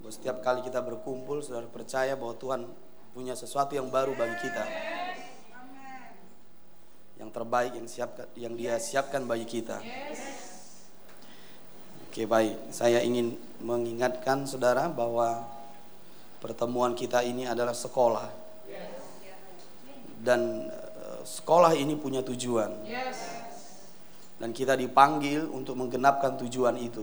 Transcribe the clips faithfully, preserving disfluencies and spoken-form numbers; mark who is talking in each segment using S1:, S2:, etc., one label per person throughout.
S1: Setiap kali kita berkumpul, saudara percaya bahwa Tuhan punya sesuatu yang baru bagi kita. Yang terbaik yang siapkan, yang Dia siapkan bagi kita. Oke, baik. Saya ingin mengingatkan saudara bahwa pertemuan kita ini adalah sekolah. Dan uh, sekolah ini punya tujuan. Dan kita dipanggil untuk menggenapkan tujuan itu.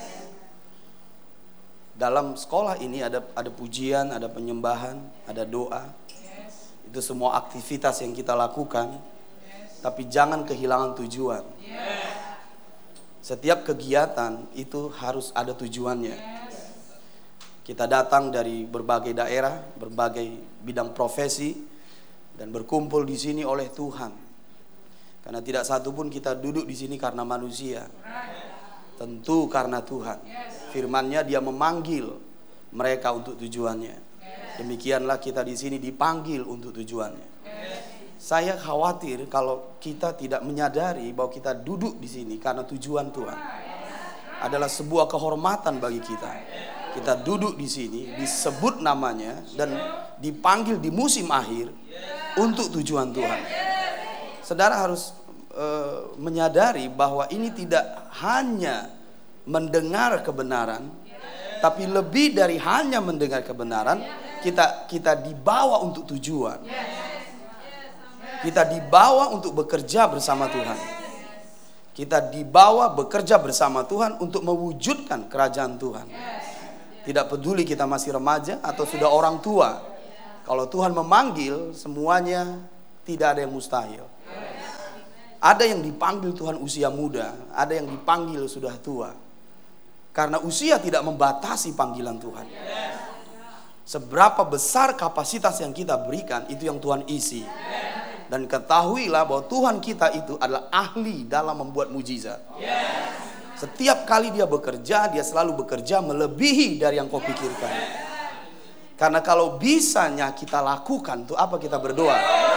S1: Dalam sekolah ini ada ada pujian, ada penyembahan, ada doa. Yes. Itu semua aktivitas yang kita lakukan. Yes. Tapi jangan kehilangan tujuan. Yes. Setiap kegiatan itu harus ada tujuannya. Yes. Kita datang dari berbagai daerah, berbagai bidang profesi, dan berkumpul di sini oleh Tuhan. Karena tidak satu pun kita duduk di sini karena manusia. Tentu karena Tuhan. Firman-Nya Dia memanggil mereka untuk tujuannya. Demikianlah kita di sini dipanggil untuk tujuannya. Saya khawatir kalau kita tidak menyadari bahwa kita duduk di sini karena tujuan Tuhan. Adalah sebuah kehormatan bagi kita. Kita duduk di sini, disebut namanya dan dipanggil di musim akhir untuk tujuan Tuhan. Saudara harus uh, menyadari bahwa ini tidak hanya mendengar kebenaran, tapi lebih dari hanya mendengar kebenaran, kita kita dibawa untuk tujuan. Kita dibawa untuk bekerja bersama Tuhan. Kita dibawa bekerja bersama Tuhan untuk mewujudkan kerajaan Tuhan. Tidak peduli kita masih remaja atau sudah orang tua. Kalau Tuhan memanggil, semuanya tidak ada yang mustahil. Ada yang dipanggil Tuhan usia muda, ada yang dipanggil sudah tua. Karena usia tidak membatasi panggilan Tuhan. Seberapa besar kapasitas yang kita berikan, itu yang Tuhan isi. Dan ketahuilah bahwa Tuhan kita itu adalah ahli dalam membuat mujizat. Setiap kali Dia bekerja, Dia selalu bekerja melebihi dari yang kau pikirkan. Karena kalau bisanya kita lakukan, untuk apa kita berdoa?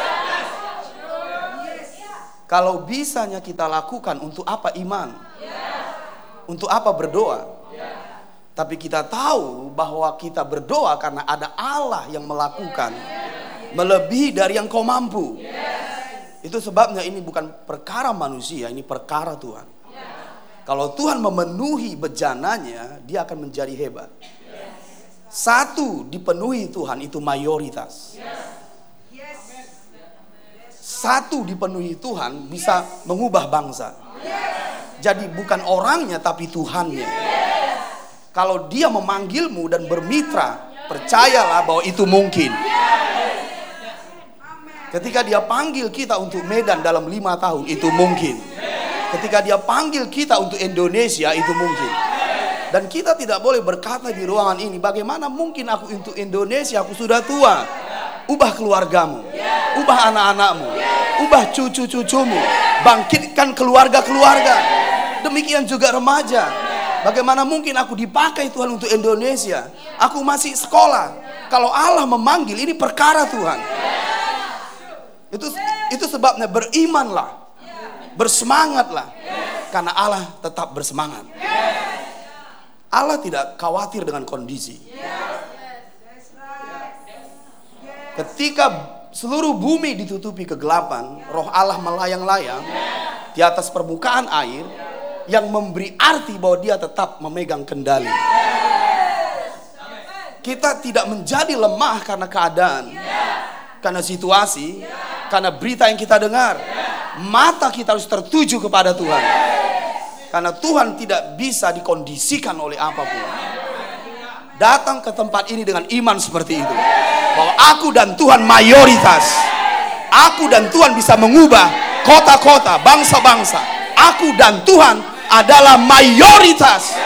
S1: Kalau bisanya kita lakukan, untuk apa iman? Untuk apa berdoa? Tapi kita tahu bahwa kita berdoa karena ada Allah yang melakukan melebihi dari yang kau mampu. Itu sebabnya ini bukan perkara manusia, ini perkara Tuhan. Kalau Tuhan memenuhi bejananya, Dia akan menjadi hebat. Satu dipenuhi Tuhan itu mayoritas. Satu dipenuhi Tuhan bisa mengubah bangsa. Jadi bukan orangnya tapi Tuhannya. Kalau Dia memanggilmu dan bermitra, percayalah bahwa itu mungkin. Ketika Dia panggil kita untuk Medan dalam lima tahun, itu mungkin. Ketika Dia panggil kita untuk Indonesia, itu mungkin. Dan kita tidak boleh berkata di ruangan ini, bagaimana mungkin aku untuk Indonesia, aku sudah tua. Ubah keluargamu, ubah anak-anakmu, ubah cucu-cucumu, bangkitkan keluarga-keluarga. Demikian juga remaja. Bagaimana mungkin aku dipakai Tuhan untuk Indonesia? Aku masih sekolah. Kalau Allah memanggil, ini perkara Tuhan. Itu itu sebabnya berimanlah, bersemangatlah, karena Allah tetap bersemangat. Allah tidak khawatir dengan kondisi. Ketika seluruh bumi ditutupi kegelapan, roh Allah melayang-layang di atas permukaan air, yang memberi arti bahwa Dia tetap memegang kendali. Kita tidak menjadi lemah karena keadaan, karena situasi, karena berita yang kita dengar. Mata kita harus tertuju kepada Tuhan. Karena Tuhan tidak bisa dikondisikan oleh apapun. Datang ke tempat ini dengan iman seperti itu, bahwa aku dan Tuhan mayoritas. Aku dan Tuhan bisa mengubah kota-kota, bangsa-bangsa. Aku dan Tuhan adalah mayoritas.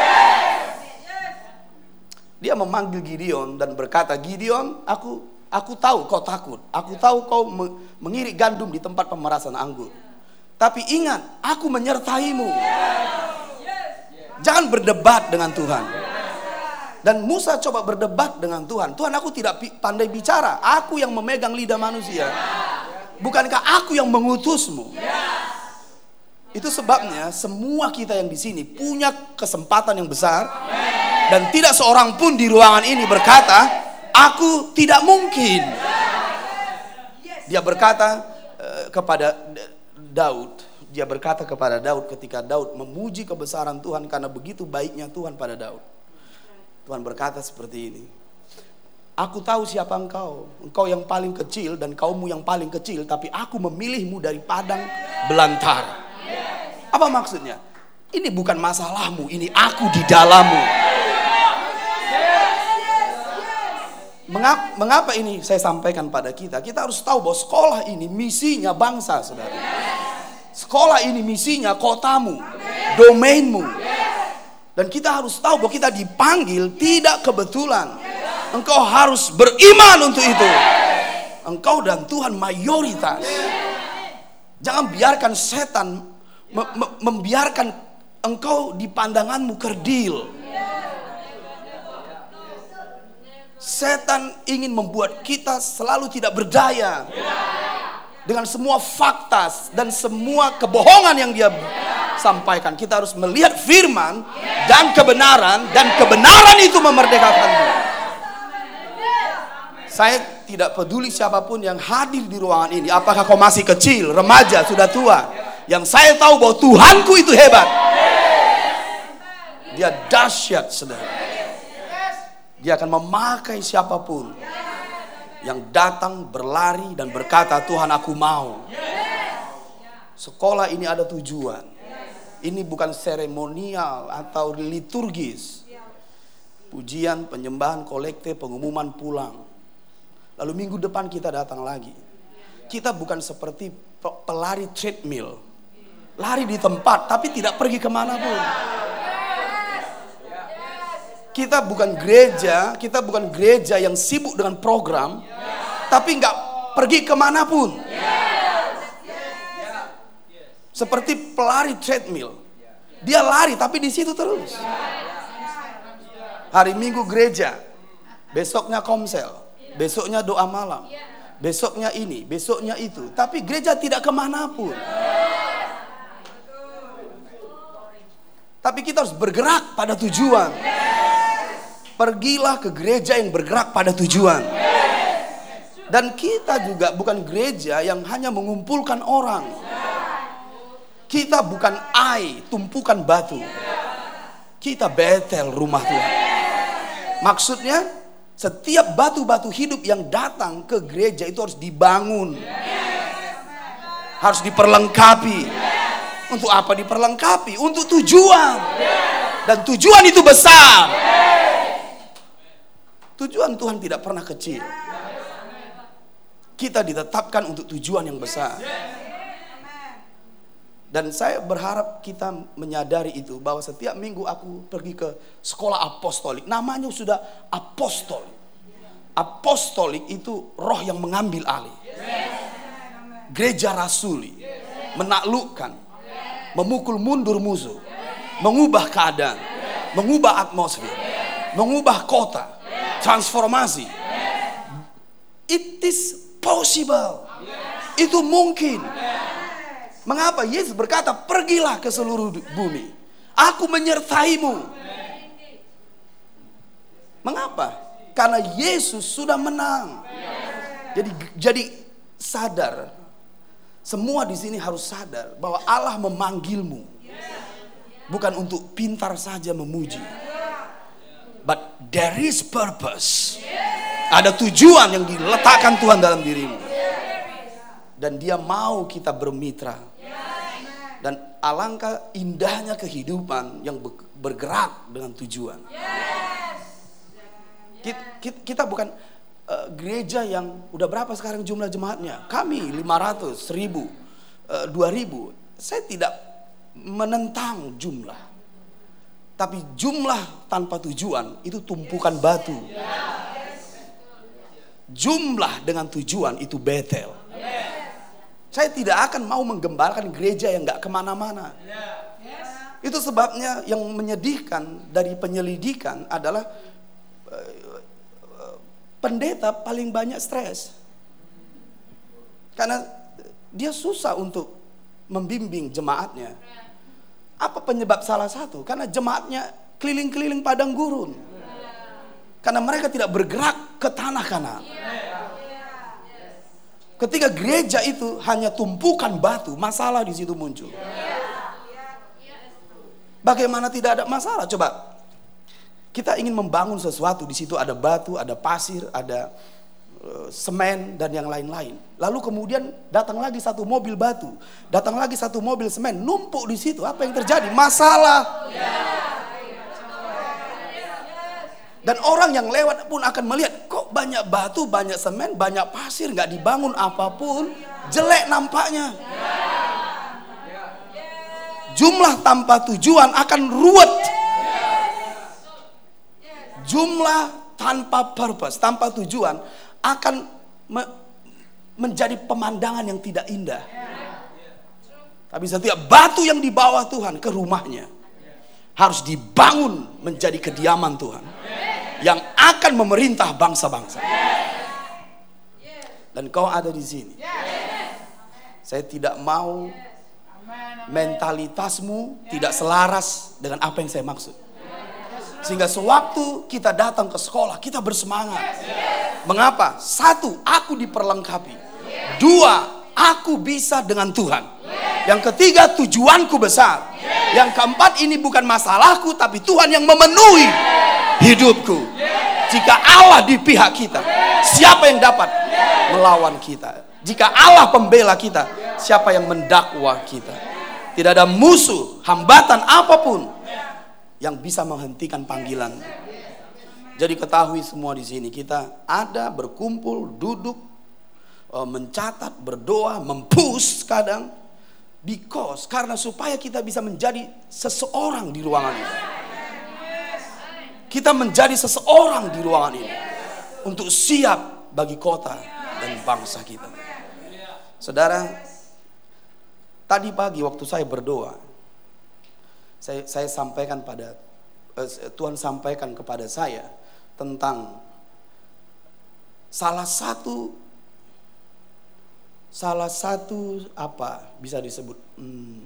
S1: Dia memanggil Gideon dan berkata, Gideon, aku aku tahu kau takut. Aku tahu kau mengirik gandum di tempat pemerasan anggur. Tapi ingat, aku menyertaimu. Jangan berdebat dengan Tuhan. Dan Musa coba berdebat dengan Tuhan. Tuhan, aku tidak pandai bicara. Aku yang memegang lidah manusia. Bukankah aku yang mengutusmu? Itu sebabnya semua kita yang di sini punya kesempatan yang besar Dan tidak seorang pun di ruangan ini berkata, aku tidak mungkin. Dia berkata uh, kepada Daud, dia berkata kepada Daud ketika Daud memuji kebesaran Tuhan karena begitu baiknya Tuhan pada Daud. Tuhan berkata seperti ini, aku tahu siapa engkau, engkau yang paling kecil dan kaummu yang paling kecil, tapi aku memilihmu dari padang belantara. Apa maksudnya? Ini bukan masalahmu, ini aku di dalammu. Mengapa, mengapa ini saya sampaikan pada kita? Kita harus tahu bahwa sekolah ini misinya bangsa, saudara. Sekolah ini misinya kotamu, domainmu. Dan kita harus tahu bahwa kita dipanggil tidak kebetulan. Engkau harus beriman untuk itu. Engkau dan Tuhan mayoritas. Jangan biarkan setan me- me- membiarkan engkau di pandanganmu kerdil. Setan ingin membuat kita selalu tidak berdaya dengan semua fakta dan semua kebohongan yang dia sampaikan. Kita harus melihat firman dan kebenaran, dan kebenaran itu memerdekakanmu. Saya tidak peduli siapapun yang hadir di ruangan ini, apakah kau masih kecil, remaja, sudah tua. Yang saya tahu bahwa Tuhanku itu hebat. Dia dahsyat, saudara. Dia akan memakai siapapun yang datang berlari dan berkata, Tuhan aku mau. Sekolah ini ada tujuan. Ini bukan seremonial atau liturgis. Pujian, penyembahan, kolekte, pengumuman pulang. Lalu minggu depan kita datang lagi. Kita bukan seperti pelari treadmill. Lari di tempat tapi tidak pergi kemanapun. Kita bukan gereja, kita bukan gereja yang sibuk dengan program, tapi nggak pergi kemanapun. Seperti pelari treadmill, dia lari tapi di situ terus. Hari Minggu gereja, besoknya komsel, besoknya doa malam, besoknya ini, besoknya itu, tapi gereja tidak kemanapun. Tapi kita harus bergerak pada tujuan. Pergilah ke gereja yang bergerak pada tujuan. Dan kita juga bukan gereja yang hanya mengumpulkan orang. Kita bukan ai, tumpukan batu. Kita Betel, rumah Tuhan. Maksudnya, setiap batu-batu hidup yang datang ke gereja itu harus dibangun. Harus diperlengkapi. Untuk apa diperlengkapi? Untuk tujuan. Dan tujuan itu besar. Tujuan Tuhan tidak pernah kecil. Kita ditetapkan untuk tujuan yang besar. Dan saya berharap kita menyadari itu, bahwa setiap minggu aku pergi ke sekolah apostolik. Namanya sudah apostolik. Apostolik itu roh yang mengambil alih. Gereja rasuli, menaklukkan, memukul mundur musuh, mengubah keadaan, mengubah atmosfer, mengubah kota. Transformasi. It is possible. Itu mungkin. Mengapa Yesus berkata, pergilah ke seluruh bumi, aku menyertaimu. Mengapa? Karena Yesus sudah menang. Jadi jadi sadar. Semua di sini harus sadar bahwa Allah memanggilmu bukan untuk pintar saja memuji. But there is purpose. Ada tujuan yang diletakkan Tuhan dalam dirimu. Dan dia mau kita bermitra. Dan alangkah indahnya kehidupan yang bergerak dengan tujuan. Kita, kita bukan uh, gereja yang udah berapa sekarang jumlah jemaatnya. Kami lima ratus, seribu, uh, dua ribu. Saya tidak menentang jumlah. Tapi jumlah tanpa tujuan itu tumpukan batu. Jumlah dengan tujuan itu Betel. Saya tidak akan mau menggembalakan gereja yang gak kemana-mana. Itu sebabnya yang menyedihkan dari penyelidikan adalah pendeta paling banyak stres. Karena dia susah untuk membimbing jemaatnya. Apa penyebab? Salah satu, karena jemaatnya keliling-keliling padang gurun. Karena mereka tidak bergerak ke tanah Kanaan. Ketika gereja itu hanya tumpukan batu, masalah di situ muncul. Bagaimana tidak ada masalah? Coba kita ingin membangun sesuatu, di situ ada batu, ada pasir, ada uh, semen dan yang lain-lain. Lalu kemudian datang lagi satu mobil batu, datang lagi satu mobil semen, numpuk di situ. Apa yang terjadi? Masalah. Dan orang yang lewat pun akan melihat, kok banyak batu, banyak semen, banyak pasir, nggak dibangun apapun, jelek nampaknya. Jumlah tanpa tujuan akan ruwet. Jumlah tanpa purpose, tanpa tujuan akan me menjadi pemandangan yang tidak indah. Tapi setiap batu yang dibawa Tuhan ke rumahnya harus dibangun menjadi kediaman Tuhan yang akan memerintah bangsa-bangsa. Dan kau ada di sini. Saya tidak mau mentalitasmu tidak selaras dengan apa yang saya maksud. Sehingga sewaktu kita datang ke sekolah, kita bersemangat. Mengapa? Satu, aku diperlengkapi. Dua, aku bisa dengan Tuhan. Yang ketiga, tujuanku besar. Yang keempat, ini bukan masalahku, tapi Tuhan yang memenuhi hidupku. Jika Allah di pihak kita, siapa yang dapat melawan kita? Jika Allah pembela kita, siapa yang mendakwa kita? Tidak ada musuh, hambatan apapun yang bisa menghentikan panggilan. Jadi ketahui semua di sini, kita ada berkumpul, duduk, mencatat, berdoa, mempush kadang, because karena supaya kita bisa menjadi seseorang di ruangan ini. Kita menjadi seseorang di ruangan ini untuk siap bagi kota dan bangsa kita. Saudara, tadi pagi waktu saya berdoa, Saya, saya sampaikan pada eh, Tuhan sampaikan kepada saya tentang salah satu salah satu apa bisa disebut hmm,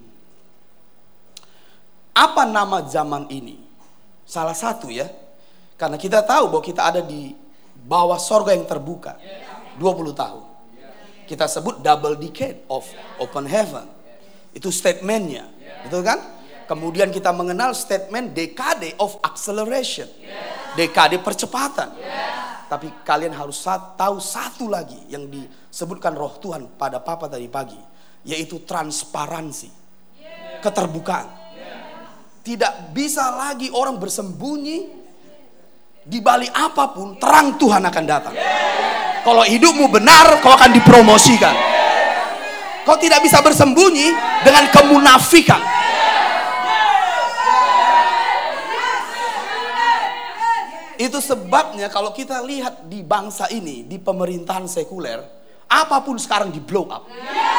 S1: apa nama zaman ini? Salah satu ya, karena kita tahu bahwa kita ada di bawah sorga yang terbuka dua puluh tahun. Kita sebut double decade of open heaven. Itu statementnya, betul kan? Kemudian kita mengenal statement dekade of acceleration, dekade percepatan. Tapi kalian harus tahu satu lagi yang disebutkan Roh Tuhan pada Papa tadi pagi, yaitu transparansi, keterbukaan. Tidak bisa lagi orang bersembunyi di balik apapun, terang Tuhan akan datang. Kalau hidupmu benar, kau akan dipromosikan. Kau tidak bisa bersembunyi dengan kemunafikan. Itu sebabnya kalau kita lihat di bangsa ini, di pemerintahan sekuler, apapun sekarang di blow up.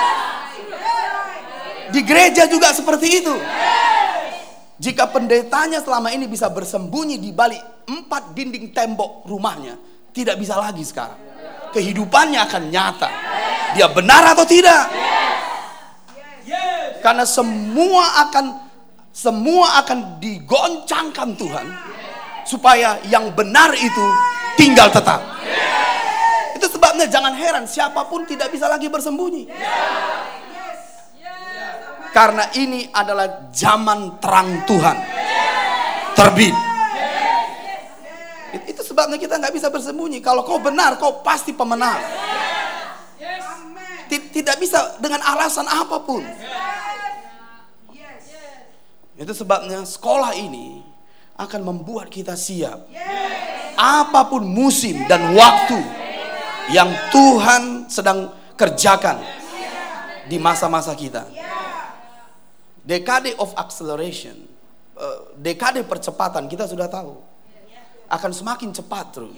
S1: Di gereja juga seperti itu. Jika pendetanya selama ini bisa bersembunyi di balik empat dinding tembok rumahnya, tidak bisa lagi sekarang. Kehidupannya akan nyata. Dia benar atau tidak? Karena semua akan semua akan digoncangkan Tuhan, supaya yang benar itu tinggal tetap. Itu sebabnya jangan heran siapapun tidak bisa lagi bersembunyi. Karena ini adalah zaman terang Tuhan terbit. Itu sebabnya kita nggak bisa bersembunyi. Kalau kau benar, kau pasti pemenang. Tidak bisa dengan alasan apapun. Itu sebabnya sekolah ini akan membuat kita siap. Apapun musim dan waktu yang Tuhan sedang kerjakan di masa-masa kita. Dekade of acceleration, dekade percepatan, kita sudah tahu akan semakin cepat terus.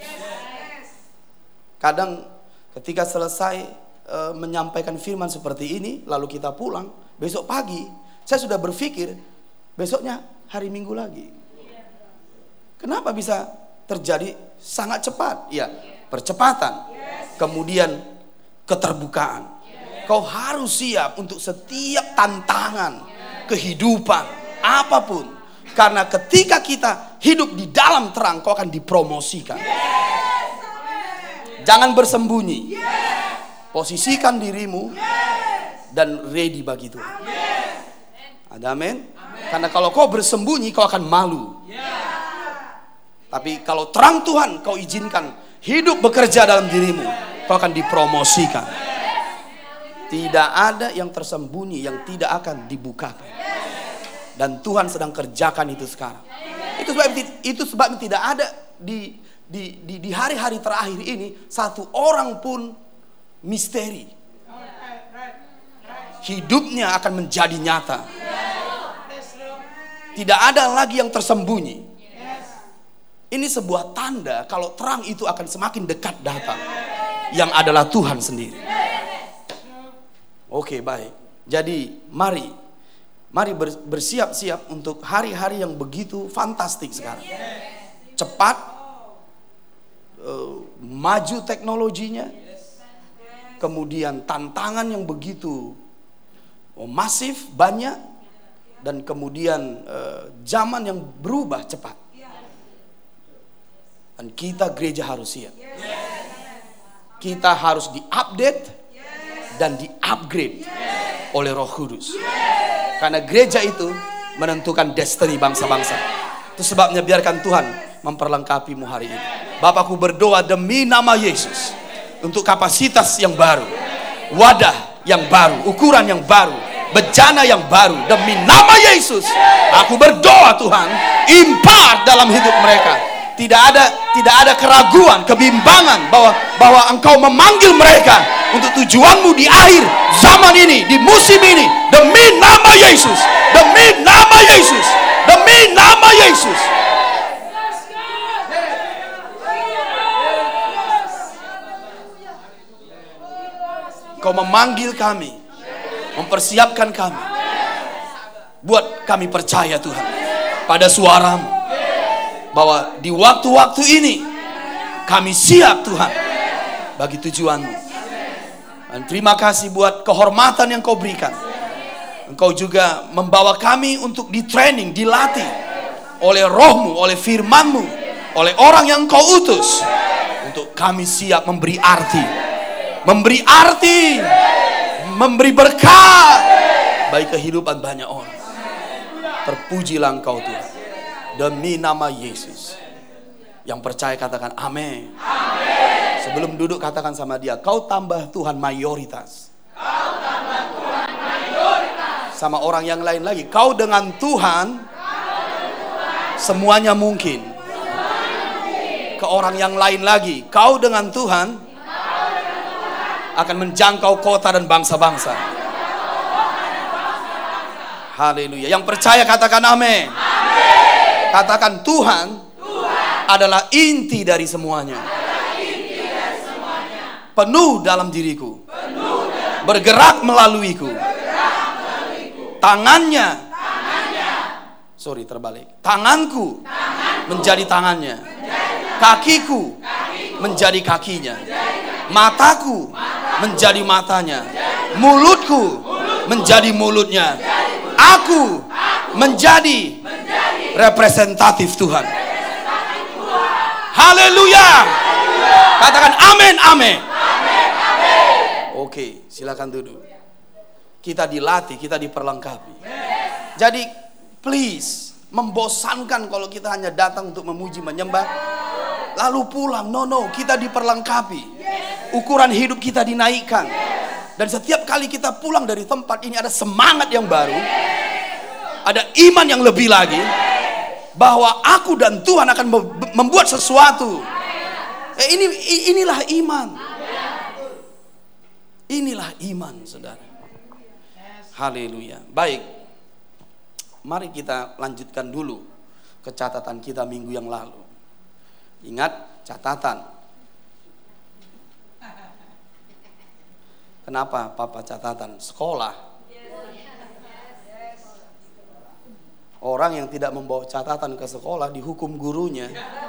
S1: Kadang ketika selesai menyampaikan firman seperti ini, lalu kita pulang, besok pagi saya sudah berpikir besoknya hari Minggu lagi. Kenapa bisa terjadi sangat cepat? Ya, percepatan. Kemudian keterbukaan. Kau harus siap untuk setiap tantangan kehidupan apapun. Karena ketika kita hidup di dalam terang, kau akan dipromosikan. Jangan bersembunyi. Posisikan dirimu dan ready bagi Tuhan. Ada amin? Karena kalau kau bersembunyi, kau akan malu. Tapi kalau terang Tuhan kau izinkan hidup bekerja dalam dirimu, kau akan dipromosikan. Tidak ada yang tersembunyi yang tidak akan dibukakan. Dan Tuhan sedang kerjakan itu sekarang. Itu sebab itu sebab tidak ada di di di, di hari-hari terakhir ini satu orang pun misteri. Hidupnya akan menjadi nyata. Tidak ada lagi yang tersembunyi. Ini sebuah tanda kalau terang itu akan semakin dekat datang. Yang adalah Tuhan sendiri. Oke, baik. Jadi mari Mari bersiap-siap untuk hari-hari yang begitu fantastik sekarang. Cepat, uh, maju teknologinya, kemudian tantangan yang begitu oh, masif, banyak, dan kemudian uh, zaman yang berubah cepat. Dan kita gereja harus siap. Kita harus diupdate dan diupgrade oleh Roh Kudus. Karena gereja itu menentukan destiny bangsa-bangsa. Itu sebabnya biarkan Tuhan memperlengkapimu hari ini. Bapakku berdoa demi nama Yesus, untuk kapasitas yang baru, wadah yang baru, ukuran yang baru, bejana yang baru. Demi nama Yesus, aku berdoa Tuhan, impart dalam hidup mereka. Tidak ada tidak ada keraguan, kebimbangan bahwa bahwa Engkau memanggil mereka untuk tujuanmu di akhir zaman ini, di musim ini. Demi nama Yesus, demi nama Yesus, demi nama Yesus. Kau memanggil kami, mempersiapkan kami, buat kami percaya Tuhan pada suaramu, bahwa di waktu-waktu ini kami siap Tuhan bagi tujuanmu. Dan terima kasih buat kehormatan yang kau berikan. Engkau juga membawa kami untuk di training, dilatih oleh rohmu, oleh firmanmu, oleh orang yang kau utus, untuk kami siap memberi arti, memberi arti, memberi berkat bagi kehidupan banyak orang. Terpujilah Engkau Tuhan. Demi nama Yesus. Yang percaya katakan amin. Amin. Sebelum duduk katakan sama dia, kau tambah Tuhan mayoritas. Kau tambah Tuhan mayoritas. Sama orang yang lain lagi, kau dengan Tuhan, kau dengan Tuhan semuanya mungkin. Semuanya mungkin. Ke orang yang lain lagi, kau dengan Tuhan, kau dengan Tuhan akan menjangkau kota dan bangsa-bangsa. Haleluya. Yang percaya katakan amin. Katakan Tuhan, Tuhan adalah inti dari semuanya. Inti dari semuanya. Penuh dalam diriku. Penuh dalam bergerak melaluiku. Bergerak melaluiku. Tangannya, tangannya. Sorry terbalik. Tanganku, tanganku menjadi tangannya. Menjadi kakiku, kakiku menjadi kakinya. Menjadi mataku, mataku menjadi matanya. Menjadi mulutku, mulutku menjadi mulutnya. Menjadi mulut. Aku, aku menjadi representatif Tuhan. Haleluya. Katakan amin, amin. Oke, silakan duduk. Kita dilatih, kita diperlengkapi. Jadi please, membosankan kalau kita hanya datang untuk memuji, menyembah, lalu pulang. No, no, kita diperlengkapi. Ukuran hidup kita dinaikkan. Dan setiap kali kita pulang dari tempat ini ada semangat yang baru. Ada iman yang lebih lagi, bahwa aku dan Tuhan akan membuat sesuatu. Eh, ini inilah iman. Inilah iman, saudara. Haleluya. Baik. Mari kita lanjutkan dulu ke catatan kita minggu yang lalu. Ingat catatan. Kenapa Papa catatan? Sekolah. Orang yang tidak membawa catatan ke sekolah dihukum gurunya.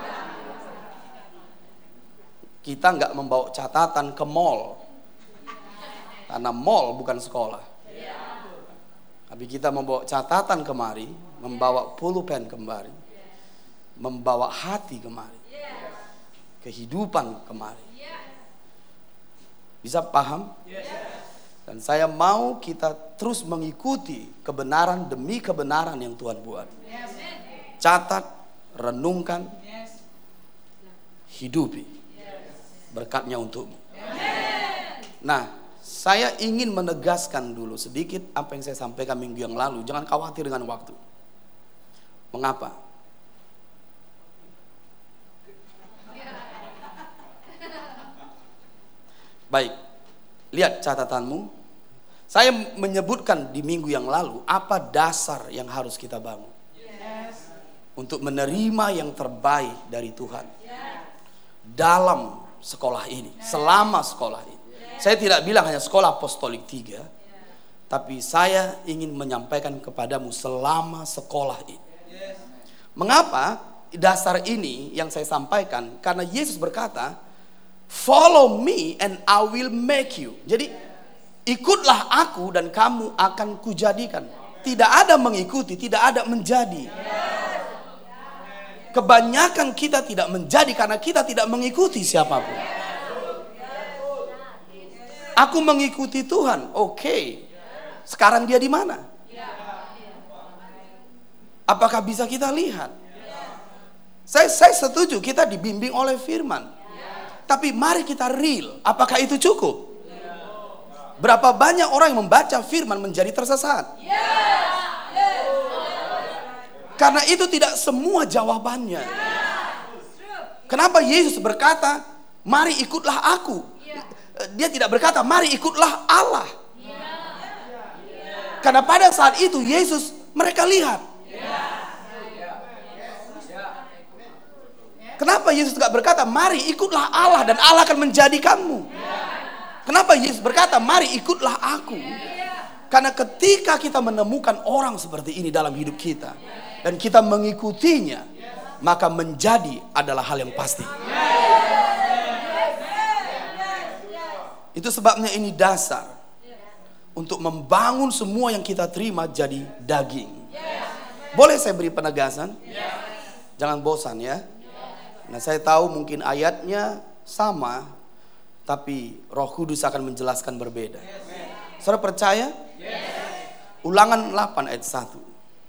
S1: Kita nggak membawa catatan ke mall, karena mall bukan sekolah. Tapi kita membawa catatan kemari, membawa pulpen kembali, membawa hati kemari, kehidupan kemari. Bisa paham? Dan saya mau kita terus mengikuti kebenaran demi kebenaran yang Tuhan buat. Catat, renungkan, hidupi. Berkatnya untukmu. Nah, saya ingin menegaskan dulu sedikit apa yang saya sampaikan minggu yang lalu. Jangan khawatir dengan waktu. Mengapa? Baik, lihat catatanmu. Saya menyebutkan di minggu yang lalu apa dasar yang harus kita bangun untuk menerima yang terbaik dari Tuhan dalam sekolah ini, selama sekolah ini. Saya tidak bilang hanya sekolah apostolik tiga, tapi saya ingin menyampaikan kepadamu selama sekolah ini. Mengapa dasar ini yang saya sampaikan? Karena Yesus berkata, follow me and I will make you. Jadi ikutlah aku dan kamu akan kujadikan. Tidak ada mengikuti, tidak ada menjadi. Kebanyakan kita tidak menjadi karena kita tidak mengikuti siapapun. Aku mengikuti Tuhan, oke. Okay. Sekarang dia di mana? Apakah bisa kita lihat? Saya, saya setuju kita dibimbing oleh firman. Tapi mari kita real. Apakah itu cukup? Berapa banyak orang yang membaca firman menjadi tersesat? Karena itu tidak semua jawabannya. Kenapa Yesus berkata, mari ikutlah aku? Dia tidak berkata, mari ikutlah Allah. Karena pada saat itu Yesus, mereka lihat. Kenapa Yesus tidak berkata, mari ikutlah Allah dan Allah akan menjadikanmu? Kenapa Yesus berkata, mari ikutlah aku? Karena ketika kita menemukan orang seperti ini dalam hidup kita dan kita mengikutinya, maka menjadi adalah hal yang pasti. Itu sebabnya ini dasar untuk membangun semua yang kita terima jadi daging. Boleh saya beri penegasan? Jangan bosan ya. Nah, saya tahu mungkin ayatnya sama, tapi Roh Kudus akan menjelaskan berbeda. Saudara percaya? Ulangan delapan ayat satu.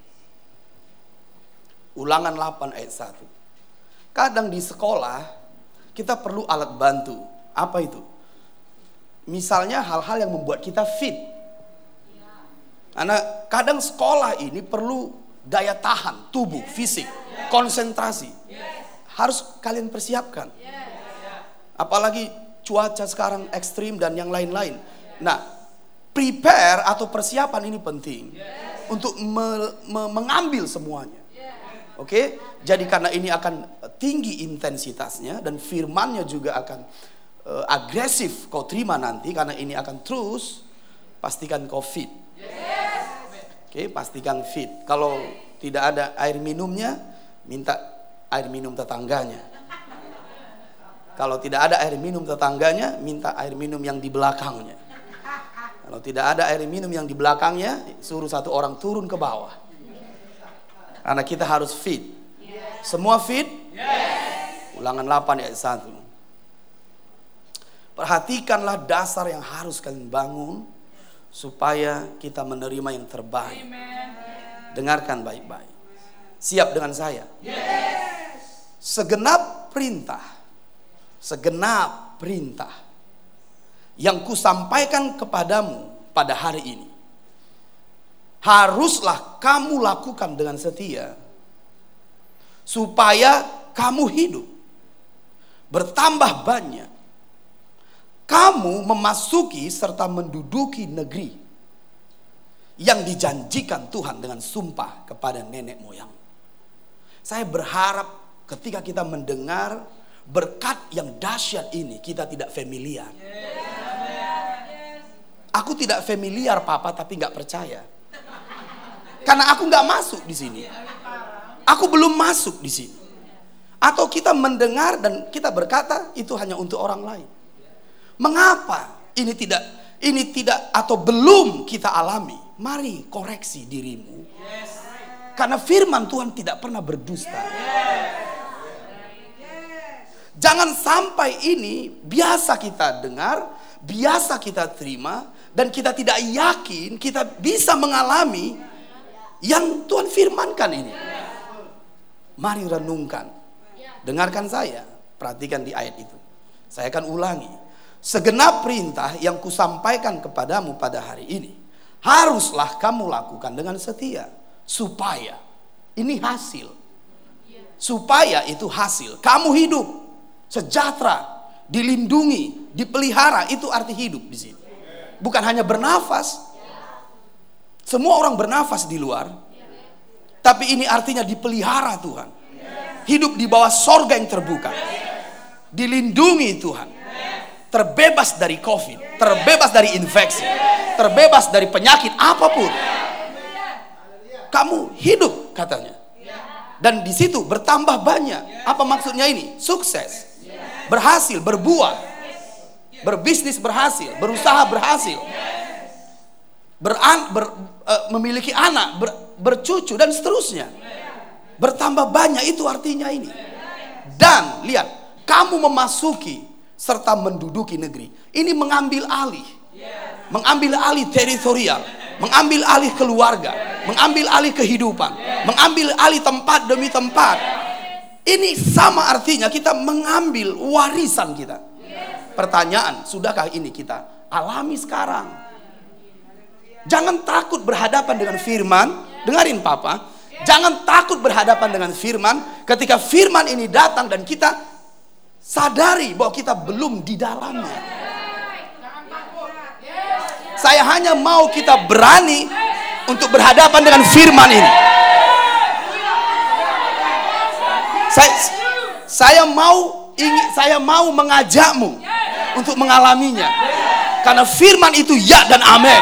S1: Ulangan delapan ayat satu. Kadang di sekolah kita perlu alat bantu. Apa itu? Misalnya hal-hal yang membuat kita fit. Karena kadang sekolah ini perlu daya tahan tubuh, fisik, konsentrasi. Harus kalian persiapkan. Apalagi cuaca sekarang ekstrim dan yang lain-lain. Nah, prepare atau persiapan ini penting untuk me, me, mengambil semuanya. Oke, okay? Jadi karena ini akan tinggi intensitasnya dan firmannya juga akan uh, agresif kau terima nanti, karena ini akan terus, pastikan kau fit. Oke, okay? Pastikan fit. Kalau tidak ada air minumnya, minta air minum tetangganya. Kalau tidak ada air minum tetangganya, minta air minum yang di belakangnya. Kalau tidak ada air minum yang di belakangnya, suruh satu orang turun ke bawah. Karena kita harus fit. Semua fit? Ulangan delapan ayat satu. Perhatikanlah dasar yang harus kalian bangun supaya kita menerima yang terbaik. Dengarkan baik-baik. Siap dengan saya? Segenap perintah, segenap perintah yang kusampaikan kepadamu pada hari ini, haruslah kamu lakukan dengan setia, supaya kamu hidup, bertambah banyak, kamu memasuki serta menduduki negeri yang dijanjikan Tuhan dengan sumpah kepada nenek moyang. Saya berharap ketika kita mendengar berkat yang dahsyat ini, kita tidak familiar. Aku tidak familiar Papa, tapi nggak percaya. Karena aku nggak masuk di sini. Aku belum masuk di sini. Atau kita mendengar dan kita berkata itu hanya untuk orang lain. Mengapa ini tidak ini tidak atau belum kita alami? Mari koreksi dirimu. Karena firman Tuhan tidak pernah berdusta. Jangan sampai ini biasa kita dengar, biasa kita terima, dan kita tidak yakin kita bisa mengalami yang Tuhan firmankan ini. Mari renungkan. Dengarkan saya, perhatikan di ayat itu. Saya akan ulangi. Segenap perintah yang kusampaikan kepadamu pada hari ini, haruslah kamu lakukan dengan setia. Supaya, ini hasil. Supaya itu hasil. Kamu hidup, sejahtera, dilindungi, dipelihara, itu arti hidup di sini. Bukan hanya bernafas. Semua orang bernafas di luar. Tapi ini artinya dipelihara Tuhan. Hidup di bawah sorga yang terbuka. Dilindungi Tuhan. Terbebas dari COVID. Terbebas dari infeksi. Terbebas dari penyakit apapun. Kamu hidup katanya. Dan di situ bertambah banyak. Apa maksudnya ini? Sukses. Berhasil, berbuah. Berbisnis berhasil. Berusaha berhasil. Beran, ber, uh, memiliki anak. Ber, bercucu dan seterusnya. Bertambah banyak, itu artinya ini. Dan lihat, kamu memasuki serta menduduki negeri. Ini mengambil alih. Mengambil alih teritorial. Mengambil alih keluarga. Mengambil alih kehidupan. Mengambil alih tempat demi tempat. Ini sama artinya kita mengambil warisan kita. Pertanyaan, sudahkah ini kita alami sekarang? Jangan takut berhadapan dengan firman. Dengarin Papa. Jangan takut berhadapan dengan firman. Ketika firman ini datang dan kita sadari bahwa kita belum di dalamnya. Saya hanya mau kita berani untuk berhadapan dengan firman ini. Saya, saya mau ingin, saya mau mengajakmu untuk mengalaminya. Karena firman itu ya dan amin.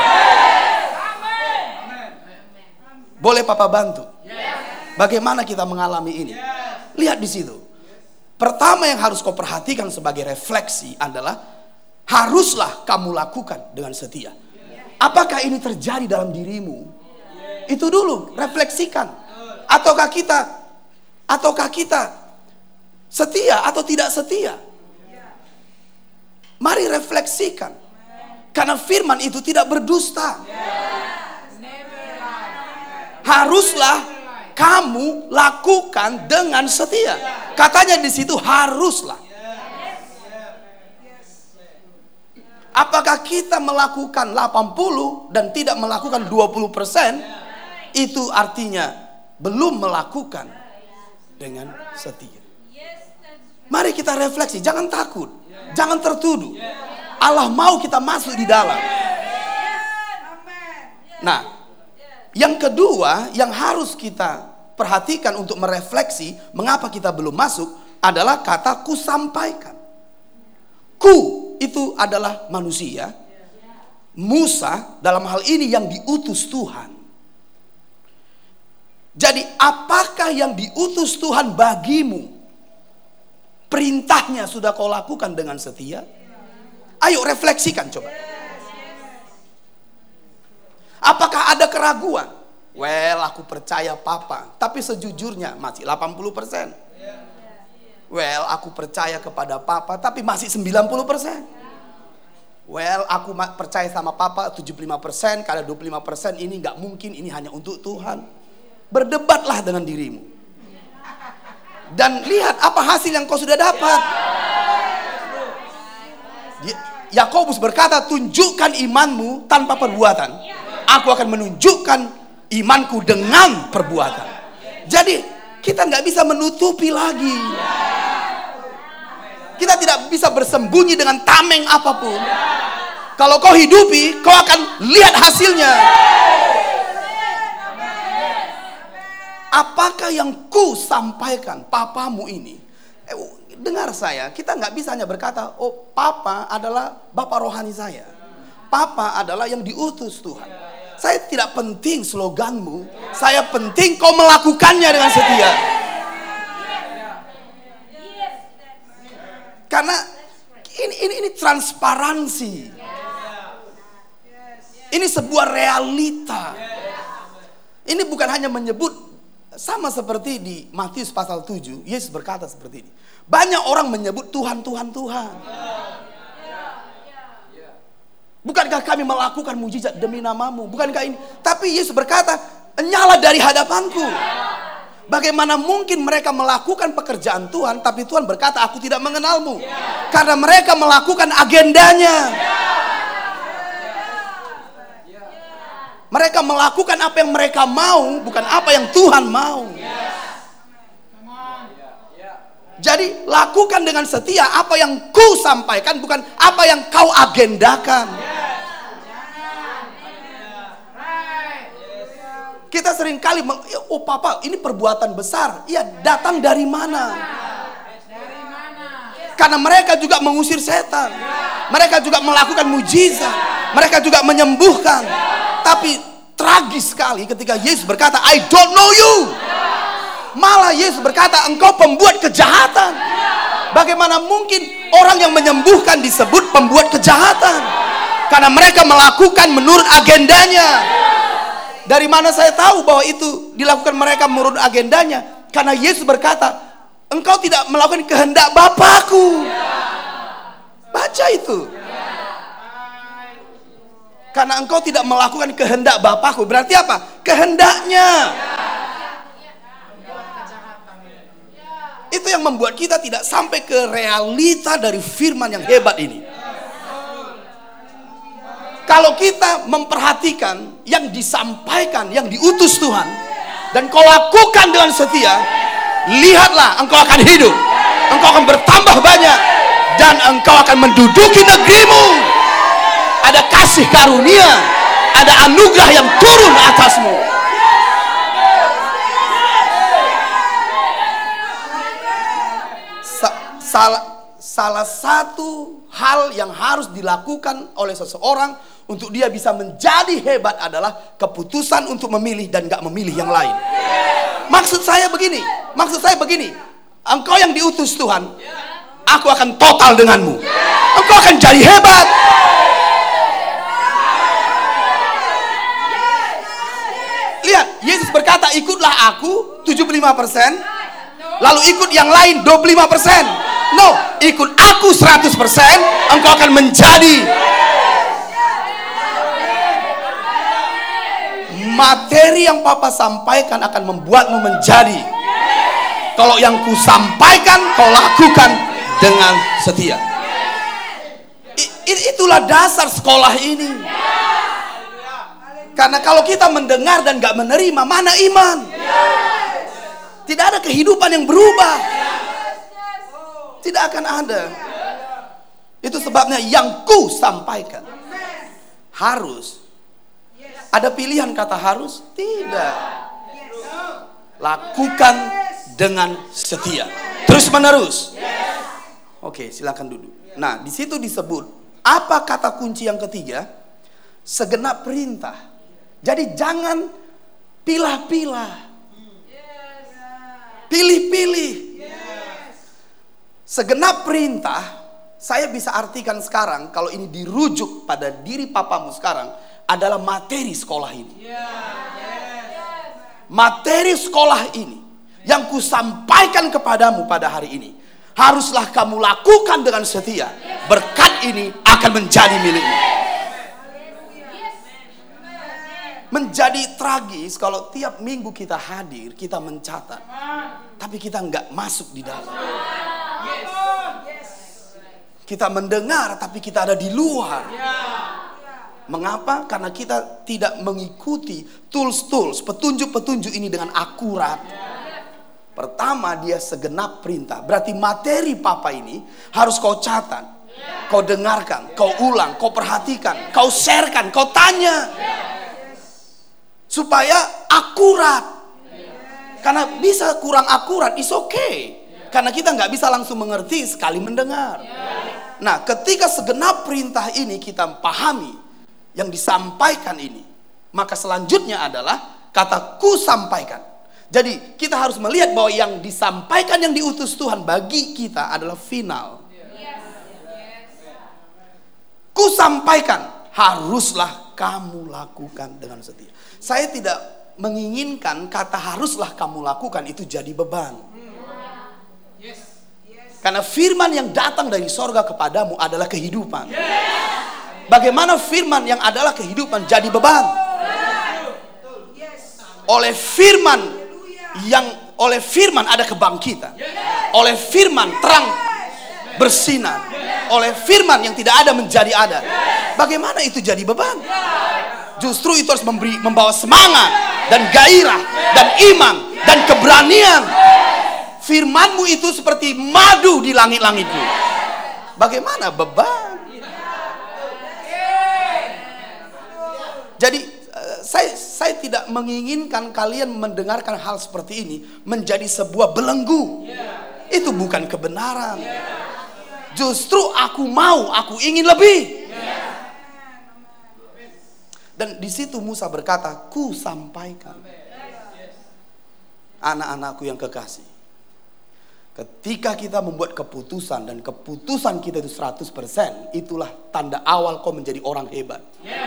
S1: Boleh Papa bantu? Bagaimana kita mengalami ini? Lihat di situ. Pertama yang harus kau perhatikan sebagai refleksi adalah haruslah kamu lakukan dengan setia. Apakah ini terjadi dalam dirimu? Itu dulu, refleksikan. Ataukah kita ataukah kita setia atau tidak setia? Mari refleksikan. Karena firman itu tidak berdusta. Haruslah kamu lakukan dengan setia. Katanya di situ haruslah. Apakah kita melakukan delapan puluh dan tidak melakukan dua puluh persen? Itu artinya belum melakukan dengan setia. Mari kita refleksi, jangan takut, jangan tertuduh. Allah mau kita masuk di dalam. Nah, yang kedua yang harus kita perhatikan untuk merefleksi mengapa kita belum masuk adalah kata ku sampaikan. Ku itu adalah manusia. Musa dalam hal ini yang diutus Tuhan. Jadi apakah yang diutus Tuhan bagimu? Perintahnya sudah kau lakukan dengan setia? Ayo refleksikan coba. Apakah ada keraguan? Well, aku percaya Papa, tapi sejujurnya masih delapan puluh persen. Well, aku percaya kepada Papa, tapi masih sembilan puluh persen. Well, aku percaya sama Papa tujuh puluh lima persen, karena dua puluh lima persen ini gak mungkin, ini hanya untuk Tuhan. Berdebatlah dengan dirimu. Dan lihat apa hasil yang kau sudah dapat. Yakobus berkata, tunjukkan imanmu tanpa perbuatan. Aku akan menunjukkan imanku dengan perbuatan. Jadi kita nggak bisa menutupi lagi. Kita tidak bisa bersembunyi dengan tameng apapun. Kalau kau hidupi, kau akan lihat hasilnya. Apakah yang ku sampaikan papamu ini? Eh, dengar saya, kita nggak bisa hanya berkata, oh papa adalah bapak rohani saya. Papa adalah yang diutus Tuhan. Saya tidak penting sloganmu, saya penting kau melakukannya dengan setia. Karena ini ini ini transparansi. Ini sebuah realita. Ini bukan hanya menyebut sama seperti di Matius pasal tujuh, Yesus berkata seperti ini. Banyak orang menyebut Tuhan, Tuhan, Tuhan. Bukankah kami melakukan mujizat demi namamu? Bukankah ini? Tapi Yesus berkata, nyala dari hadapanku. Bagaimana mungkin mereka melakukan pekerjaan Tuhan, tapi Tuhan berkata, aku tidak mengenalmu. Karena mereka melakukan agendanya. Mereka melakukan apa yang mereka mau, bukan apa yang Tuhan mau. Jadi lakukan dengan setia apa yang ku sampaikan, bukan apa yang kau agendakan. Kita sering kali, oh papa ini perbuatan besar. Iya, datang dari mana? Karena mereka juga mengusir setan. Mereka juga melakukan mujizat. Mereka juga menyembuhkan. Tapi tragis sekali ketika Yesus berkata, I don't know you. Malah Yesus berkata, engkau pembuat kejahatan. Bagaimana mungkin orang yang menyembuhkan disebut pembuat kejahatan? Karena mereka melakukan menurut agendanya. Dari mana saya tahu bahwa itu dilakukan mereka menurut agendanya? Karena Yesus berkata, engkau tidak melakukan kehendak Bapakku. Baca itu. Karena engkau tidak melakukan kehendak Bapakku. Berarti apa? Kehendaknya. Itu yang membuat kita tidak sampai ke realita dari firman yang hebat ini. Kalau kita memperhatikan yang disampaikan, yang diutus Tuhan, dan kau lakukan dengan setia, lihatlah engkau akan hidup, engkau akan bertambah banyak, dan engkau akan menduduki negerimu. Ada kasih karunia, ada anugerah yang turun atasmu. Sa salah, salah satu hal yang harus dilakukan oleh seseorang untuk dia bisa menjadi hebat adalah keputusan untuk memilih dan gak memilih yang lain. Maksud saya begini, maksud saya begini, engkau yang diutus Tuhan, aku akan total denganmu. Engkau akan jadi hebat. Lihat, Yesus berkata, ikutlah aku tujuh puluh lima persen, lalu ikut yang lain dua puluh lima persen. No, ikut aku seratus persen, engkau akan menjadi. Materi yang Papa sampaikan akan membuatmu menjadi. Kalau yang ku sampaikan kau lakukan dengan setia. I, itulah dasar sekolah ini. Karena kalau kita mendengar dan gak menerima, mana iman? Tidak ada kehidupan yang berubah. Tidak akan ada. Itu sebabnya yang ku sampaikan harus. Ada pilihan kata harus? Tidak. Lakukan dengan setia. Terus menerus. Oke, silakan duduk. Nah, di situ disebut apa kata kunci yang ketiga? Segenap perintah. Jadi jangan pilah-pilah. Pilih-pilih. Segenap perintah, saya bisa artikan sekarang kalau ini dirujuk pada diri papamu sekarang adalah materi sekolah ini. Materi sekolah ini yang kusampaikan kepadamu pada hari ini haruslah kamu lakukan dengan setia. Berkat ini akan menjadi milikmu. Menjadi tragis kalau tiap minggu kita hadir, kita mencatat, tapi kita nggak masuk di dalam. Kita mendengar, tapi kita ada di luar. Mengapa? Karena kita tidak mengikuti tools-tools, petunjuk-petunjuk ini dengan akurat. Pertama, dia segenap perintah. Berarti materi Papa ini harus kau catat, kau dengarkan, kau ulang, kau perhatikan, kau sharekan, kau tanya. Supaya akurat. Karena bisa kurang akurat, it's okay. Karena kita nggak bisa langsung mengerti sekali mendengar. Nah, ketika segenap perintah ini kita pahami, yang disampaikan ini, maka selanjutnya adalah kata ku sampaikan. Jadi kita harus melihat bahwa yang disampaikan, yang diutus Tuhan bagi kita adalah final. Ku sampaikan, haruslah kamu lakukan dengan setia. Saya tidak menginginkan kata haruslah kamu lakukan itu jadi beban. Karena firman yang datang dari sorga kepadamu adalah kehidupan. Bagaimana firman yang adalah kehidupan jadi beban? Oleh firman yang oleh firman ada kebangkitan. Oleh firman terang bersinar. Oleh firman yang tidak ada menjadi ada. Bagaimana itu jadi beban? Justru itu harus memberi, membawa semangat dan gairah dan iman dan keberanian. Firmanmu itu seperti madu di langit-langitku. Bagaimana beban? Jadi saya saya tidak menginginkan kalian mendengarkan hal seperti ini menjadi sebuah belenggu. Itu bukan kebenaran. Justru aku mau, aku ingin lebih. Dan di situ Musa berkata, ku sampaikan. Anak-anakku yang kekasih, ketika kita membuat keputusan dan keputusan kita itu seratus persen, itulah tanda awal kau menjadi orang hebat.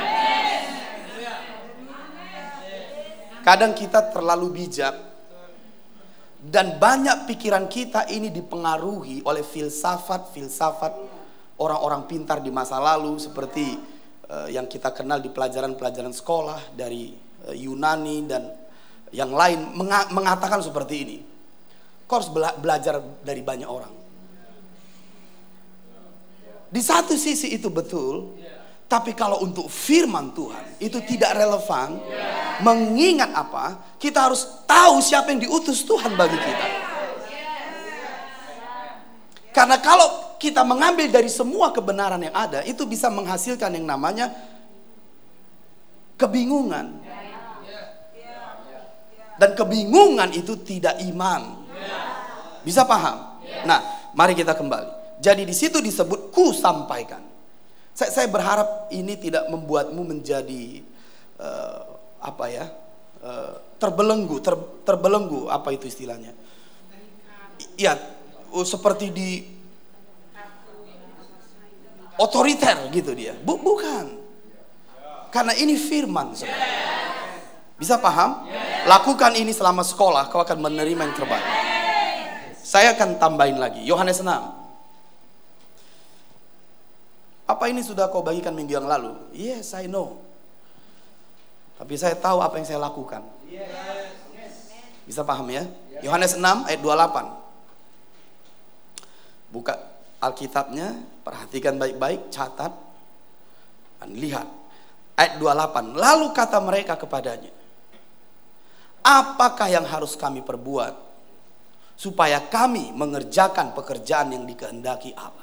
S1: Kadang kita terlalu bijak dan banyak pikiran kita ini dipengaruhi oleh filsafat-filsafat orang-orang pintar di masa lalu seperti uh, yang kita kenal di pelajaran-pelajaran sekolah dari uh, Yunani dan yang lain menga- mengatakan seperti ini. Kau harus bela- belajar dari banyak orang. Di satu sisi itu betul, tapi kalau untuk firman Tuhan itu tidak relevan. Mengingat apa? Kita harus tahu siapa yang diutus Tuhan bagi kita. Karena kalau kita mengambil dari semua kebenaran yang ada, itu bisa menghasilkan yang namanya kebingungan. Dan kebingungan itu tidak iman. Bisa paham? Nah, mari kita kembali. Jadi di situ disebut ku sampaikan. Saya, saya berharap ini tidak membuatmu menjadi uh, apa ya? Uh, terbelenggu, ter, terbelenggu apa itu istilahnya? Iya, uh, seperti di otoriter gitu dia. Bukan. Karena ini firman. Bisa paham? Lakukan ini selama sekolah, kau akan menerima yang terbaik. Saya akan tambahin lagi. Yohanes enam. Apa ini sudah kau bagikan minggu yang lalu? Yes, I know. Tapi saya tahu apa yang saya lakukan. Bisa paham ya? Yohanes enam ayat dua puluh delapan. Buka Alkitabnya, perhatikan baik-baik, catat, dan lihat. Ayat dua puluh delapan. Lalu kata mereka kepadanya, apakah yang harus kami perbuat supaya kami mengerjakan pekerjaan yang dikehendaki Allah?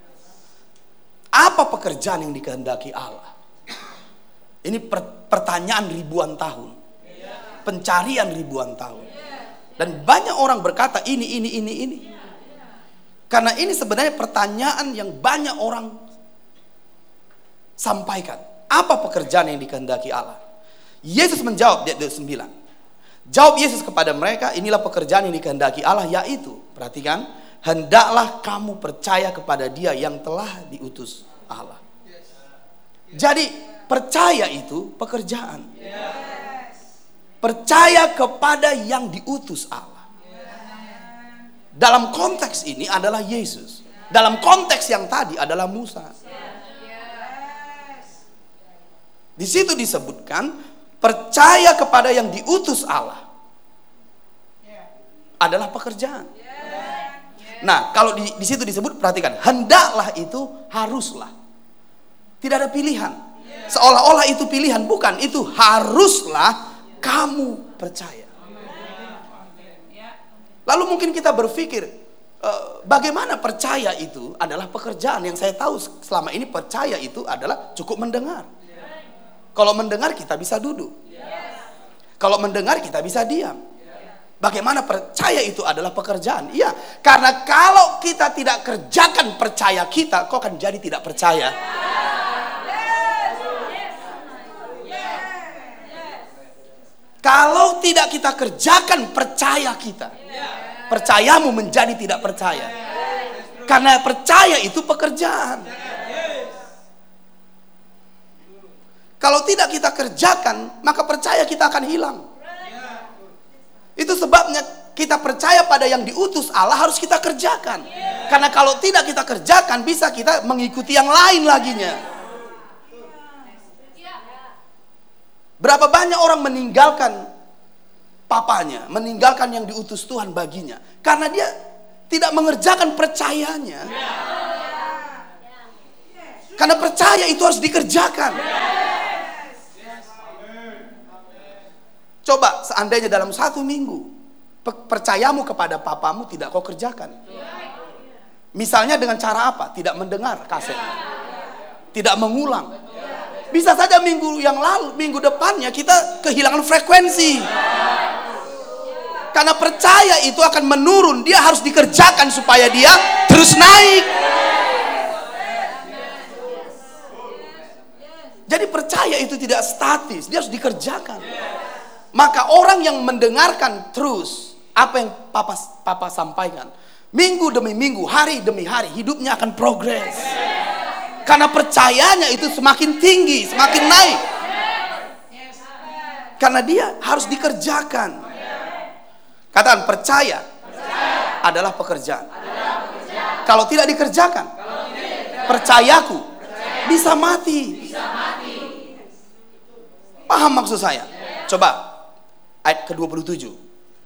S1: Apa pekerjaan yang dikehendaki Allah? Ini per, pertanyaan ribuan tahun. Pencarian ribuan tahun. Dan banyak orang berkata ini, ini, ini, ini. Karena ini sebenarnya pertanyaan yang banyak orang sampaikan. Apa pekerjaan yang dikehendaki Allah? Yesus menjawab di ayat sembilan. Jawab Yesus kepada mereka, inilah pekerjaan yang dikehendaki Allah, yaitu, perhatikan, hendaklah kamu percaya kepada Dia yang telah diutus Allah. Jadi percaya itu pekerjaan. Percaya kepada yang diutus Allah. Dalam konteks ini adalah Yesus. Dalam konteks yang tadi adalah Musa. Di situ disebutkan percaya kepada yang diutus Allah adalah pekerjaan. Nah, kalau di, di situ disebut, perhatikan, hendaklah itu haruslah. Tidak ada pilihan. Seolah-olah itu pilihan, bukan. Itu haruslah kamu percaya. Lalu mungkin kita berpikir, e, bagaimana percaya itu adalah pekerjaan. Yang saya tahu selama ini percaya itu adalah cukup mendengar. Kalau mendengar kita bisa duduk. Kalau mendengar kita bisa diam. Bagaimana percaya itu adalah pekerjaan? Iya, karena kalau kita tidak kerjakan percaya kita, kau akan jadi tidak percaya. Kalau tidak kita kerjakan percaya kita, percayamu menjadi tidak percaya. Karena percaya itu pekerjaan. Kalau tidak kita kerjakan, maka percaya kita akan hilang. Itu sebabnya kita percaya pada yang diutus Allah harus kita kerjakan. Karena kalau tidak kita kerjakan, bisa kita mengikuti yang lain laginya. Berapa banyak orang meninggalkan papanya, meninggalkan yang diutus Tuhan baginya, karena dia tidak mengerjakan percayanya. Karena percaya itu harus dikerjakan. Coba seandainya dalam satu minggu percayamu kepada papamu tidak kau kerjakan. Misalnya dengan cara apa? Tidak mendengar kaset, tidak mengulang. Bisa saja minggu yang lalu, minggu depannya kita kehilangan frekuensi. Karena percaya itu akan menurun, dia harus dikerjakan supaya dia terus naik. Jadi percaya itu tidak statis, dia harus dikerjakan. Maka orang yang mendengarkan terus apa yang papa, papa sampaikan, minggu demi minggu, hari demi hari, hidupnya akan progres. Karena percayanya itu semakin tinggi, semakin naik. Karena dia harus dikerjakan. Katakan percaya, percaya adalah pekerjaan. Adalah pekerjaan. Kalau tidak dikerjakan, Kalau tidak dikerjakan percayaku percaya bisa mati. Bisa mati. Paham maksud saya? Ya. Coba ayat ke dua puluh tujuh.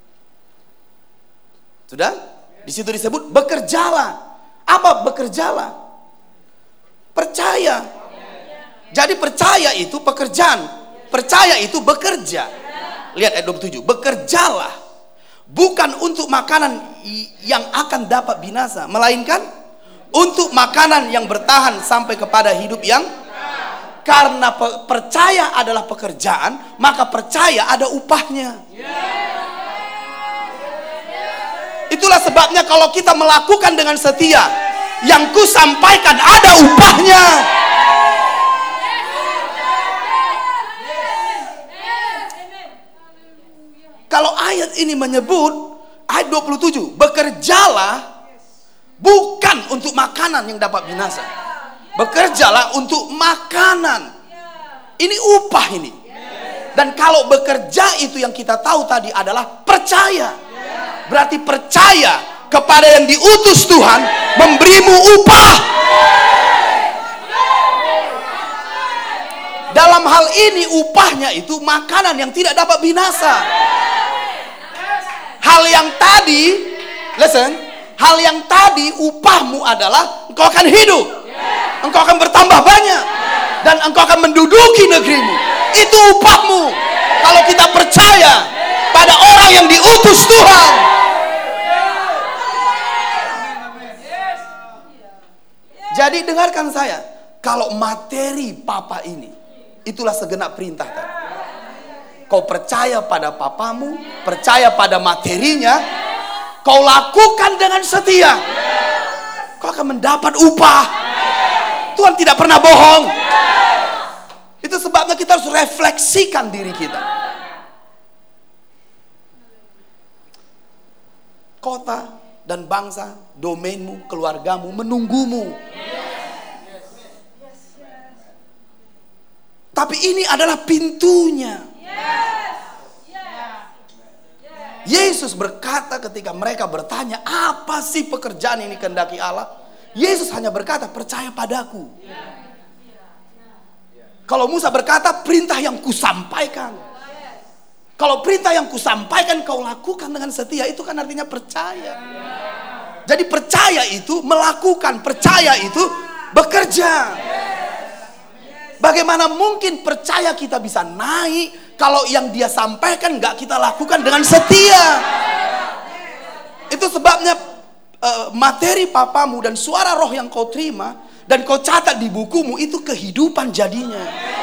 S1: Sudah? Di situ disebut bekerjalah. Apa bekerjalah? Percaya. Jadi percaya itu pekerjaan. Percaya itu bekerja. Lihat ayat dua puluh tujuh. Bekerjalah. Bukan untuk makanan yang akan dapat binasa, melainkan untuk makanan yang bertahan sampai kepada hidup yang. Karena percaya adalah pekerjaan, maka percaya ada upahnya. Itulah sebabnya kalau kita melakukan dengan setia, yang ku sampaikan ada upahnya. Kalau ayat ini menyebut, ayat dua puluh tujuh, bekerjalah bukan untuk makanan yang dapat binasa. Bekerjalah untuk makanan. Ini upah ini. Dan kalau bekerja itu yang kita tahu tadi adalah percaya. Berarti percaya kepada yang diutus Tuhan memberimu upah. Dalam hal ini upahnya itu makanan yang tidak dapat binasa. Hal yang tadi, listen, hal yang tadi upahmu adalah engkau akan hidup, engkau akan bertambah banyak, dan engkau akan menduduki negerimu. Itu upahmu. Kalau kita percaya pada orang yang diutus Tuhan. Jadi dengarkan saya, kalau materi papa ini, itulah segenap perintah tadi. Kau percaya pada papamu, percaya pada materinya, kau lakukan dengan setia, kau akan mendapat upah. Tuhan tidak pernah bohong. Itu sebabnya kita harus refleksikan diri kita. Kota dan bangsa, domainmu, keluargamu menunggumu. Tapi ini adalah pintunya. Yesus berkata ketika mereka bertanya, apa sih pekerjaan yang dikehendaki Allah? Yesus hanya berkata, percaya padaku. Kalau Musa berkata, perintah yang kusampaikan. Kalau perintah yang kusampaikan kau lakukan dengan setia, itu kan artinya percaya. Jadi percaya itu melakukan, percaya itu bekerja. Bagaimana mungkin percaya kita bisa naik kalau yang dia sampaikan gak kita lakukan dengan setia? Itu sebabnya uh, materi papamu dan suara roh yang kau terima dan kau catat di bukumu itu kehidupan jadinya.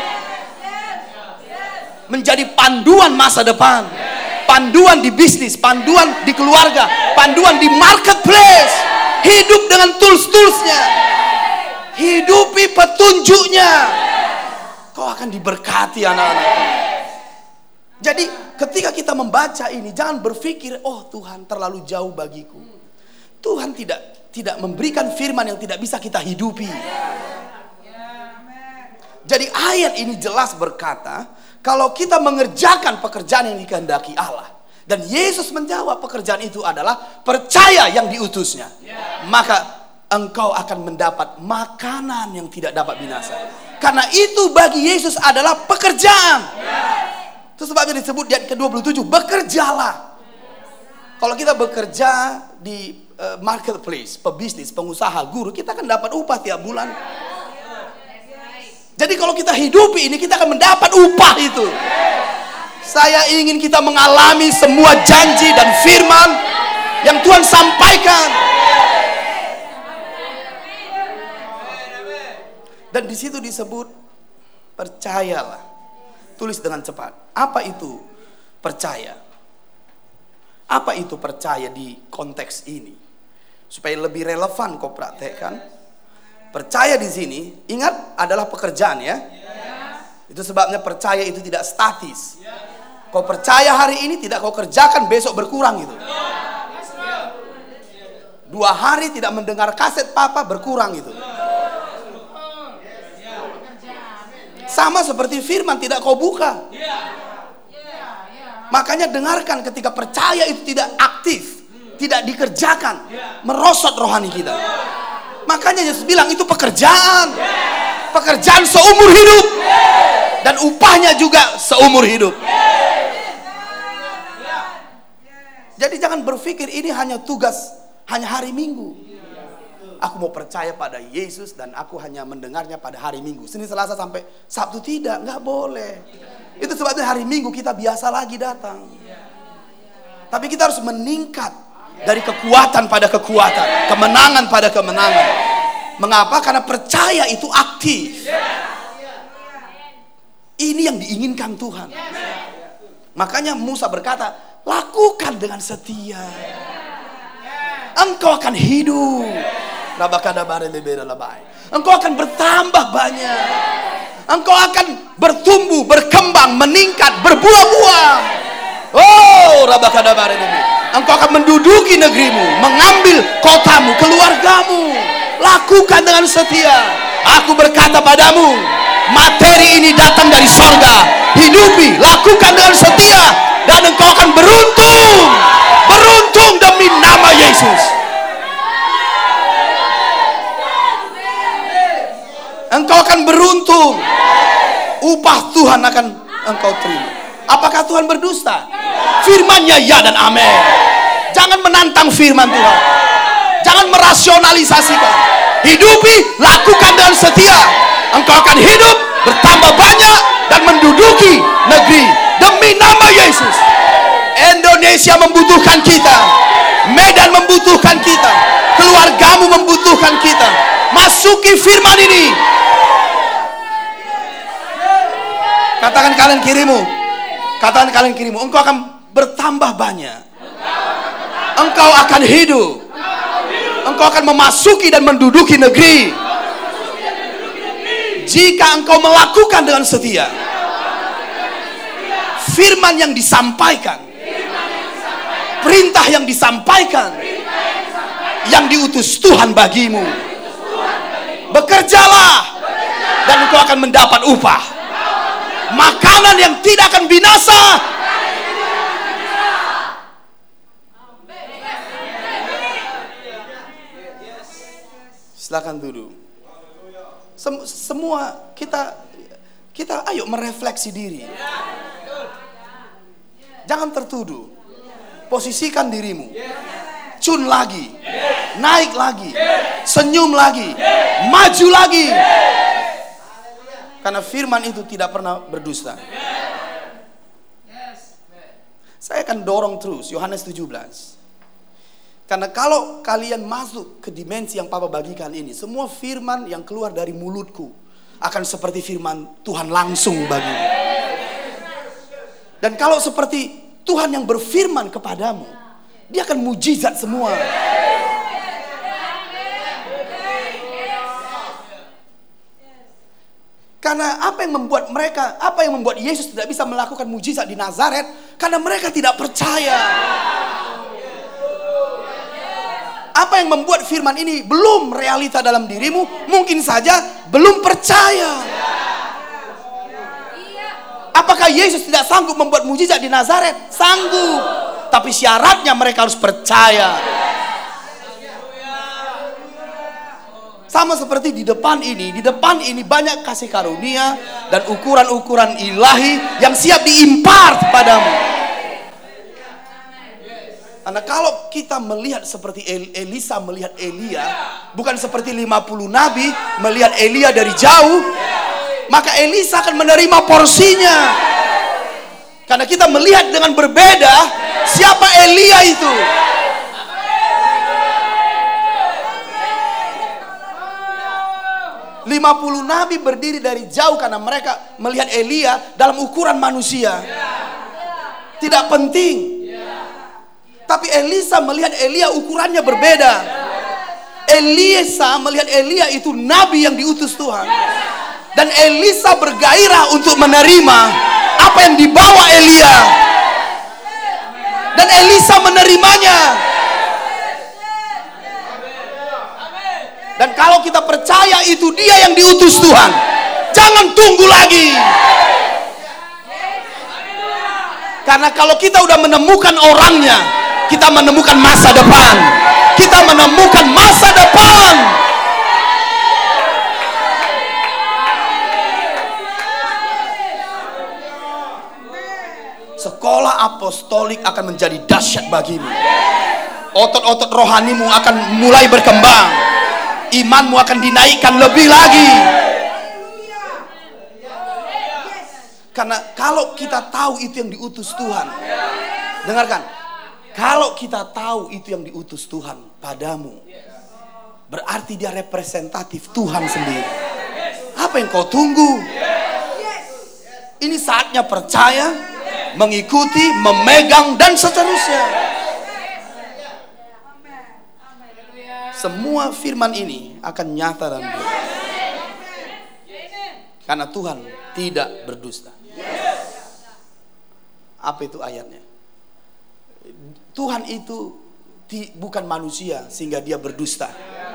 S1: Menjadi panduan masa depan, panduan di bisnis, panduan di keluarga, panduan di marketplace. Hidup dengan tools-toolsnya, hidupi petunjuknya. Kau akan diberkati anak-anak. Jadi ketika kita membaca ini, jangan berpikir, oh Tuhan terlalu jauh bagiku. Tuhan tidak tidak memberikan firman yang tidak bisa kita hidupi. Jadi ayat ini jelas berkata, kalau kita mengerjakan pekerjaan yang dikehendaki Allah, Dan Yesus menjawab, pekerjaan itu adalah percaya yang diutusnya. Maka engkau akan mendapat makanan yang tidak dapat binasa. Karena itu bagi Yesus adalah pekerjaan. Itu sebabnya disebut di ayat ke dua puluh tujuh, bekerjalah. Kalau kita bekerja di uh, marketplace, pebisnis, pengusaha, guru, kita akan dapat upah tiap bulan. Jadi kalau kita hidupi ini, kita akan mendapat upah itu. Saya ingin kita mengalami semua janji dan firman yang Tuhan sampaikan. Dan di situ disebut percayalah. Tulis dengan cepat. Apa itu percaya? Apa itu percaya di konteks ini? Supaya lebih relevan kau praktekkan. Percaya di sini, ingat adalah pekerjaan ya. Itu sebabnya percaya itu tidak statis. Kau percaya hari ini, tidak kau kerjakan, besok berkurang itu. Dua hari tidak mendengar kaset papa, berkurang itu. Sama seperti firman, tidak kau buka. Makanya dengarkan, ketika percaya itu tidak aktif, tidak dikerjakan, merosot rohani kita. Makanya Yesus bilang itu pekerjaan. Pekerjaan seumur hidup. Dan upahnya juga seumur hidup. Jadi jangan berpikir ini hanya tugas, hanya hari Minggu. Aku mau percaya pada Yesus dan aku hanya mendengarnya pada hari Minggu. Senin, Selasa sampai Sabtu tidak, nggak boleh. Itu sebabnya hari Minggu kita biasa lagi datang. Tapi kita harus meningkat dari kekuatan pada kekuatan, kemenangan pada kemenangan. Mengapa? Karena percaya itu aktif. Ini yang diinginkan Tuhan. Makanya Musa berkata, lakukan dengan setia, engkau akan hidup. Engkau akan bertambah banyak. Engkau akan bertumbuh, berkembang, meningkat, berbuah-buah. Oh, engkau akan menduduki negerimu, mengambil kotamu, keluargamu. Lakukan dengan setia. Aku berkata padamu, materi ini datang dari sorga. Hidupi, lakukan dengan setia, dan engkau akan beruntung. Beruntung demi nama Yesus. Engkau akan beruntung. Upah Tuhan akan engkau terima. Apakah Tuhan berdusta? Firman-Nya ya dan amin. Jangan menantang firman Tuhan. Jangan merasionalisasikan. Hidupi, lakukan dengan setia. Engkau akan hidup, bertambah banyak, dan menduduki negeri demi nama Yesus. Indonesia membutuhkan kita. Medan membutuhkan kita. Keluargamu membutuhkan kita. Masuki firman ini. Katakan kalian kirimu. Katakan kalian kirimu. Engkau akan bertambah banyak. Engkau akan hidup. Engkau akan memasuki dan menduduki negeri. Jika engkau melakukan dengan setia firman yang disampaikan, perintah yang disampaikan, yang diutus Tuhan bagimu. Bekerjalah, dan engkau akan mendapat upah. Makanan yang tidak akan binasa. Silakan duduk. Sem- semua kita kita ayo merefleksi diri. Jangan tertuduh. Posisikan dirimu. Cun lagi. Naik lagi. Senyum lagi. Maju lagi. Karena firman itu tidak pernah berdusta. Saya akan dorong terus Yohanes tujuh belas. Karena kalau kalian masuk ke dimensi yang Papa bagikan ini, semua firman yang keluar dari mulutku akan seperti firman Tuhan langsung bagimu. Dan kalau seperti Tuhan yang berfirman kepadamu, dia akan mujizat semua. Karena apa yang membuat mereka, apa yang membuat Yesus tidak bisa melakukan mujizat di Nazaret? Karena mereka tidak percaya. Apa yang membuat firman ini belum realita dalam dirimu? Mungkin saja belum percaya. Apakah Yesus tidak sanggup membuat mujizat di Nazaret? Sanggup. tapi syaratnya mereka harus percaya. Sama seperti di depan ini, di depan ini banyak kasih karunia dan ukuran-ukuran ilahi yang siap diimpart padamu. Karena kalau kita melihat seperti Elisa melihat Elia, bukan seperti lima puluh nabi melihat Elia dari jauh, maka Elisa akan menerima porsinya. Karena kita melihat dengan berbeda siapa Elia itu. lima puluh nabi berdiri dari jauh karena mereka melihat Elia dalam ukuran manusia. Tidak penting. Tapi Elisa melihat Elia ukurannya berbeda. Elisa melihat Elia itu nabi yang diutus Tuhan. Dan Elisa bergairah untuk menerima apa yang dibawa Elia. Dan Elisa menerimanya. Dan kalau kita percaya itu dia yang diutus Tuhan, jangan tunggu lagi. Karena kalau kita udah menemukan orangnya, kita menemukan masa depan. Kita menemukan masa depan. Sekolah apostolik akan menjadi dahsyat bagimu. Otot-otot rohanimu akan mulai berkembang. Imanmu akan dinaikkan lebih lagi. Karena kalau kita tahu itu yang diutus Tuhan, dengarkan, kalau kita tahu itu yang diutus Tuhan padamu, berarti dia representatif Tuhan sendiri. Apa yang kau tunggu? Ini saatnya percaya, mengikuti, memegang, dan seterusnya. Semua firman ini akan nyata dan benar. Karena Tuhan tidak berdusta. Apa itu ayatnya? Tuhan itu ti, bukan manusia sehingga dia berdusta.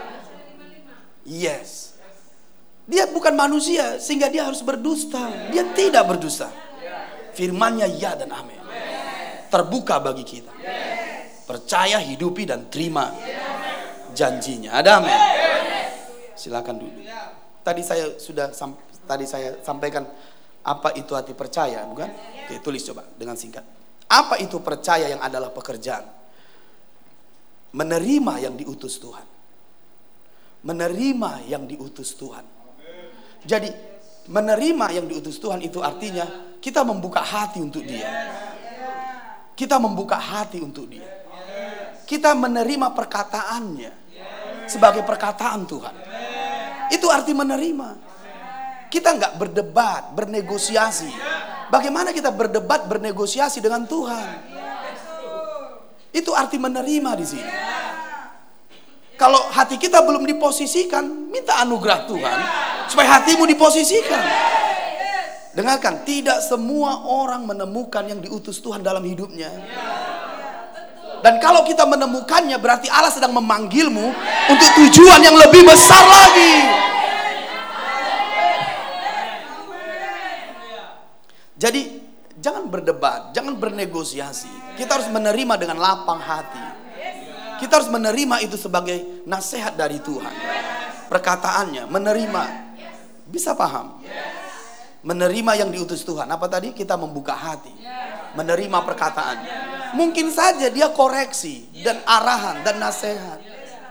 S1: Yes. Dia bukan manusia sehingga dia harus berdusta. Dia tidak berdusta. Firman-Nya ya dan amin. Terbuka bagi kita. Percaya, hidupi, dan terima janjinya. Ada amin. Silakan duduk. Tadi saya sudah tadi saya sampaikan apa itu hati percaya, bukan? Oke, tulis coba dengan singkat. Apa itu percaya yang adalah pekerjaan? Menerima yang diutus Tuhan. Menerima yang diutus Tuhan. Jadi menerima yang diutus Tuhan itu artinya kita membuka hati untuk Dia. Kita membuka hati untuk Dia. Kita menerima perkataannya sebagai perkataan Tuhan. Itu arti menerima. Kita nggak berdebat, bernegosiasi. Bagaimana kita berdebat, bernegosiasi dengan Tuhan? Itu arti menerima di sini. Kalau hati kita belum diposisikan, minta anugerah Tuhan supaya hatimu diposisikan. Dengarkan, tidak semua orang menemukan yang diutus Tuhan dalam hidupnya. Dan kalau kita menemukannya, berarti Allah sedang memanggilmu untuk tujuan yang lebih besar lagi. Jadi jangan berdebat, jangan bernegosiasi. Kita harus menerima dengan lapang hati. Kita harus menerima itu sebagai nasihat dari Tuhan. Perkataannya, menerima. Bisa paham? Menerima yang diutus Tuhan. Apa tadi? Kita membuka hati. Menerima perkataannya. Mungkin saja dia koreksi dan arahan dan nasihat.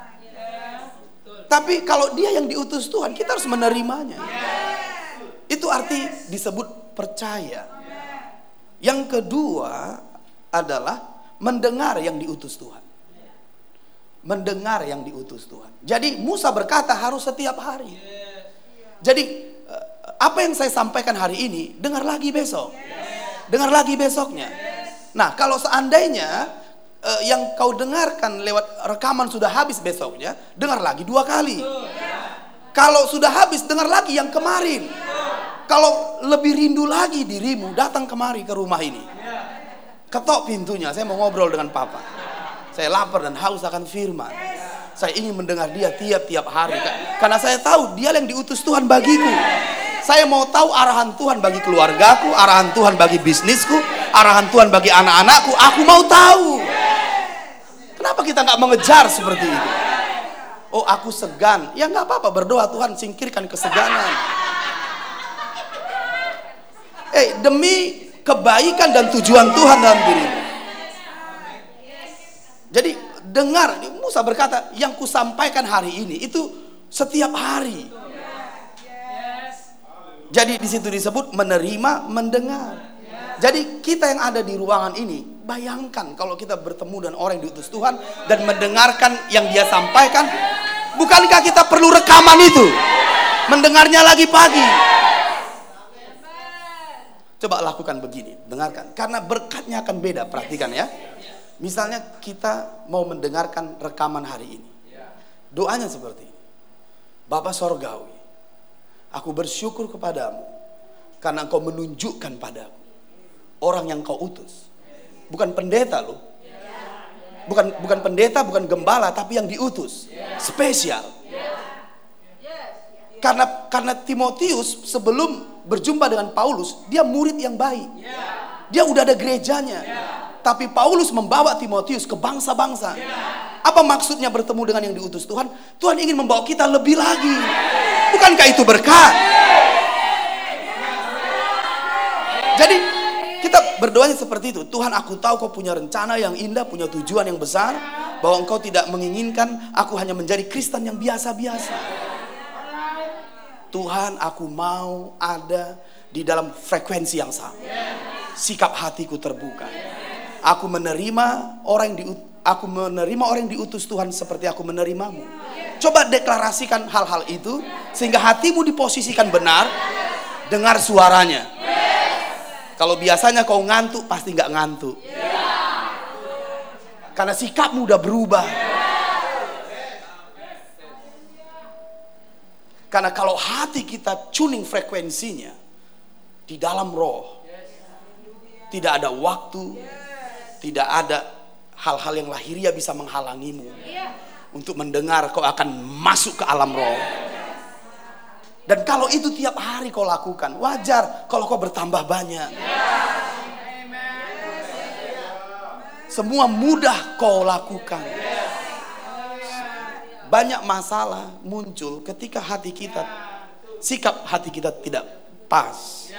S1: Tapi kalau dia yang diutus Tuhan, kita harus menerimanya. Itu arti disebut percaya. Yang kedua adalah mendengar yang diutus Tuhan. Mendengar yang diutus Tuhan. Jadi Musa berkata harus setiap hari. Jadi apa yang saya sampaikan hari ini, dengar lagi besok. Dengar lagi besoknya. Nah, kalau seandainya uh, yang kau dengarkan lewat rekaman sudah habis besoknya, dengar lagi dua kali. Kalau sudah habis, dengar lagi yang kemarin. Kalau lebih rindu lagi dirimu, datang kemari ke rumah ini. Ketok pintunya, saya mau ngobrol dengan Papa. Saya lapar dan haus akan firman. Saya ingin mendengar dia tiap-tiap hari. Karena saya tahu dia yang diutus Tuhan bagiku. Saya mau tahu arahan Tuhan bagi keluargaku, arahan Tuhan bagi bisnisku, arahan Tuhan bagi anak-anakku. Aku mau tahu. Kenapa kita nggak mengejar seperti itu? Oh, aku segan. Ya nggak apa-apa, berdoa, Tuhan singkirkan keseganan. Eh, demi kebaikan dan tujuan Tuhan dalam dirimu. Jadi dengar, Musa berkata, yang kusampaikan hari ini itu setiap hari. Jadi di situ disebut menerima, mendengar. Jadi kita yang ada di ruangan ini, bayangkan kalau kita bertemu dengan orang yang diutus Tuhan dan mendengarkan yang dia sampaikan. Bukankah kita perlu rekaman itu? Mendengarnya lagi pagi. Coba lakukan begini, dengarkan. Karena berkatnya akan beda, perhatikan ya. Misalnya kita mau mendengarkan rekaman hari ini. Doanya seperti ini. Bapa Sorgawi, aku bersyukur kepadamu karena engkau menunjukkan padaku orang yang kau utus. Bukan pendeta loh. Bukan bukan pendeta, bukan gembala, tapi yang diutus. Spesial. Karena karena Timotius sebelum berjumpa dengan Paulus, dia murid yang baik. Dia udah ada gerejanya. Tapi Paulus membawa Timotius ke bangsa-bangsa. Apa maksudnya bertemu dengan yang diutus Tuhan? Tuhan ingin membawa kita lebih lagi. Bukankah itu berkat? Jadi kita berdoanya seperti itu. Tuhan, aku tahu kau punya rencana yang indah, punya tujuan yang besar, bahwa engkau tidak menginginkan aku hanya menjadi Kristen yang biasa-biasa. Tuhan, aku mau ada di dalam frekuensi yang sama. Sikap hatiku terbuka. Aku menerima orang yang diutus, aku menerima orang yang diutus Tuhan seperti aku menerimamu. Coba deklarasikan hal-hal itu sehingga hatimu diposisikan benar. Dengar suaranya. Kalau biasanya kau ngantuk, pasti nggak ngantuk. Karena sikapmu udah berubah. Karena kalau hati kita tuning frekuensinya di dalam roh, tidak ada waktu, tidak ada hal-hal yang lahiriah bisa menghalangimu untuk mendengar. Kau akan masuk ke alam roh. Dan kalau itu tiap hari kau lakukan, wajar kalau kau bertambah banyak. Semua mudah kau lakukan. Banyak masalah muncul ketika hati kita, sikap hati kita tidak pas.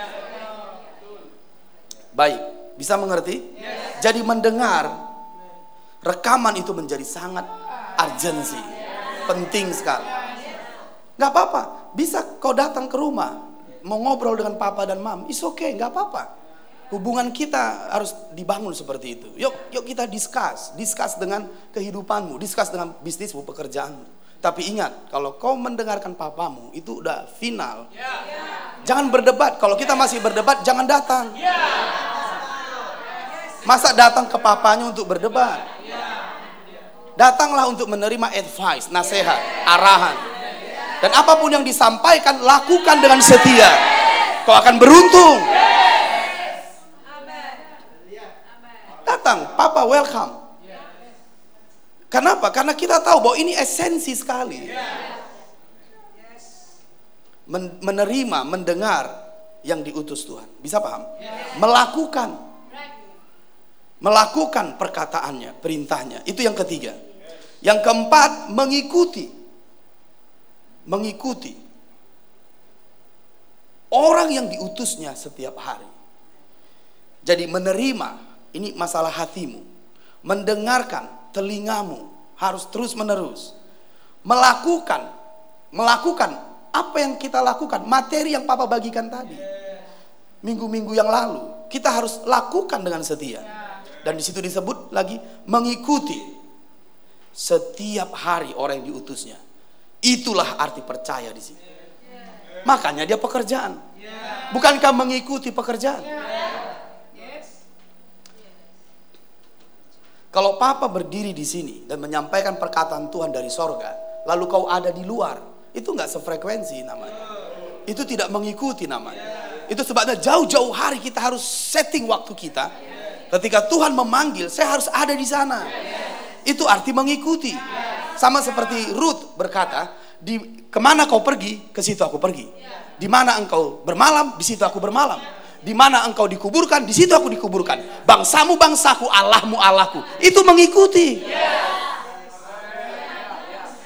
S1: Baik, bisa mengerti? Jadi mendengar rekaman itu menjadi sangat urgensi, penting sekali. Gak apa-apa, bisa kau datang ke rumah, mau ngobrol dengan papa dan mam, it's okay, gak apa-apa. Hubungan kita harus dibangun seperti itu. Yuk, yuk kita discuss, discuss dengan kehidupanmu, discuss dengan bisnismu, pekerjaanmu. Tapi ingat, kalau kau mendengarkan papamu, itu udah final. Jangan berdebat. Kalau kita masih berdebat, jangan datang. Masa datang ke papanya untuk berdebat? Datanglah untuk menerima advice, nasihat, arahan. Dan apapun yang disampaikan, lakukan dengan setia. Kau akan beruntung. Datang, Papa welcome. Kenapa? Karena kita tahu bahwa ini esensi sekali. Men- menerima, mendengar yang diutus Tuhan. Bisa paham? Melakukan. Melakukan perkataannya, perintahnya. Itu yang ketiga. Yang keempat, mengikuti. Mengikuti orang yang diutusnya setiap hari. Jadi menerima. Ini masalah hatimu. Mendengarkan, telingamu harus terus menerus. Melakukan, melakukan apa yang kita lakukan, materi yang Papa bagikan tadi. Minggu-minggu yang lalu, kita harus lakukan dengan setia. Dan di situ disebut lagi mengikuti setiap hari orang yang diutusnya. Itulah arti percaya di sini. Makanya dia pekerjaan. Bukankah mengikuti pekerjaan? Kalau Papa berdiri di sini dan menyampaikan perkataan Tuhan dari sorga, lalu kau ada di luar, itu nggak sefrekuensi namanya. Itu tidak mengikuti namanya. Itu sebabnya jauh-jauh hari kita harus setting waktu kita. Ketika Tuhan memanggil, saya harus ada di sana. Itu arti mengikuti. Sama seperti Ruth berkata, di kemana kau pergi, ke situ aku pergi. Di mana engkau bermalam, di situ aku bermalam. Di mana engkau dikuburkan, di situ aku dikuburkan. Bangsamu bangsaku, Allahmu Allahku. Itu mengikuti.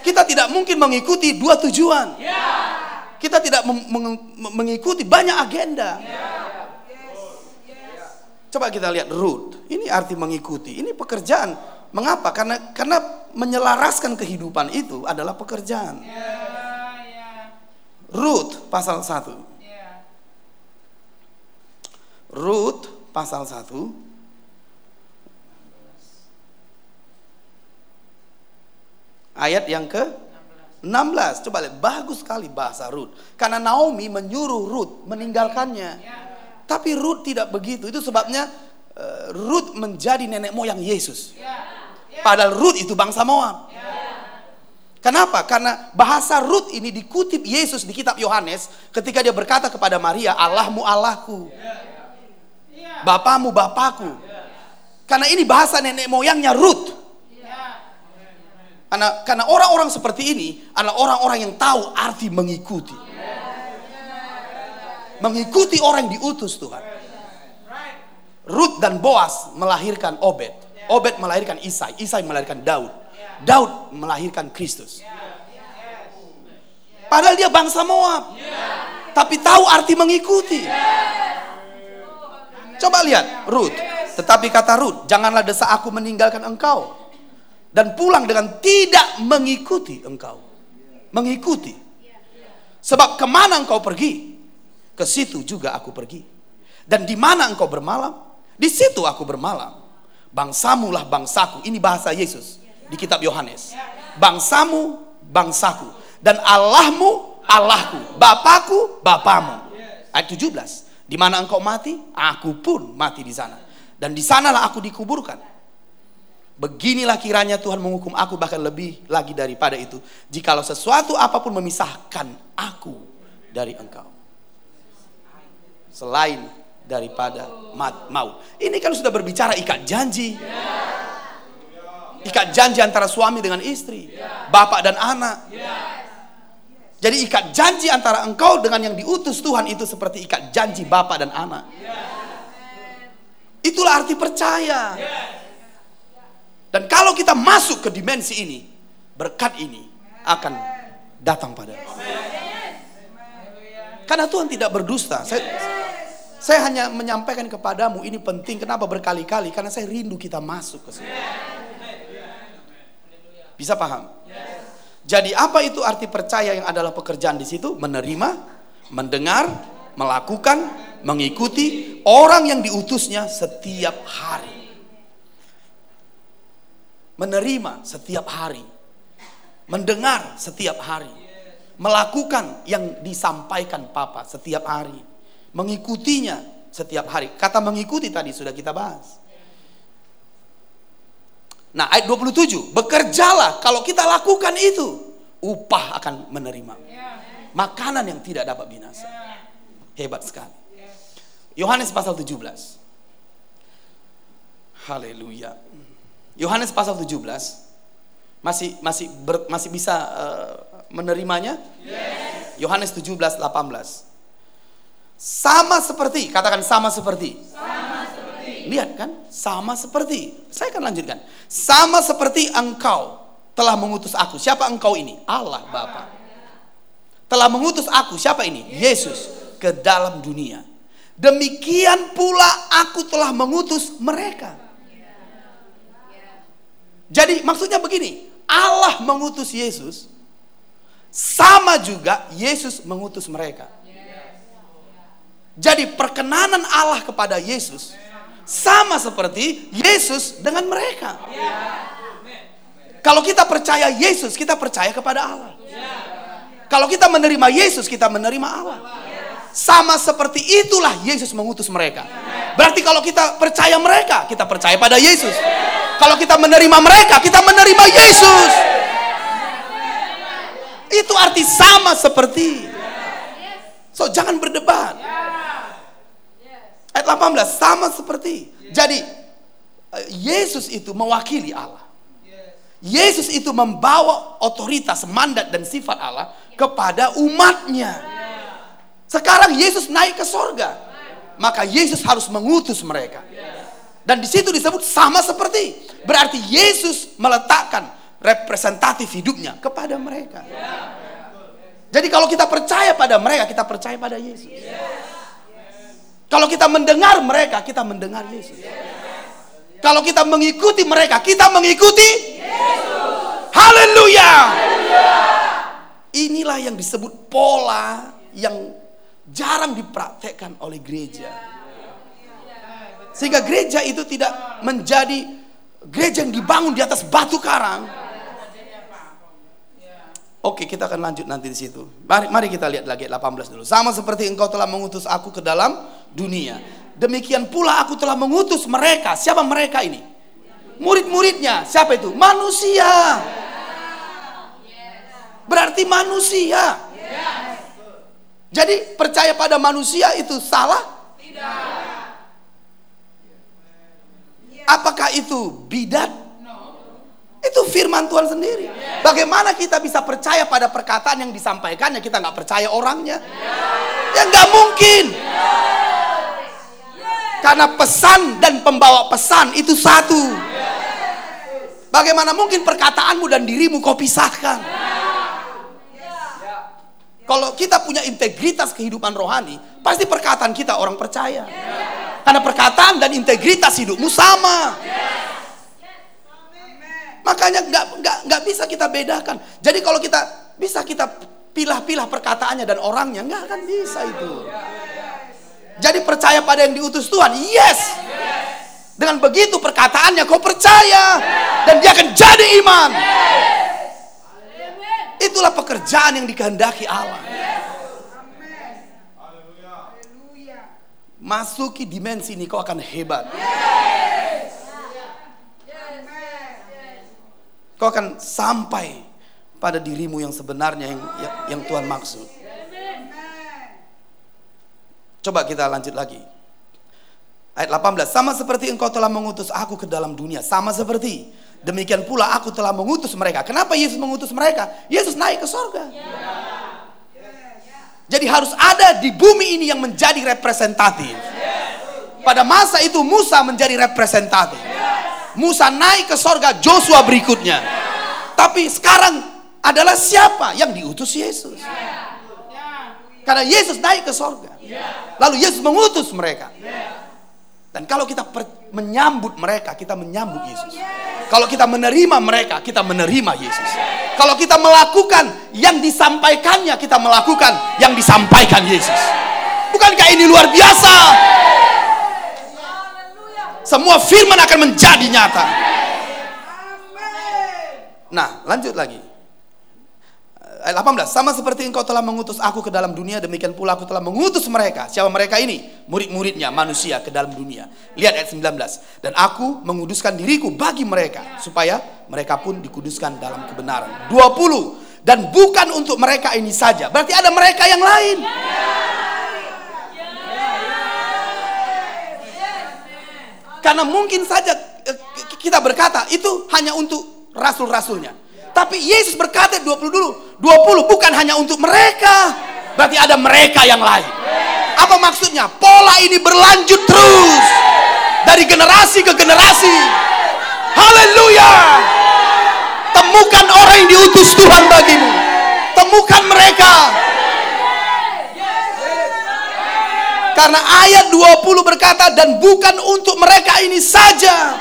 S1: Kita tidak mungkin mengikuti dua tujuan. Kita tidak mem- meng- mengikuti banyak agenda. Coba kita lihat Ruth. Ini arti mengikuti. Ini pekerjaan. Mengapa? Karena karena menyelaraskan kehidupan itu adalah pekerjaan. Ruth pasal satu. Ruth pasal satu. Ayat yang ke enam belas. Coba lihat, bagus sekali bahasa Ruth. Karena Naomi menyuruh Ruth meninggalkannya. Tapi Ruth tidak begitu. Itu sebabnya uh, Ruth menjadi nenek moyang Yesus. Padahal Ruth itu bangsa Moab. Kenapa? Karena bahasa Ruth ini dikutip Yesus di kitab Yohanes ketika dia berkata kepada Maria, Allahmu Allahku, Bapamu Bapakku. Karena ini bahasa nenek moyangnya Ruth. Karena, karena orang-orang seperti ini adalah orang-orang yang tahu arti mengikuti. Mengikuti orang yang diutus Tuhan. Ruth dan Boaz melahirkan Obed. Obed melahirkan Isai. Isai melahirkan Daud. Daud melahirkan Kristus. Padahal dia bangsa Moab. Tapi tahu arti mengikuti. Coba lihat Ruth. Tetapi kata Ruth, janganlah desak aku meninggalkan engkau dan pulang dengan tidak mengikuti engkau. Mengikuti. Sebab kemana engkau pergi, ke situ juga aku pergi. Dan di mana engkau bermalam, di situ aku bermalam. Bangsamu lah bangsaku. Ini bahasa Yesus di kitab Yohanes. Bangsamu, bangsaku. Dan Allahmu, Allahku. Bapaku, Bapamu. Ayat tujuh belas. Di mana engkau mati, aku pun mati di sana. Dan di sanalah aku dikuburkan. Beginilah kiranya Tuhan menghukum aku, bahkan lebih lagi daripada itu, jikalau sesuatu apapun memisahkan aku dari engkau, selain daripada maut. Ini kan sudah berbicara ikat janji. Ikat janji antara suami dengan istri, bapak dan anak. Jadi ikat janji antara engkau dengan yang diutus Tuhan itu seperti ikat janji bapak dan anak. Itulah arti percaya. Dan kalau kita masuk ke dimensi ini, berkat ini akan datang pada. Karena Tuhan tidak berdusta. Saya, saya hanya menyampaikan kepadamu ini penting. Kenapa berkali-kali? Karena saya rindu kita masuk ke sini. Bisa paham? Jadi apa itu arti percaya yang adalah pekerjaan di situ? Menerima, mendengar, melakukan, mengikuti orang yang diutusnya setiap hari. Menerima setiap hari, mendengar setiap hari, melakukan yang disampaikan Papa setiap hari, mengikutinya setiap hari. Kata mengikuti tadi sudah kita bahas. Nah ayat dua puluh tujuh, bekerjalah, kalau kita lakukan itu, upah akan menerima. Makanan yang tidak dapat binasa. Hebat sekali. Yohanes pasal tujuh belas. Haleluya. Yohanes pasal tujuh belas. Masih masih ber, masih bisa uh, menerimanya? Yes. Yohanes tujuh belas delapan belas. Sama seperti, katakan sama seperti. Sama seperti. Lihat kan? Sama seperti. Saya akan lanjutkan. Sama seperti engkau telah mengutus aku. Siapa engkau ini? Allah Bapa. Telah mengutus aku. Siapa ini? Yesus ke dalam dunia. Demikian pula aku telah mengutus mereka. Jadi maksudnya begini, Allah mengutus Yesus, sama juga Yesus mengutus mereka. Jadi perkenanan Allah kepada Yesus sama seperti Yesus dengan mereka. Kalau kita percaya Yesus, kita percaya kepada Allah. Kalau kita menerima Yesus, kita menerima Allah. Sama seperti itulah Yesus mengutus mereka. Berarti kalau kita percaya mereka, kita percaya pada Yesus. Kalau kita menerima mereka, kita menerima Yesus. Itu arti sama seperti. So jangan berdebat. Ayat delapan belas, sama seperti. Jadi Yesus itu mewakili Allah. Yesus itu membawa otoritas, mandat dan sifat Allah kepada umatnya. Sekarang Yesus naik ke sorga, maka Yesus harus mengutus mereka. Dan di situ disebut sama seperti. Berarti Yesus meletakkan representatif hidupnya kepada mereka. Jadi kalau kita percaya pada mereka, kita percaya pada Yesus. Kalau kita mendengar mereka, kita mendengar Yesus. Kalau kita mengikuti mereka, kita mengikuti Yesus. Haleluya. Inilah yang disebut pola yang jarang dipraktekkan oleh gereja. Sehingga gereja itu tidak menjadi gereja yang dibangun di atas batu karang. Oke, kita akan lanjut nanti di situ. Mari, mari kita lihat lagi delapan belas dulu. Sama seperti engkau telah mengutus aku ke dalam dunia, demikian pula aku telah mengutus mereka. Siapa mereka ini? Murid-muridnya. Siapa itu? Manusia. Berarti manusia. Jadi percaya pada manusia itu salah? Tidak. Apakah itu bidat? Itu firman Tuhan sendiri. Bagaimana kita bisa percaya pada perkataan yang disampaikannya, kita nggak percaya orangnya? Ya nggak mungkin. Karena pesan dan pembawa pesan itu satu. Bagaimana mungkin perkataanmu dan dirimu kau pisahkan? Kalau kita punya integritas kehidupan rohani, pasti perkataan kita orang percaya. Karena perkataan dan integritas hidupmu sama. Makanya nggak nggak nggak bisa kita bedakan. Jadi kalau kita bisa kita pilah-pilah perkataannya dan orangnya, nggak akan bisa itu. Jadi percaya pada yang diutus Tuhan, yes. Dengan begitu perkataannya kau percaya dan dia akan jadi iman. Itulah pekerjaan yang dikehendaki Allah. Masuki dimensi ini kau akan hebat. Kau akan sampai pada dirimu yang sebenarnya yang, yang, yang Tuhan maksud. Coba kita lanjut lagi. Ayat delapan belas. Sama seperti engkau telah mengutus aku ke dalam dunia. Sama seperti. Demikian pula aku telah mengutus mereka. Kenapa Yesus mengutus mereka? Yesus naik ke sorga. Jadi harus ada di bumi ini yang menjadi representatif. Pada masa itu Musa menjadi representatif. Musa naik ke sorga, Joshua berikutnya. Tapi sekarang adalah siapa? Yang diutus Yesus. Karena Yesus naik ke sorga. Lalu Yesus mengutus mereka. Dan kalau kita per- menyambut mereka, kita menyambut Yesus. Kalau kita menerima mereka, kita menerima Yesus. Kalau kita melakukan yang disampaikannya, kita melakukan yang disampaikan Yesus. Bukankah ini luar biasa? Semua firman akan menjadi nyata. Nah, lanjut lagi. Ayat delapan belas. Sama seperti engkau telah mengutus aku ke dalam dunia, demikian pula aku telah mengutus mereka. Siapa mereka ini? Murid-muridnya, manusia ke dalam dunia. Lihat ayat sembilan belas. Dan aku menguduskan diriku bagi mereka, supaya mereka pun dikuduskan dalam kebenaran. dua puluh. Dan bukan untuk mereka ini saja. Berarti ada mereka yang lain. Karena mungkin saja kita berkata itu hanya untuk rasul-rasulnya. Tapi Yesus berkata dua puluh dulu. dua puluh bukan hanya untuk mereka. Berarti ada mereka yang lain. Apa maksudnya? Pola ini berlanjut terus. Dari generasi ke generasi. Haleluya. Temukan orang yang diutus Tuhan bagimu. Temukan mereka. Karena ayat dua puluh berkata, dan bukan untuk mereka ini saja.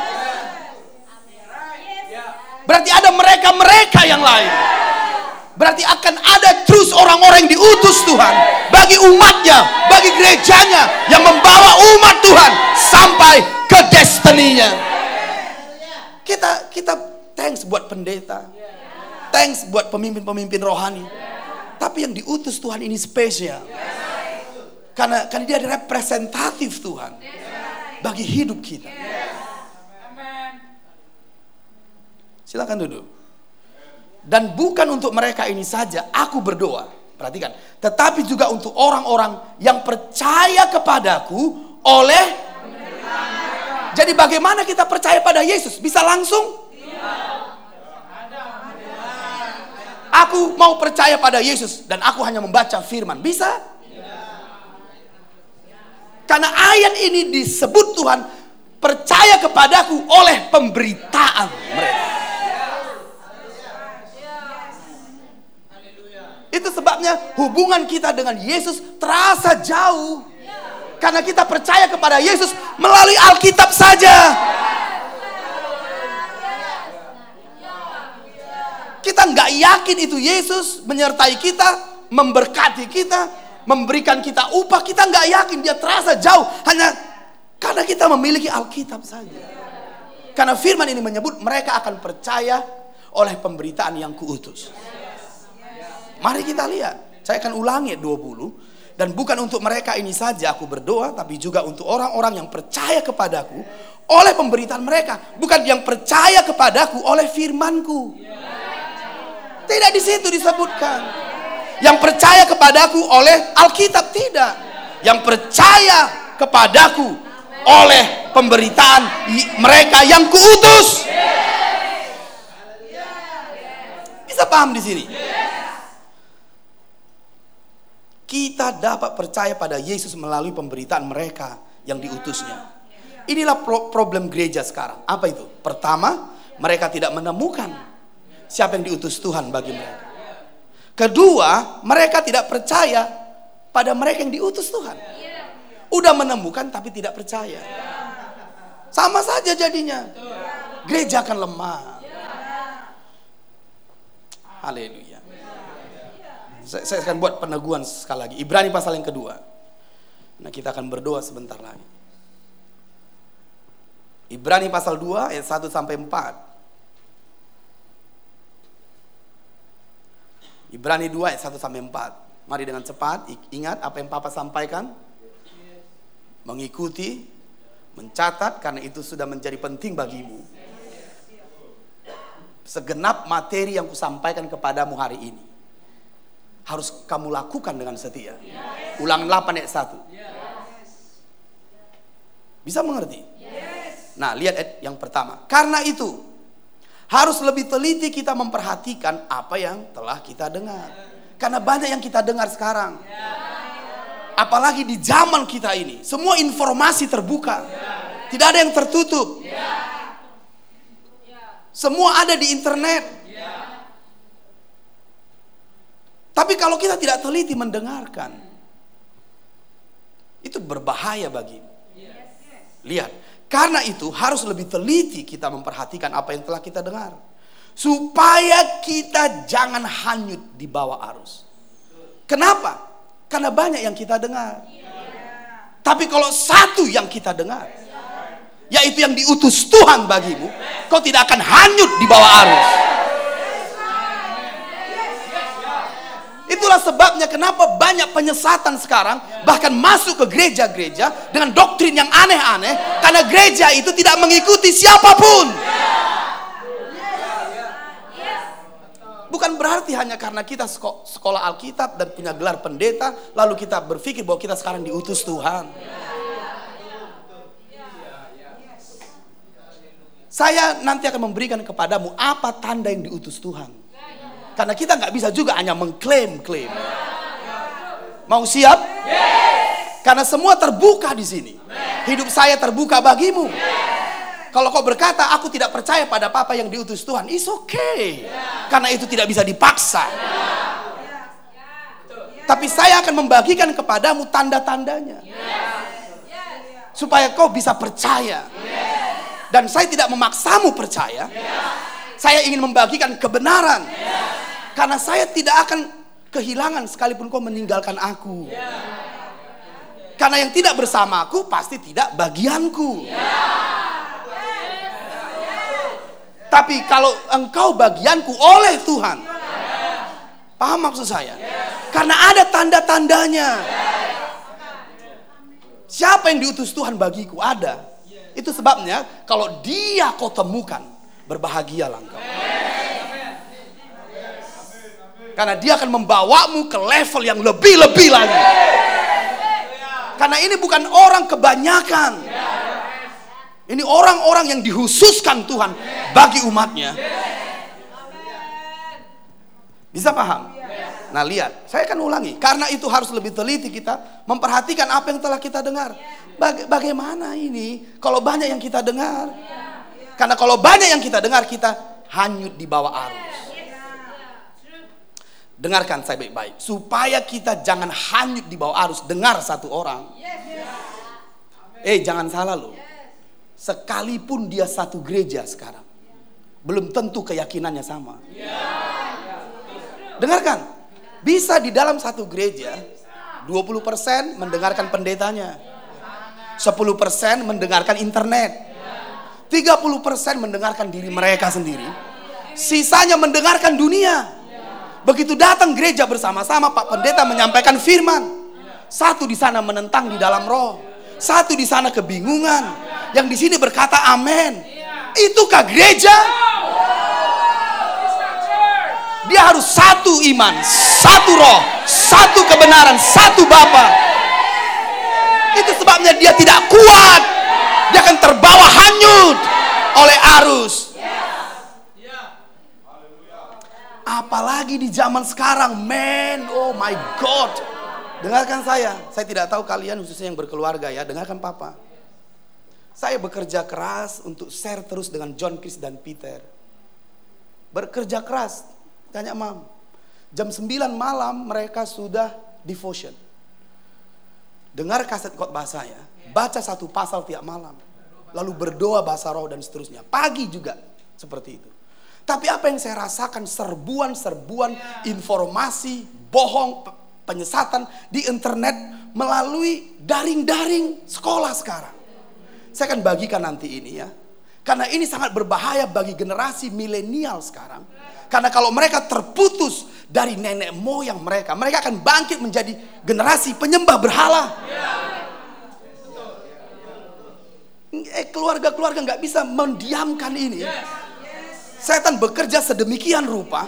S1: Berarti ada mereka-mereka yang lain. Berarti akan ada terus orang-orang yang diutus Tuhan bagi umatnya, bagi gerejanya, yang membawa umat Tuhan sampai ke destininya. Kita kita thanks buat pendeta, thanks buat pemimpin-pemimpin rohani. Tapi yang diutus Tuhan ini spesial. Karena, karena dia representatif Tuhan bagi hidup kita. Silakan duduk. Dan bukan untuk mereka ini saja aku berdoa. Perhatikan. Tetapi juga untuk orang-orang yang percaya kepadaku oleh. Jadi bagaimana kita percaya pada Yesus? Bisa langsung? Aku mau percaya pada Yesus dan aku hanya membaca firman. Bisa? Karena ayat ini disebut Tuhan percaya kepadaku oleh pemberitaan mereka. Itu sebabnya hubungan kita dengan Yesus terasa jauh. Karena kita percaya kepada Yesus melalui Alkitab saja. Kita nggak yakin itu Yesus menyertai kita, memberkati kita, memberikan kita upah. Kita nggak yakin, dia terasa jauh hanya karena kita memiliki Alkitab saja. Karena firman ini menyebut mereka akan percaya oleh pemberitaan yang kuutus. Mari kita lihat. Saya akan ulangi dua puluh. Dan bukan untuk mereka ini saja aku berdoa, tapi juga untuk orang-orang yang percaya kepadaku oleh pemberitaan mereka. Bukan yang percaya kepadaku oleh firmanku. Tidak di situ disebutkan. Yang percaya kepadaku oleh Alkitab, tidak. Yang percaya kepadaku oleh pemberitaan mereka yang kuutus. Bisa paham di sini? Kita dapat percaya pada Yesus melalui pemberitaan mereka yang diutusnya. Inilah pro- problem gereja sekarang. Apa itu? Pertama, mereka tidak menemukan siapa yang diutus Tuhan bagi mereka. Kedua, mereka tidak percaya pada mereka yang diutus Tuhan. Udah menemukan tapi tidak percaya. Sama saja jadinya. Gereja akan lemah. Haleluya. Saya, saya akan buat peneguhan sekali lagi. Ibrani pasal yang kedua. Nah, kita akan berdoa sebentar lagi. Ibrani pasal dua ayat satu sampai empat. Ibrani dua ayat satu sampai empat. Mari dengan cepat ingat apa yang Papa sampaikan. Mengikuti, mencatat, karena itu sudah menjadi penting bagimu. Segenap materi yang kusampaikan kepadamu hari ini harus kamu lakukan dengan setia. Ulangan delapan ayat satu. Bisa mengerti? Nah, lihat ayat yang pertama. Karena itu harus lebih teliti kita memperhatikan apa yang telah kita dengar. Karena banyak yang kita dengar sekarang. Apalagi di zaman kita ini, semua informasi terbuka. Tidak ada yang tertutup. Semua ada di internet. Tapi kalau kita tidak teliti mendengarkan, itu berbahaya bagimu. Lihat, karena itu harus lebih teliti kita memperhatikan apa yang telah kita dengar, supaya kita jangan hanyut di bawah arus. Kenapa? Karena banyak yang kita dengar. Tapi kalau satu yang kita dengar, yaitu yang diutus Tuhan bagimu, kau tidak akan hanyut di bawah arus. Itulah sebabnya kenapa banyak penyesatan sekarang, bahkan masuk ke gereja-gereja dengan doktrin yang aneh-aneh, karena gereja itu tidak mengikuti siapapun. Bukan berarti hanya karena kita sekolah Alkitab dan punya gelar pendeta, lalu kita berpikir bahwa kita sekarang diutus Tuhan. Saya nanti akan memberikan kepadamu apa tanda yang diutus Tuhan. Karena kita nggak bisa juga hanya mengklaim-klaim. Mau siap? Yes. Karena semua terbuka di sini. Hidup saya terbuka bagimu. Yes. Kalau kau berkata aku tidak percaya pada apa yang diutus Tuhan, it's okay. Yeah. Karena itu tidak bisa dipaksa. Yeah. Tapi saya akan membagikan kepadamu tanda-tandanya. Yes. Supaya kau bisa percaya. Yes. Dan saya tidak memaksamu percaya. Yes. Saya ingin membagikan kebenaran. Yes. Karena saya tidak akan kehilangan sekalipun kau meninggalkan aku. Karena yang tidak bersama aku pasti tidak bagianku. Tapi kalau engkau bagianku oleh Tuhan, paham maksud saya? Karena ada tanda-tandanya. Siapa yang diutus Tuhan bagiku? Ada. Itu sebabnya kalau dia kau temukan, berbahagialah engkau. Karena dia akan membawamu ke level yang lebih-lebih lagi. Karena ini bukan orang kebanyakan. Ini orang-orang yang dihususkan Tuhan bagi umatnya. Bisa paham? Nah lihat, saya akan ulangi. Karena itu harus lebih teliti kita memperhatikan apa yang telah kita dengar. Baga- bagaimana ini kalau banyak yang kita dengar? Karena kalau banyak yang kita dengar, kita hanyut di bawah arus. Dengarkan saya baik-baik. Supaya kita jangan hanyut di bawah arus. Dengar satu orang. Eh jangan salah loh. Sekalipun dia satu gereja sekarang, belum tentu keyakinannya sama. Dengarkan. Bisa di dalam satu gereja dua puluh persen mendengarkan pendetanya, sepuluh persen mendengarkan internet, tiga puluh persen mendengarkan diri mereka sendiri, sisanya mendengarkan dunia. Begitu datang gereja bersama-sama, Pak Pendeta menyampaikan firman, satu di sana menentang di dalam roh, satu di sana kebingungan, yang di sini berkata amin. Itukah gereja? Dia harus satu iman, satu roh, satu kebenaran, satu Bapa. Itu sebabnya dia tidak kuat. Dia akan terbawa hanyut oleh arus. Apalagi di zaman sekarang, man, oh my God. Dengarkan saya, saya tidak tahu kalian khususnya yang berkeluarga ya, dengarkan Papa. Saya bekerja keras untuk share terus dengan John Chris dan Peter. Bekerja keras, tanya Mam. Jam sembilan malam mereka sudah devotion. Dengar kaset khotbah saya, baca satu pasal tiap malam. Lalu berdoa bahasa roh dan seterusnya. Pagi juga seperti itu. Tapi apa yang saya rasakan, serbuan-serbuan informasi, bohong, penyesatan di internet melalui daring-daring sekolah sekarang. Saya akan bagikan nanti ini ya. Karena ini sangat berbahaya bagi generasi milenial sekarang. Karena kalau mereka terputus dari nenek moyang mereka, mereka akan bangkit menjadi generasi penyembah berhala. Eh, keluarga-keluarga nggak bisa mendiamkan ini. Setan bekerja sedemikian rupa.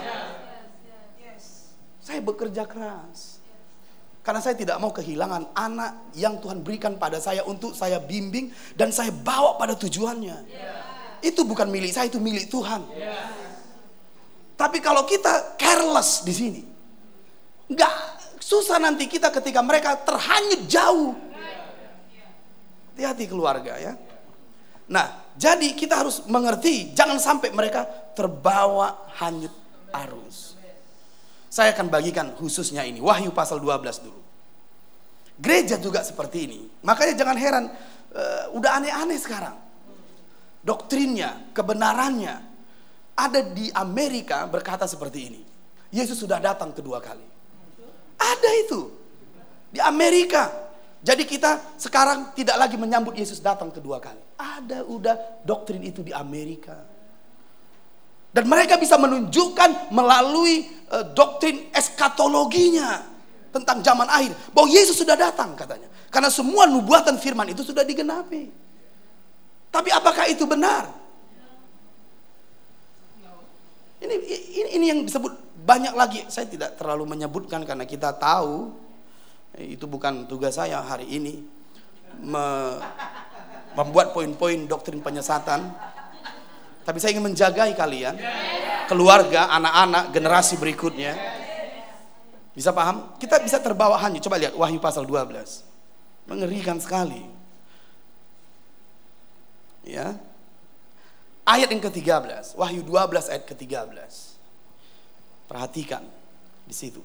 S1: Saya bekerja keras. Karena saya tidak mau kehilangan anak yang Tuhan berikan pada saya untuk saya bimbing dan saya bawa pada tujuannya. Itu bukan milik saya, itu milik Tuhan. Tapi kalau kita careless di sini, nggak susah nanti kita ketika mereka terhanyut jauh. Hati-hati keluarga ya. Nah, jadi kita harus mengerti, jangan sampai mereka terbawa hanyut arus. Saya akan bagikan khususnya ini, Wahyu pasal dua belas dulu. Gereja juga seperti ini. Makanya jangan heran, uh, udah aneh-aneh sekarang. Doktrinnya, kebenarannya. Ada di Amerika berkata seperti ini. Yesus sudah datang kedua kali. Ada itu. Di Amerika. Jadi kita sekarang tidak lagi menyambut Yesus datang kedua kali. Ada udah doktrin itu di Amerika. Dan mereka bisa menunjukkan melalui uh, doktrin eskatologinya tentang zaman akhir bahwa Yesus sudah datang katanya. Karena semua nubuatan firman itu sudah digenapi. Tapi apakah itu benar? Ini ini, ini yang disebut banyak lagi. Saya tidak terlalu menyebutkan karena kita tahu itu bukan tugas saya hari ini me, membuat poin-poin doktrin penyesatan. Tapi saya ingin menjagai kalian, keluarga, anak-anak, generasi berikutnya. Bisa paham? Kita bisa terbawa hanyut. Coba lihat Wahyu pasal dua belas. Mengerikan sekali. Ya. Ayat yang ketiga belas. Wahyu dua belas ayat ketiga belas. Perhatikan di situ.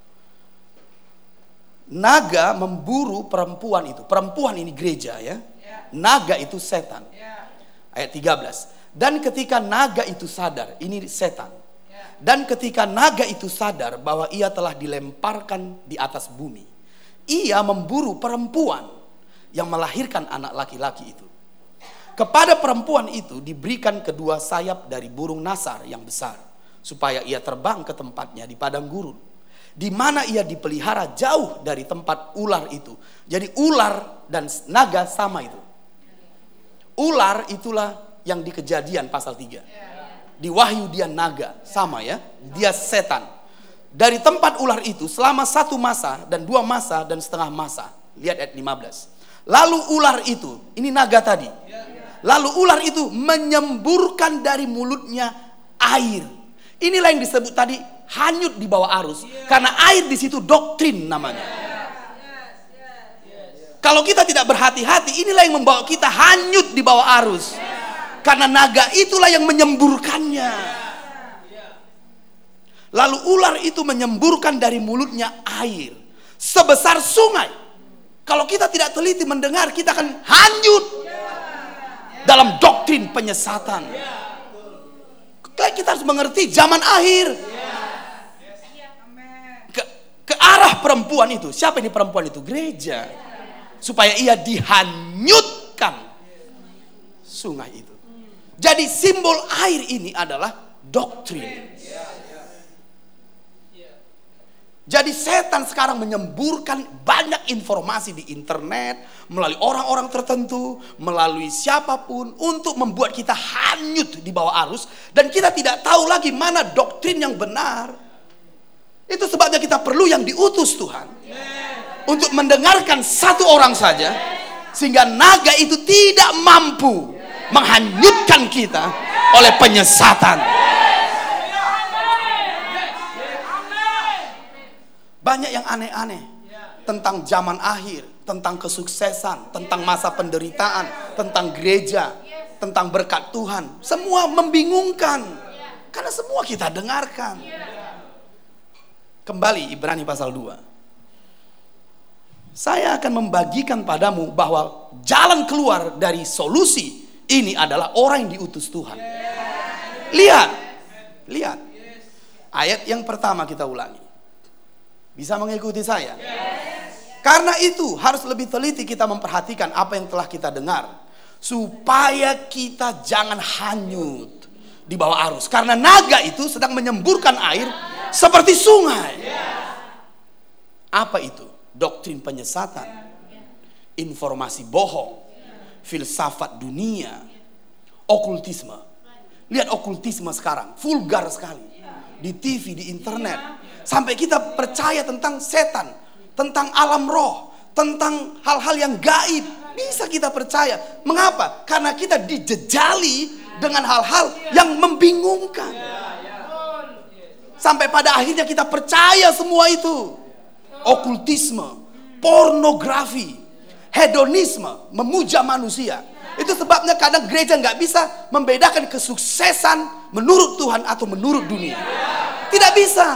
S1: Naga memburu perempuan itu. Perempuan ini gereja ya. Naga itu setan. Ayat tiga belas. Dan ketika naga itu sadar, ini setan. Dan ketika naga itu sadar bahwa ia telah dilemparkan di atas bumi, ia memburu perempuan yang melahirkan anak laki-laki itu. Kepada perempuan itu diberikan kedua sayap dari burung nasar yang besar, supaya ia terbang ke tempatnya di padang gurun, di mana ia dipelihara jauh dari tempat ular itu. Jadi ular dan naga sama itu. Ular itulah yang di Kejadian pasal tiga. Di Wahyu dia naga, sama ya. Dia setan. Dari tempat ular itu selama satu masa dan dua masa dan setengah masa. Lihat ayat lima belas. Lalu ular itu, ini naga tadi. Lalu ular itu menyemburkan dari mulutnya air. Inilah yang disebut tadi hanyut di bawah arus. Karena air di situ doktrin namanya. Kalau kita tidak berhati-hati, inilah yang membawa kita hanyut di bawah arus. Karena naga itulah yang menyemburkannya. Lalu ular itu menyemburkan dari mulutnya air sebesar sungai. Kalau kita tidak teliti mendengar, kita akan hanyut dalam doktrin penyesatan. Kita harus mengerti zaman akhir. Ke, ke arah perempuan itu. Siapa ini perempuan itu? Gereja. Supaya ia dihanyutkan sungai itu. Jadi simbol air ini adalah doktrin. Jadi setan sekarang menyemburkan banyak informasi di internet, melalui orang-orang tertentu, melalui siapapun, untuk membuat kita hanyut di bawah arus, dan kita tidak tahu lagi mana doktrin yang benar. Itu sebabnya kita perlu yang diutus Tuhan untuk mendengarkan satu orang saja, sehingga naga itu tidak mampu menghanyutkan kita oleh penyesatan. Banyak yang aneh-aneh tentang zaman akhir, tentang kesuksesan, tentang masa penderitaan, tentang gereja, tentang berkat Tuhan. Semua membingungkan karena semua kita dengarkan. Kembali Ibrani pasal dua. Saya akan membagikan padamu bahwa jalan keluar dari solusi ini adalah orang yang diutus Tuhan. Lihat, lihat. Ayat yang pertama kita ulangi. Bisa mengikuti saya? Yes. Karena itu harus lebih teliti kita memperhatikan apa yang telah kita dengar, supaya kita jangan hanyut di bawah arus. Karena naga itu sedang menyemburkan air seperti sungai. Apa itu? Doktrin penyesatan, informasi bohong, filsafat dunia, okultisme. Lihat okultisme sekarang, vulgar sekali. Di T V, di internet. Sampai kita percaya tentang setan, tentang alam roh, tentang hal-hal yang gaib. Bisa kita percaya. Mengapa? Karena kita dijejali dengan hal-hal yang membingungkan. Sampai pada akhirnya kita percaya semua itu. Okultisme, pornografi, hedonisme, memuja manusia. Itu sebabnya kadang gereja nggak bisa membedakan kesuksesan menurut Tuhan atau menurut dunia. Tidak bisa.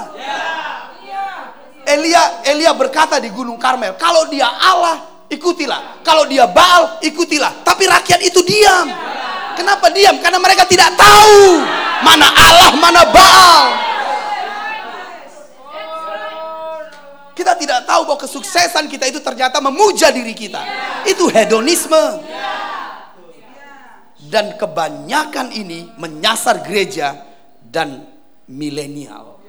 S1: Elia, Elia berkata di Gunung Karmel, kalau dia Allah, ikutilah. Kalau dia Baal, ikutilah. Tapi rakyat itu diam. Kenapa diam? Karena mereka tidak tahu mana Allah, mana Baal. Kita tidak tahu bahwa kesuksesan kita itu ternyata memuja diri kita. Itu hedonisme. Dan kebanyakan ini menyasar gereja dan milenial.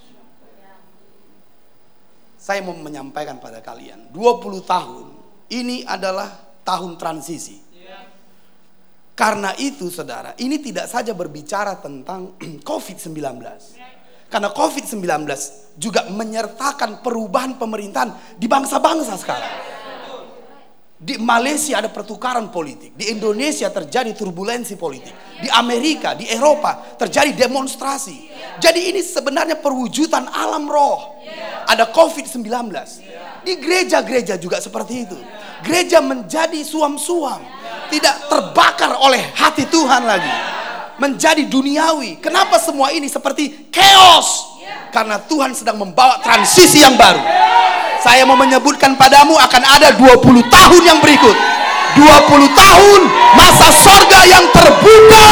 S1: Saya mau menyampaikan pada kalian, dua puluh tahun ini adalah tahun transisi. Karena itu saudara, ini tidak saja berbicara tentang covid sembilan belas. Karena covid sembilan belas juga menyertakan perubahan pemerintahan di bangsa-bangsa sekarang. Di Malaysia ada pertukaran politik, di Indonesia terjadi turbulensi politik, di Amerika, di Eropa terjadi demonstrasi. Jadi ini sebenarnya perwujudan alam roh. Ada covid sembilan belas. Di gereja-gereja juga seperti itu. Gereja menjadi suam-suam, tidak terbakar oleh hati Tuhan lagi, menjadi duniawi. Kenapa semua ini seperti chaos? Karena Tuhan sedang membawa transisi yang baru. Saya mau menyebutkan padamu akan ada dua puluh tahun yang berikut. dua puluh tahun masa sorga yang terbuka.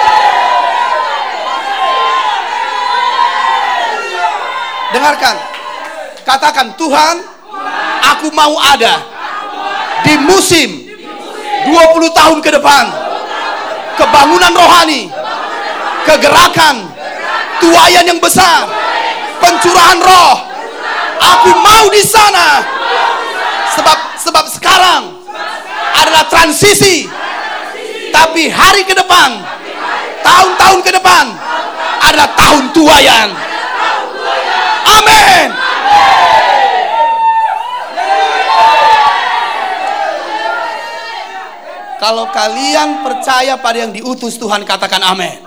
S1: Dengarkan. Katakan, Tuhan, aku mau ada di musim dua puluh tahun ke depan. Kebangunan rohani, kegerakan, tuaian yang besar, pencurahan roh. Aku mau di sana. Sebab sebab sekarang adalah transisi. Tapi hari ke depan, tahun-tahun ke depan adalah tahun tuaian. Amin. Kalau kalian percaya pada yang diutus Tuhan, katakan amin.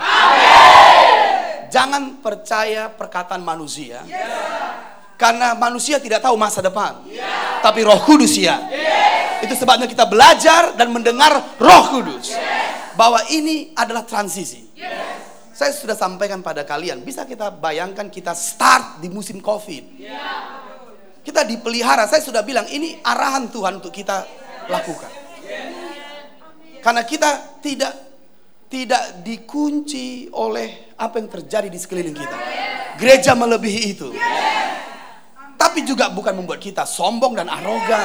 S1: Jangan percaya perkataan manusia. Karena manusia tidak tahu masa depan. Tapi Roh Kudus ya. Itu sebabnya kita belajar dan mendengar Roh Kudus. Bahwa ini adalah transisi. Saya sudah sampaikan pada kalian, bisa kita bayangkan kita start di musim COVID. Kita dipelihara, saya sudah bilang ini arahan Tuhan untuk kita lakukan. Karena kita tidak tidak dikunci oleh apa yang terjadi di sekeliling kita. Gereja melebihi itu. Tapi juga bukan membuat kita sombong dan arogan.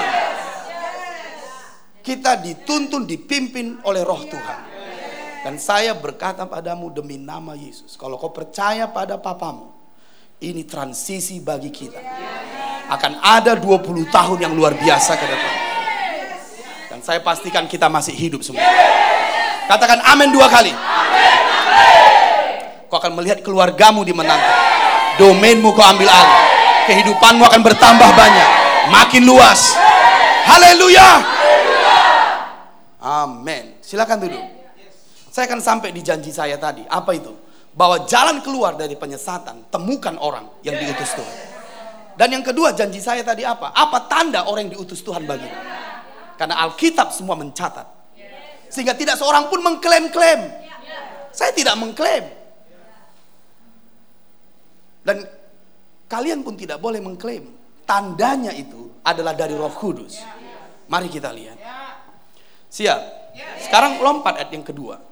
S1: Kita dituntun, dipimpin oleh Roh Tuhan. Dan saya berkata padamu demi nama Yesus, kalau kau percaya pada papamu, ini transisi bagi kita. Akan ada dua puluh tahun yang luar biasa ke depan. Dan saya pastikan kita masih hidup semua. Katakan amin dua kali. Kau akan melihat keluargamu dimenangkan. Domainmu kau ambil alih. Kehidupanmu akan bertambah banyak, makin luas. Haleluya. Amin. Silakan duduk. Saya akan sampai di janji saya tadi. Apa itu? Bahwa jalan keluar dari penyesatan, temukan orang yang diutus Tuhan. Dan yang kedua, janji saya tadi apa? Apa tanda orang yang diutus Tuhan bagimu? Karena Alkitab semua mencatat. Sehingga tidak seorang pun mengklaim-klaim. Saya tidak mengklaim. Dan kalian pun tidak boleh mengklaim. Tandanya itu adalah dari Roh Kudus. Mari kita lihat. Siap. Sekarang lompat ayat yang kedua.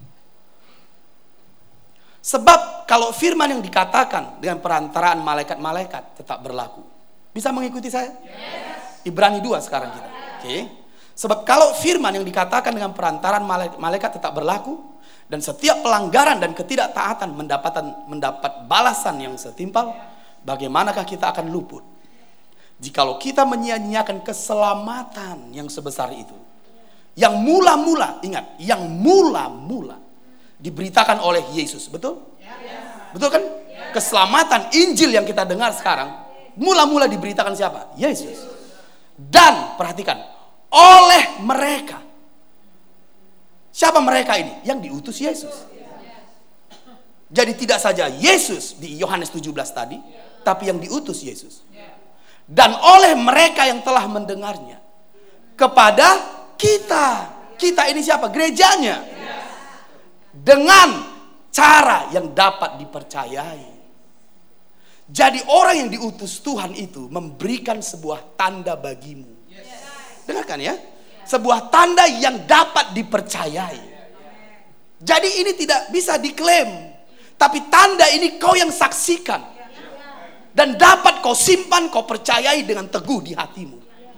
S1: Sebab kalau firman yang dikatakan dengan perantaraan malaikat-malaikat tetap berlaku. Bisa mengikuti saya? Yes. Ibrani dua sekarang kita. Oke. Okay. Sebab kalau firman yang dikatakan dengan perantaraan malaikat tetap berlaku, dan setiap pelanggaran dan ketidaktaatan mendapatkan mendapat balasan yang setimpal, bagaimanakah kita akan luput jikalau kita menyia-nyiakan keselamatan yang sebesar itu, yang mula-mula, ingat, yang mula-mula diberitakan oleh Yesus, betul? Yes. Betul kan? Yes. Keselamatan Injil yang kita dengar sekarang mula-mula diberitakan siapa? Yesus. Dan perhatikan, oleh mereka. Siapa mereka ini? Yang diutus Yesus. Jadi tidak saja Yesus di Yohanes tujuh belas tadi, tapi yang diutus Yesus. Dan oleh mereka yang telah mendengarnya, kepada kita. Kita ini siapa? Gerejanya. Dengan cara yang dapat dipercayai. Jadi orang yang diutus Tuhan itu memberikan sebuah tanda bagimu. Dengarkan ya. Sebuah tanda yang dapat dipercayai. Jadi ini tidak bisa diklaim, tapi tanda ini kau yang saksikan. Dan dapat kau simpan, kau percayai dengan teguh di hatimu.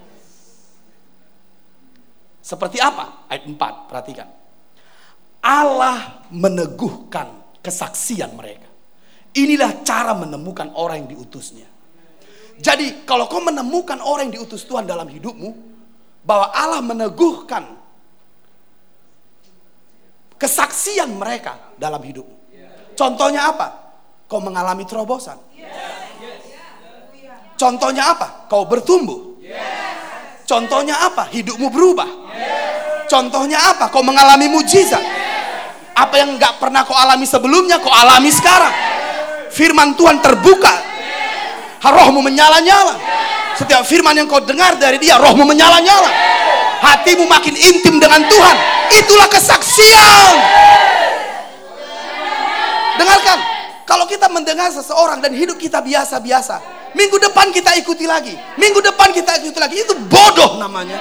S1: Seperti apa? Ayat empat, perhatikan. Allah meneguhkan kesaksian mereka. Inilah cara menemukan orang yang diutusnya. Jadi kalau kau menemukan orang yang diutus Tuhan dalam hidupmu, bahwa Allah meneguhkan kesaksian mereka dalam hidupmu. Contohnya apa? Kau mengalami terobosan. Contohnya apa? Kau bertumbuh. Contohnya apa? Hidupmu berubah. Contohnya apa? Kau mengalami mujizat. Apa yang gak pernah kau alami sebelumnya, kau alami sekarang. Firman Tuhan terbuka, rohmu menyala-nyala. Setiap firman yang kau dengar dari dia, rohmu menyala-nyala. Hatimu makin intim dengan Tuhan. Itulah kesaksian. Dengarkan, kalau kita mendengar seseorang dan hidup kita biasa-biasa, minggu depan kita ikuti lagi, minggu depan kita ikuti lagi, itu bodoh namanya.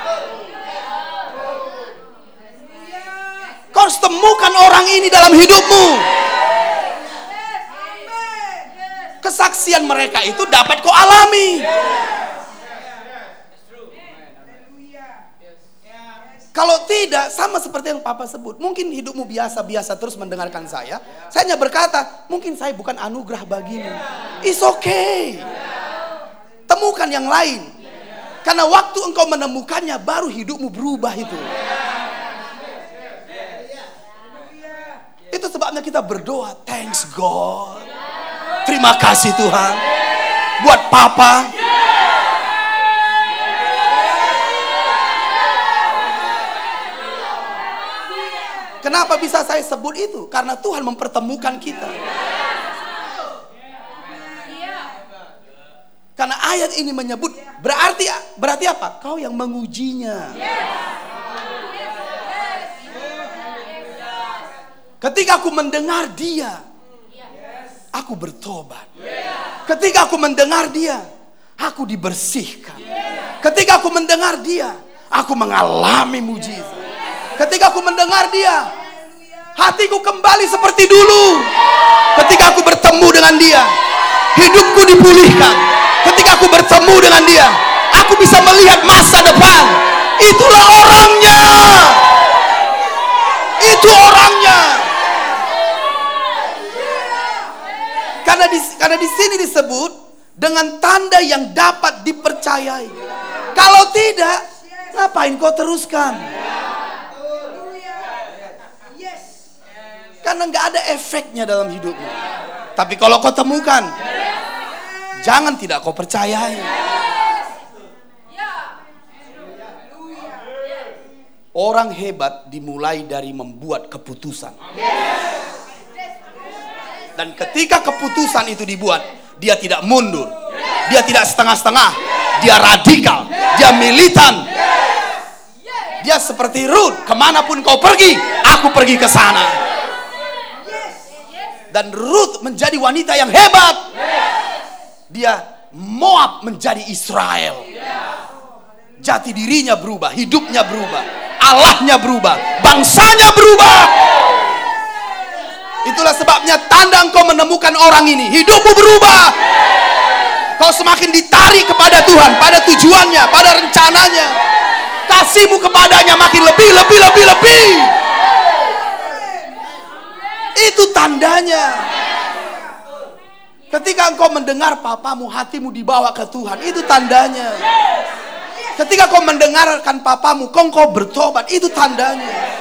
S1: Kau harus temukan orang ini dalam hidupmu. Kesaksian mereka itu dapat kau alami. Kalau tidak, sama seperti yang Papa sebut, mungkin hidupmu biasa-biasa terus mendengarkan saya. Saya hanya berkata, mungkin saya bukan anugerah bagimu. It's okay. Temukan yang lain. Karena waktu engkau menemukannya, baru hidupmu berubah itu. Itu sebabnya kita berdoa, thanks God. Terima kasih Tuhan. Buat Papa. Kenapa bisa saya sebut itu? Karena Tuhan mempertemukan kita. Karena ayat ini menyebut, berarti berarti apa? Kau yang mengujinya. Ketika aku mendengar dia, aku bertobat. Ketika aku mendengar dia, aku dibersihkan. Ketika aku mendengar dia, aku mengalami mujizat. Ketika aku mendengar dia, hatiku kembali seperti dulu. Ketika aku bertemu dengan dia, hidupku dipulihkan. Ketika aku bertemu dengan dia, aku bisa melihat masa depan. Itulah orangnya. Itu orangnya. Karena di, karena di sini disebut dengan tanda yang dapat dipercayai. Kalau tidak, ngapain kau teruskan? Karena nggak ada efeknya dalam hidupmu. Tapi kalau kau temukan, jangan tidak kau percayai. Orang hebat dimulai dari membuat keputusan. Dan ketika keputusan itu dibuat, dia tidak mundur, dia tidak setengah-setengah, dia radikal, dia militan. Dia seperti Ruth, kemanapun kau pergi, aku pergi ke sana. Dan Ruth menjadi wanita yang hebat. Dia Moab menjadi Israel. Jati dirinya berubah, hidupnya berubah, Allahnya berubah, bangsanya berubah. Itulah sebabnya tanda engkau menemukan orang ini, hidupmu berubah. Kau semakin ditarik kepada Tuhan, pada tujuannya, pada rencananya. Kasihmu kepadanya makin lebih, lebih, lebih, lebih. Itu tandanya. Ketika engkau mendengar papamu, hatimu dibawa ke Tuhan, itu tandanya. Ketika kau mendengarkan papamu, kau, kau bertobat, itu tandanya.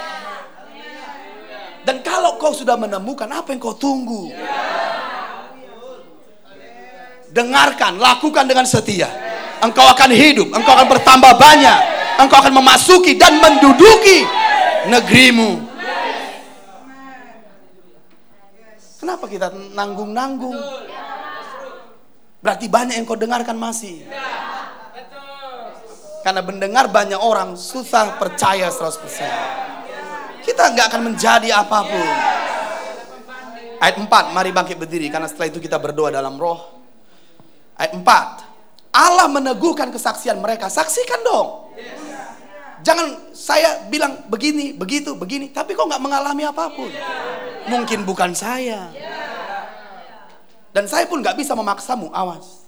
S1: Dan kalau kau sudah menemukan, apa yang kau tunggu? Dengarkan, lakukan dengan setia. Engkau akan hidup, engkau akan bertambah banyak, engkau akan memasuki dan menduduki negerimu. Kenapa kita nanggung-nanggung? Berarti banyak yang kau dengarkan masih. Karena mendengar banyak orang susah percaya seratus persen. Kita nggak akan menjadi apapun. Ayat empat, mari bangkit berdiri, karena setelah itu kita berdoa dalam roh. Ayat empat, Allah meneguhkan kesaksian mereka. Saksikan dong. Jangan saya bilang begini, begitu, begini, tapi kok nggak mengalami apapun. Mungkin bukan saya. Dan saya pun nggak bisa memaksamu, awas.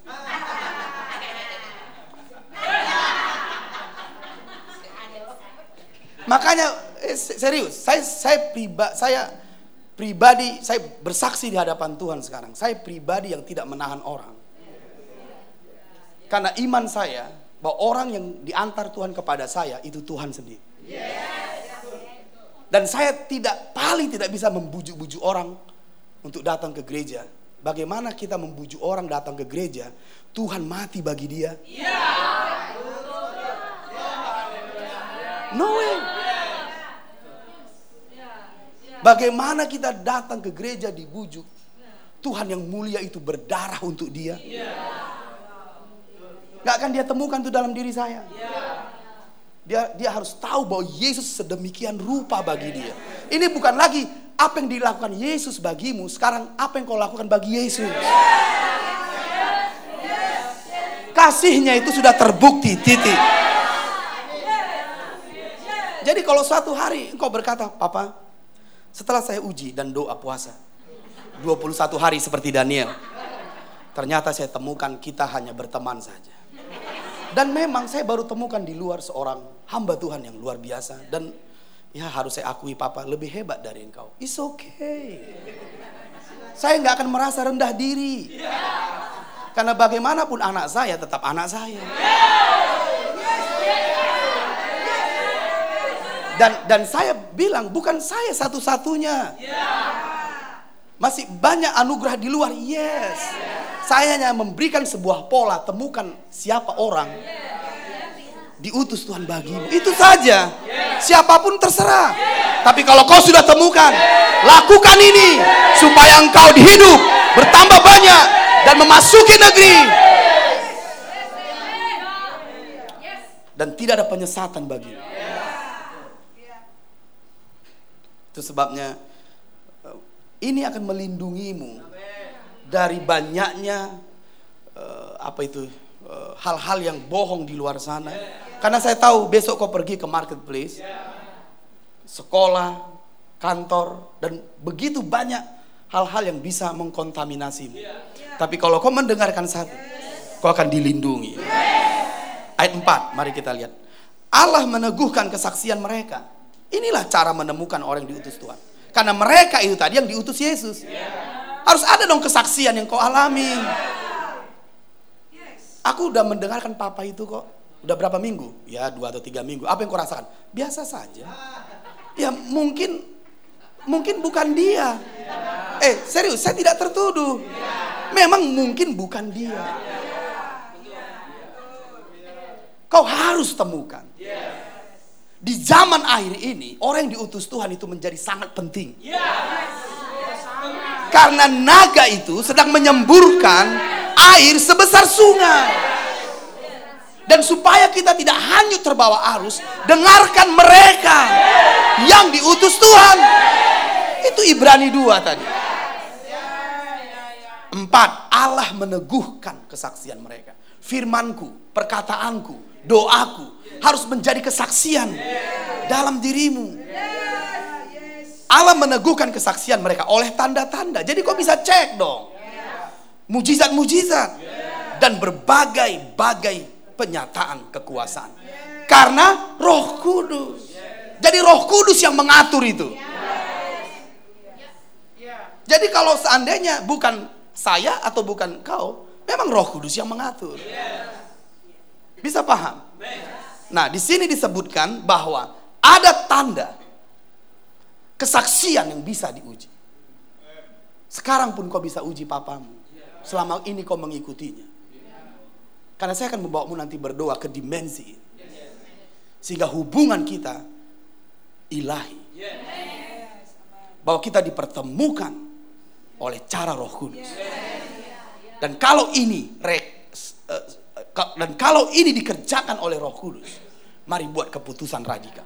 S1: Makanya eh, serius, saya saya pribadi, saya pribadi, saya bersaksi di hadapan Tuhan sekarang. Saya pribadi yang tidak menahan orang. Karena iman saya bahwa orang yang diantar Tuhan kepada saya itu Tuhan sendiri. Dan saya tidak paling tidak bisa membujuk-bujuk orang untuk datang ke gereja. Bagaimana kita membujuk orang datang ke gereja? Tuhan mati bagi dia. No way. Bagaimana kita datang ke gereja dibujuk? Tuhan yang mulia itu berdarah untuk dia. Gak akan dia temukan itu dalam diri saya. Dia dia harus tahu bahwa Yesus sedemikian rupa bagi dia. Ini bukan lagi apa yang dilakukan Yesus bagimu, sekarang apa yang kau lakukan bagi Yesus. Kasihnya itu sudah terbukti, titik. Jadi kalau suatu hari engkau berkata, Papa, setelah saya uji dan doa puasa dua puluh satu hari seperti Daniel, ternyata saya temukan kita hanya berteman saja. Dan memang saya baru temukan di luar seorang hamba Tuhan yang luar biasa. Dan ya harus saya akui, Papa lebih hebat dari engkau. It's okay. Saya gak akan merasa rendah diri. Karena bagaimanapun anak saya tetap anak saya. Dan dan saya bilang bukan saya satu-satunya. Masih banyak anugerah di luar. Yes. Saya hanya memberikan sebuah pola. Temukan siapa orang diutus Tuhan bagimu. Itu saja. Siapapun terserah. Tapi kalau kau sudah temukan, lakukan ini supaya engkau hidup bertambah banyak dan memasuki negeri. Dan tidak ada penyesatan bagimu. Itu sebabnya Ini akan melindungimu dari banyaknya uh, apa itu uh, hal-hal yang bohong di luar sana. Karena saya tahu besok kau pergi ke marketplace, sekolah, kantor, dan begitu banyak hal-hal yang bisa mengkontaminasimu. Tapi kalau kau mendengarkan satu, kau akan dilindungi. Ayat empat, mari kita lihat. Allah meneguhkan kesaksian mereka. Inilah cara menemukan orang yang diutus Tuhan. Karena mereka itu tadi yang diutus Yesus. Harus ada dong kesaksian yang kau alami. Aku udah mendengarkan papa itu kok. Udah berapa minggu? Ya dua atau tiga minggu. Apa yang kau rasakan? Biasa saja. Ya mungkin Mungkin bukan dia. Eh serius, saya tidak tertuduh. Memang mungkin bukan dia. Kau harus temukan. Di zaman akhir ini, orang yang diutus Tuhan itu menjadi sangat penting. Karena naga itu sedang menyemburkan air sebesar sungai. Dan supaya kita tidak hanyut terbawa arus, dengarkan mereka yang diutus Tuhan. Itu Ibrani dua tadi. Empat, Allah meneguhkan kesaksian mereka. Firmanku, perkataanku, doaku harus menjadi kesaksian dalam dirimu. Allah meneguhkan kesaksian mereka oleh tanda-tanda. Jadi kau bisa cek dong. Mujizat-mujizat dan berbagai-bagai penyataan kekuasaan. Karena Roh Kudus. Jadi Roh Kudus yang mengatur itu. Jadi kalau seandainya bukan saya atau bukan kau, memang Roh Kudus yang mengatur. Bisa paham? Nah, di sini disebutkan bahwa ada tanda kesaksian yang bisa diuji. Sekarang pun kau bisa uji papamu. Selama ini kau mengikutinya. Karena saya akan membawamu nanti berdoa ke dimensi ini. Sehingga hubungan kita ilahi. Bahwa kita dipertemukan oleh cara Roh Kudus. Dan kalau ini dan kalau ini dikerjakan oleh Roh Kudus, mari buat keputusan radikal.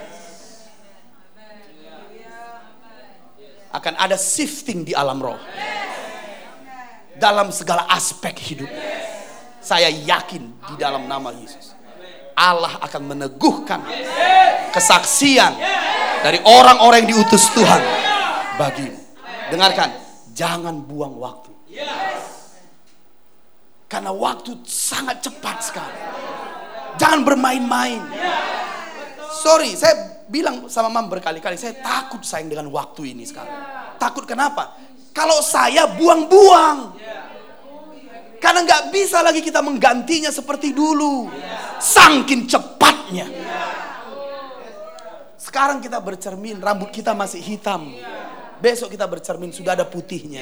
S1: Akan ada shifting di alam roh. Dalam segala aspek hidup. Saya yakin di dalam nama Yesus, Allah akan meneguhkan kesaksian dari orang-orang yang diutus Tuhan bagimu. Dengarkan, jangan buang waktu. Karena waktu sangat cepat sekali. Jangan bermain-main. Sorry, saya bilang sama Mam berkali-kali, saya takut sayang dengan waktu ini sekarang. Takut kenapa? Kalau saya buang-buang. Karena gak bisa lagi kita menggantinya seperti dulu. Saking cepatnya. Sekarang kita bercermin, rambut kita masih hitam. Besok kita bercermin, sudah ada putihnya.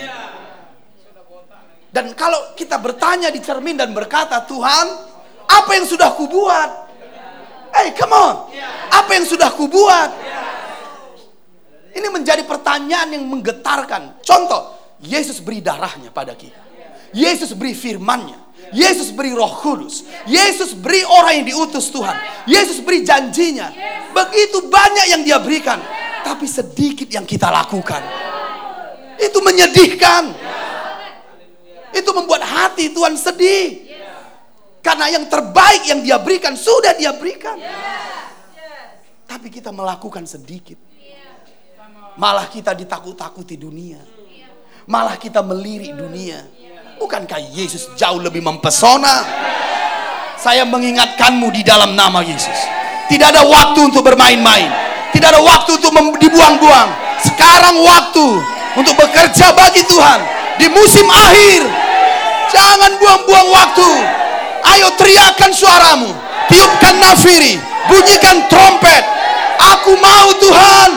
S1: Dan kalau kita bertanya di cermin dan berkata, Tuhan, apa yang sudah kubuat? Hey, come on. Apa yang sudah kubuat? Ini menjadi pertanyaan yang menggetarkan. Contoh, Yesus beri darahnya pada kita. Yesus beri firman-Nya. Yesus beri Roh Kudus. Yesus beri orang yang diutus Tuhan. Yesus beri janjinya. Begitu banyak yang Dia berikan, tapi sedikit yang kita lakukan. Itu menyedihkan. Itu membuat hati Tuhan sedih. Karena yang terbaik yang Dia berikan sudah Dia berikan. Tapi kita melakukan sedikit. Malah kita ditakut-takuti dunia. Malah kita melirik dunia. Bukankah Yesus jauh lebih mempesona? Saya mengingatkanmu di dalam nama Yesus. Tidak ada waktu untuk bermain-main. Tidak ada waktu untuk dibuang-buang. Sekarang waktu untuk bekerja bagi Tuhan. Di musim akhir. Jangan buang-buang waktu. Ayo teriakkan suaramu. Tiupkan nafiri. Bunyikan trompet. Aku mau Tuhan.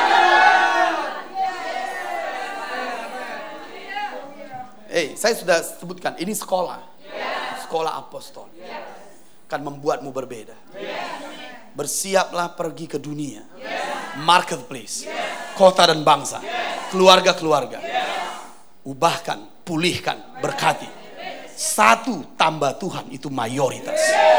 S1: Eh, hey, saya sudah sebutkan, ini sekolah. Sekolah apostol. Akan membuatmu berbeda. Bersiaplah pergi ke dunia. Marketplace. Kota dan bangsa. Keluarga-keluarga. Ubahkan, pulihkan, berkati. Satu tambah Tuhan itu mayoritas.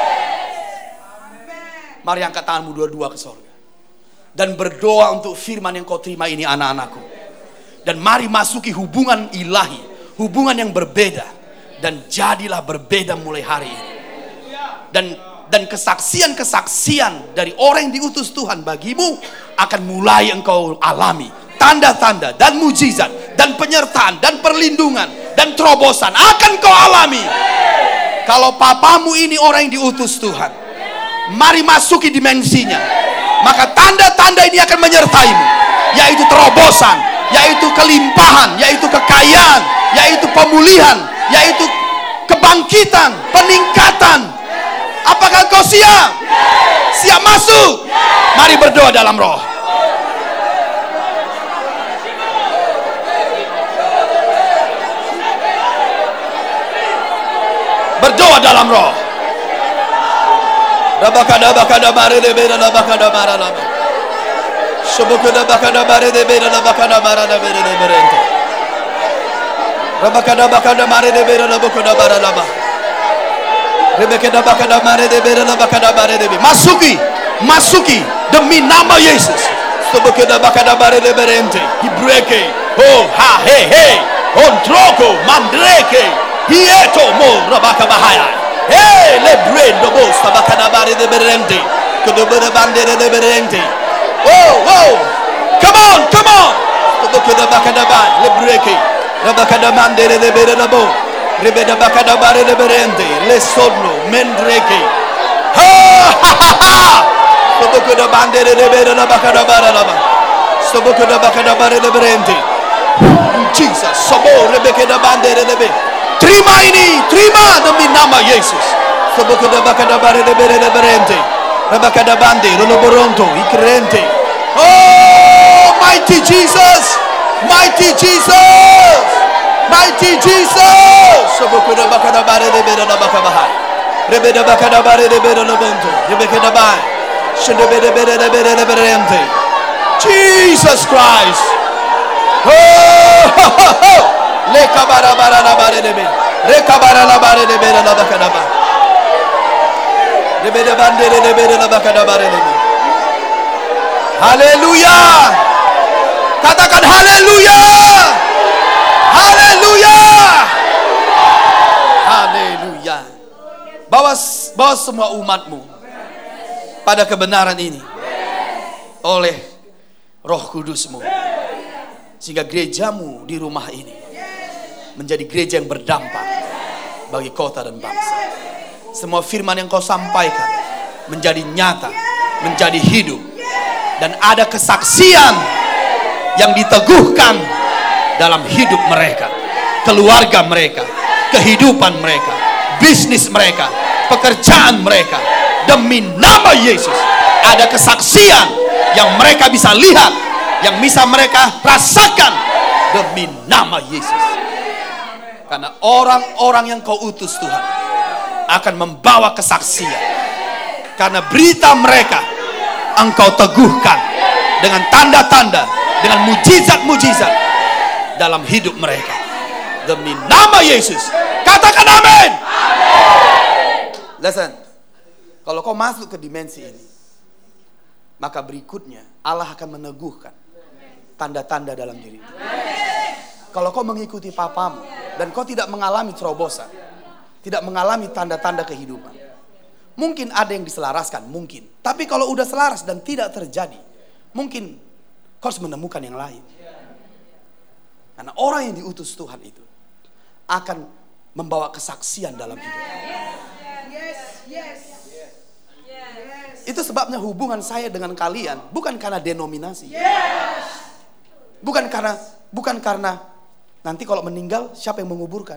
S1: Mari angkat tanganmu dua-dua ke sorga. Dan berdoa untuk firman yang kau terima ini, anak-anakku. Dan mari masuki hubungan ilahi, hubungan yang berbeda, dan jadilah berbeda mulai hari ini. Dan dan kesaksian-kesaksian dari orang yang diutus Tuhan bagimu akan mulai engkau alami. Tanda-tanda dan mujizat dan penyertaan dan perlindungan dan terobosan akan kau alami. Kalau papamu ini orang yang diutus Tuhan, mari masuki dimensinya. Maka tanda-tanda ini akan menyertaimu, yaitu terobosan, yaitu kelimpahan, yaitu kekayaan, yaitu pemulihan, yaitu kebangkitan, peningkatan. Apakah kau siap? Siap masuk? Mari berdoa dalam roh. Berdoa dalam roh. Rabakada bakada bare de bera rabakada bara laba. Subukada bakada bare de bera rabakada bara de bera de berente. Rabakada bakada bare de bera rabakada bara laba. Rebekada bakada bare de bera rabakada bare de. Masuki, masuki demi nama Yesus. Subukada bakada bare de berente. Hibreke. Oh ha he he. Ontroko mandreke. Hieto mo rabaka bahaya. Hey, le brendo bos tabakada bare de berente. Kudubere bandere de berente. Oh, oh. Come on, come on. Kudubere bakada ba le breke. Rabakada mandere de berena bo. Rebeda bakada bare de berente. Le sonno mendreke. Ha ha ha ha. Kudubere bandere de berena bakada bare laba. Kudubere bakada bare de berente. Jesus, sobo rebekada bandere de be. Terima ini, terima demi nama Yesus. Sebukada bakada bare de bere de berente. Rabakada bande, rono boronto, ikrente. Oh, mighty Jesus, mighty Jesus, mighty Jesus. Sebukada bakada bare de bere de bakabahai. Rebeda bakada bare de bere de bonto. Rebekada bai. Shende bere bere de bere de berente. Jesus Christ. Oh, ho, ho, ho. Le kabara bara la bare de be. Re kabara la bare de be la bakada ba. De be de bande de be la bakada bare de be. Haleluya. Katakan haleluya. Haleluya. Haleluya. Bawa bawa semua umatmu pada kebenaran ini oleh Roh Kudusmu, sehingga gerejamu di rumah ini menjadi gereja yang berdampak bagi kota dan bangsa. Semua firman yang kau sampaikan menjadi nyata, menjadi hidup, dan ada kesaksian yang diteguhkan dalam hidup mereka, keluarga mereka, kehidupan mereka, bisnis mereka, pekerjaan mereka. Demi nama Yesus, ada kesaksian yang mereka bisa lihat, yang bisa mereka rasakan demi nama Yesus. Karena orang-orang yang kau utus Tuhan akan membawa kesaksian. Karena berita mereka engkau teguhkan dengan tanda-tanda, dengan mujizat-mujizat dalam hidup mereka. Demi nama Yesus, katakan amin. Listen, kalau kau masuk ke dimensi ini, maka berikutnya Allah akan meneguhkan tanda-tanda dalam dirimu. Kalau kau mengikuti papamu dan kau tidak mengalami terobosan, tidak mengalami tanda-tanda kehidupan, mungkin ada yang diselaraskan, mungkin. Tapi kalau udah selaras dan tidak terjadi, mungkin kau harus menemukan yang lain. Karena orang yang diutus Tuhan itu akan membawa kesaksian dalam hidup. Itu sebabnya hubungan saya dengan kalian bukan karena denominasi, bukan karena bukan karena nanti kalau meninggal siapa yang menguburkan.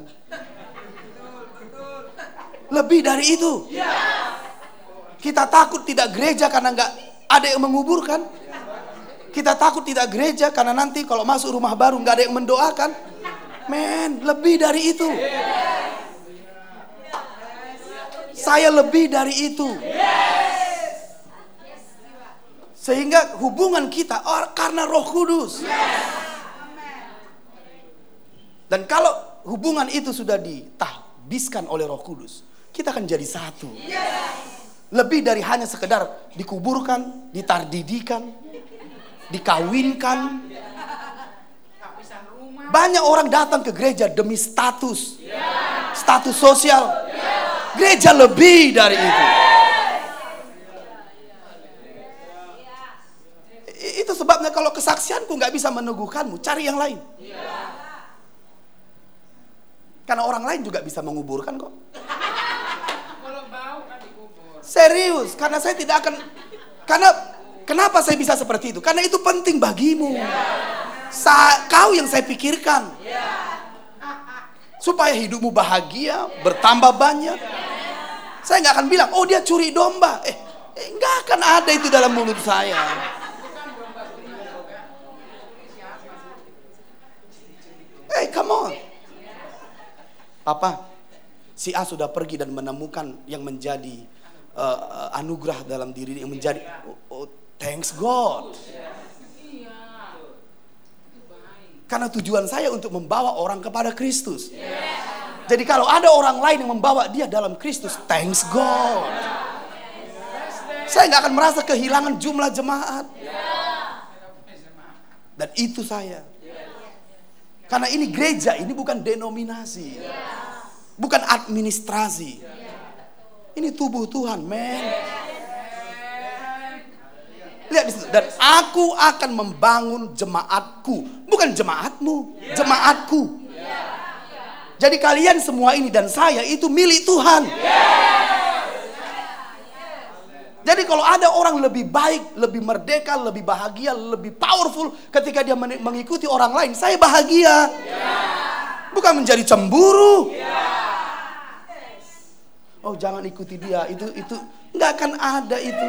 S1: Lebih dari itu. Kita takut tidak gereja karena nggak ada yang menguburkan. Kita takut tidak gereja karena nanti kalau masuk rumah baru nggak ada yang mendoakan. Men, lebih dari itu. Saya lebih dari itu. Sehingga hubungan kita oh, karena Roh Kudus. Dan kalau hubungan itu sudah ditahbiskan oleh Roh Kudus, kita akan jadi satu. Lebih dari hanya sekedar dikuburkan, ditardidikan, dikawinkan. Banyak orang datang ke gereja demi status. Status sosial. Gereja lebih dari itu. Itu sebabnya kalau kesaksianku nggak bisa meneguhkanmu, cari yang lain. Karena orang lain juga bisa menguburkan kok. Serius, karena saya tidak akan. Karena kenapa saya bisa seperti itu? Karena itu penting bagimu. Sa, kau yang saya pikirkan. Supaya hidupmu bahagia, bertambah banyak. Saya nggak akan bilang, oh dia curi domba. Eh, eh nggak akan ada itu dalam mulut saya. Hey, come on. Papa, si A sudah pergi dan menemukan yang menjadi uh, uh, anugerah dalam diri, yang menjadi oh, oh, thanks God. Karena tujuan saya untuk membawa orang kepada Kristus. Jadi kalau ada orang lain yang membawa dia dalam Kristus, thanks God. Saya nggak akan merasa kehilangan jumlah jemaat. Dan itu saya. Karena ini gereja, ini bukan denominasi. Bukan administrasi. Ini tubuh Tuhan, men. Lihat di situ. Dan aku akan membangun jemaatku. Bukan jemaatmu, jemaatku. Jadi kalian semua ini dan saya itu milik Tuhan. Jadi kalau ada orang lebih baik, lebih merdeka, lebih bahagia, lebih powerful ketika dia mengikuti orang lain, saya bahagia. Bukan menjadi cemburu. Oh jangan ikuti dia, itu itu nggak akan ada itu.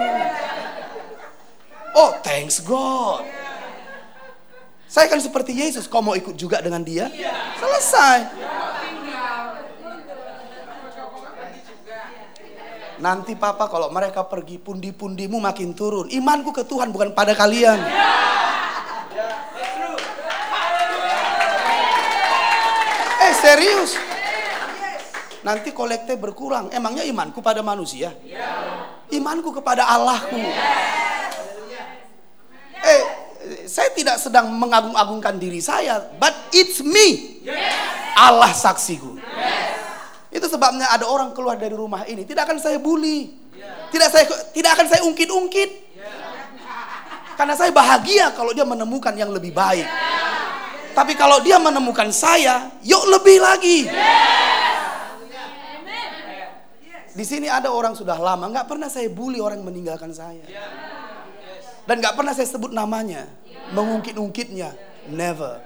S1: Oh thanks God. Saya kan seperti Yesus, kau mau ikut juga dengan dia? Selesai. Nanti papa kalau mereka pergi, pundi-pundimu makin turun. Imanku ke Tuhan bukan pada kalian. Eh serius. Nanti kolekte berkurang. Emangnya imanku pada manusia? Imanku kepada Allahku. Eh saya tidak sedang mengagung-agungkan diri saya, but it's me. Allah saksiku. Itu sebabnya ada orang keluar dari rumah ini, tidak akan saya bully. Tidak saya tidak akan saya ungkit-ungkit. Karena saya bahagia kalau dia menemukan yang lebih baik. Tapi kalau dia menemukan saya, yuk lebih lagi. Di sini ada orang sudah lama, nggak pernah saya bully orang yang meninggalkan saya. Dan nggak pernah saya sebut namanya, mengungkit-ungkitnya, never.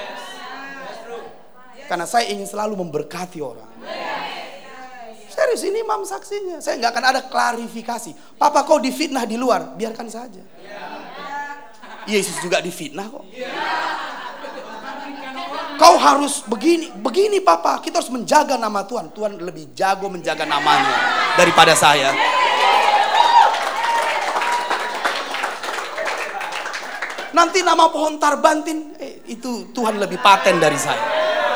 S1: Karena saya ingin selalu memberkati orang. Serius, ini imam saksinya. Saya nggak akan ada klarifikasi. Papa kau difitnah di luar, biarkan saja. Yesus juga difitnah kok. Kau harus begini, begini papa. Kita harus menjaga nama Tuhan. Tuhan lebih jago menjaga namanya daripada saya. Nanti nama pohon tarbantin, eh, itu Tuhan lebih paten dari saya.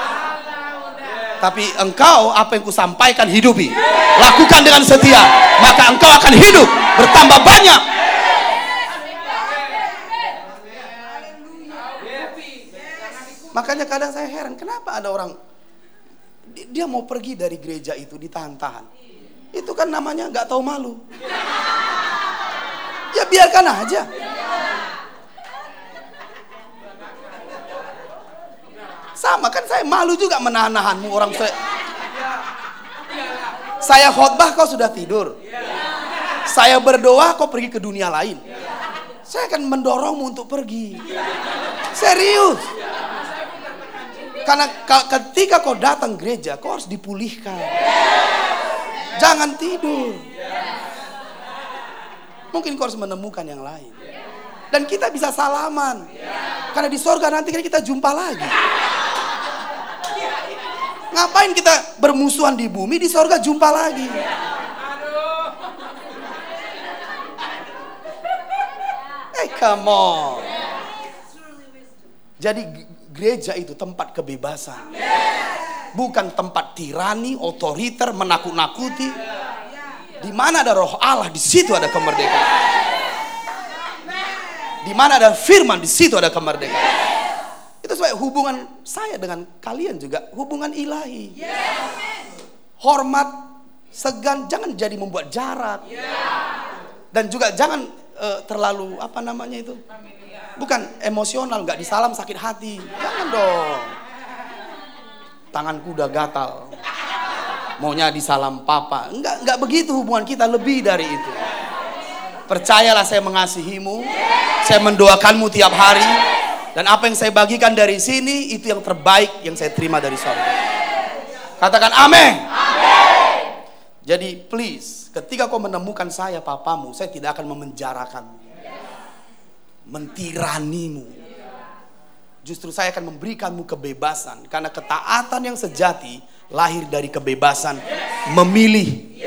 S1: Tapi engkau apa yang kusampaikan hidupi, lakukan dengan setia, maka engkau akan hidup bertambah banyak. Makanya kadang saya heran, kenapa ada orang dia mau pergi dari gereja itu ditahan-tahan. Itu kan namanya nggak tahu malu. Ya biarkan aja. Sama kan saya malu juga menahan-nahanmu orang saya. Saya khotbah kau sudah tidur. Saya berdoa kau pergi ke dunia lain. Saya akan mendorongmu untuk pergi. Serius. Karena ketika kau datang gereja, kau harus dipulihkan. Jangan tidur. Mungkin kau harus menemukan yang lain. Dan kita bisa salaman. Karena di sorga nanti kita jumpa lagi. Ngapain kita bermusuhan di bumi, di sorga jumpa lagi. Eh, come on. Jadi gereja itu tempat kebebasan. Bukan tempat tirani, otoriter, menakut-nakuti. Di mana ada roh Allah, di situ ada kemerdekaan. Di mana ada firman, di situ ada kemerdekaan. Itu That's why hubungan saya dengan kalian juga hubungan ilahi. Hormat, segan, jangan jadi membuat jarak. Dan juga jangan uh, terlalu apa namanya itu? Bukan emosional, nggak disalam sakit hati. Jangan dong. Tanganku udah gatal. Maunya disalam papa. Enggak, enggak begitu hubungan kita, lebih dari itu. Percayalah saya mengasihimu. Saya mendoakanmu tiap hari. Dan apa yang saya bagikan dari sini, itu yang terbaik yang saya terima dari sorga. Katakan amin. Jadi please, ketika kau menemukan saya papamu, saya tidak akan memenjarakanmu, mentiranimu. Justru saya akan memberikanmu kebebasan. Karena ketaatan yang sejati lahir dari kebebasan memilih.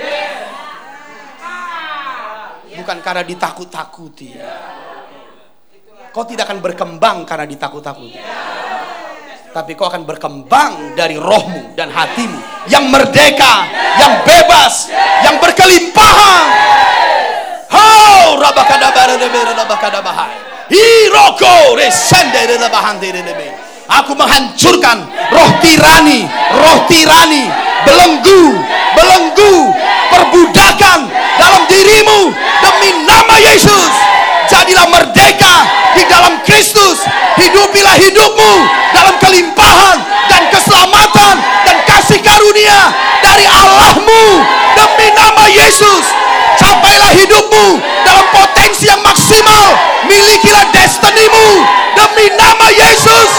S1: Bukan karena ditakut-takuti. Kau tidak akan berkembang karena ditakut-takuti. Tapi kau akan berkembang dari rohmu dan hatimu yang merdeka, yang bebas, yang berkelimpahan. Oh, rabakadabara debere rabakadabahai. Hiroko resende rabahande debe. Aku menghancurkan roh tirani, roh tirani, belenggu, belenggu, perbudakan dalam dirimu demi nama Yesus. Jadilah merdeka di dalam Kristus. Hidupilah hidupmu dalam kelimpahan dan keselamatan dan kasih karunia dari Allahmu demi nama Yesus. Capailah hidupmu dalam potensi yang maksimal. Milikilah destinimu demi nama Yesus.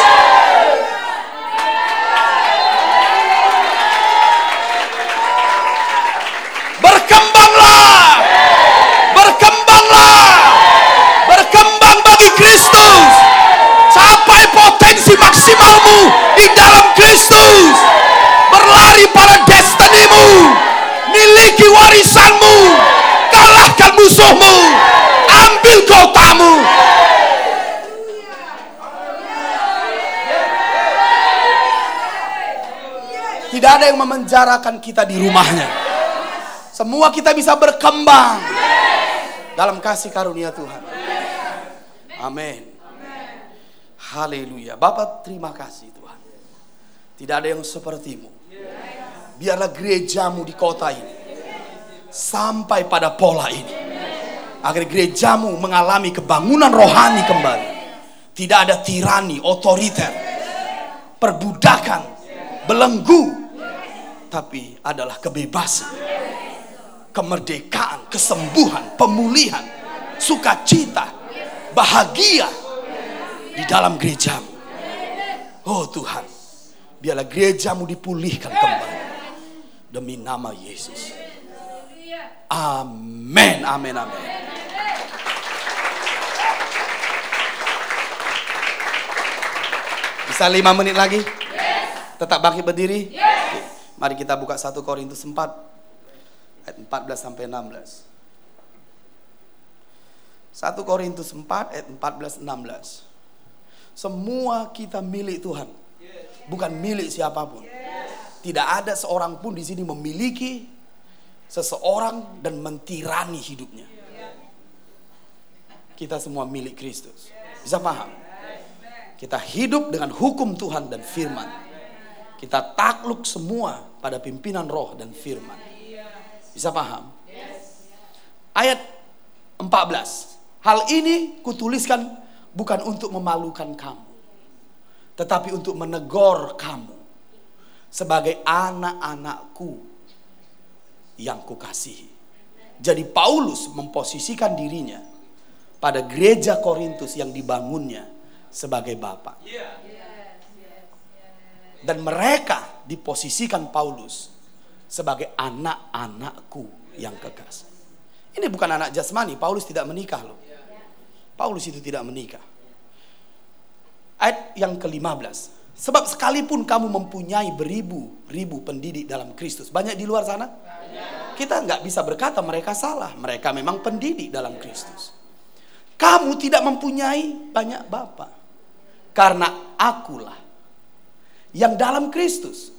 S1: Berkembanglah, berkembanglah, berkembang bagi Kristus. Capai potensi maksimalmu di dalam Kristus. Berlari pada destinimu. Miliki warisanmu. Kalahkan musuhmu. Ambil kotamu. Tidak ada yang memenjarakan kita di rumahnya. Semua kita bisa berkembang dalam kasih karunia Tuhan. Amin. Haleluya. Bapa, terima kasih Tuhan. Tidak ada yang sepertimu. Biarlah gerejamu di kota ini sampai pada pola ini, agar gerejamu mengalami kebangunan rohani kembali. Tidak ada tirani, otoriter, perbudakan, belenggu, tapi adalah kebebasan, kemerdekaan, kesembuhan, pemulihan, sukacita, bahagia di dalam gerejamu. Oh Tuhan, biarlah gerejamu dipulihkan kembali demi nama Yesus. Amin, amin, amin. Bisa lima menit lagi? Tetap bangkit berdiri? Mari kita buka satu Korintus empat ayat empat belas sampai enam belas. satu Korintus empat ayat empat belas enam belas. Semua kita milik Tuhan, bukan milik siapapun. Tidak ada seorang pun di sini memiliki seseorang dan mentirani hidupnya. Kita semua milik Kristus. Bisa paham? Kita hidup dengan hukum Tuhan dan firman. Kita takluk semua pada pimpinan roh dan firman. Bisa paham? Ayat empat belas. Hal ini kutuliskan bukan untuk memalukan kamu, tetapi untuk menegur kamu sebagai anak-anakku yang kukasihi. Jadi Paulus memposisikan dirinya pada gereja Korintus yang dibangunnya sebagai bapa. Dan mereka diposisikan Paulus sebagai anak-anakku yang kekasih. Ini bukan anak jasmani. Paulus tidak menikah loh. Paulus itu tidak menikah. Ayat yang kelima belas. Sebab sekalipun kamu mempunyai beribu-ribu pendidik dalam Kristus. Banyak di luar sana? Kita nggak bisa berkata mereka salah. Mereka memang pendidik dalam Kristus. Kamu tidak mempunyai banyak bapa. Karena akulah yang dalam Kristus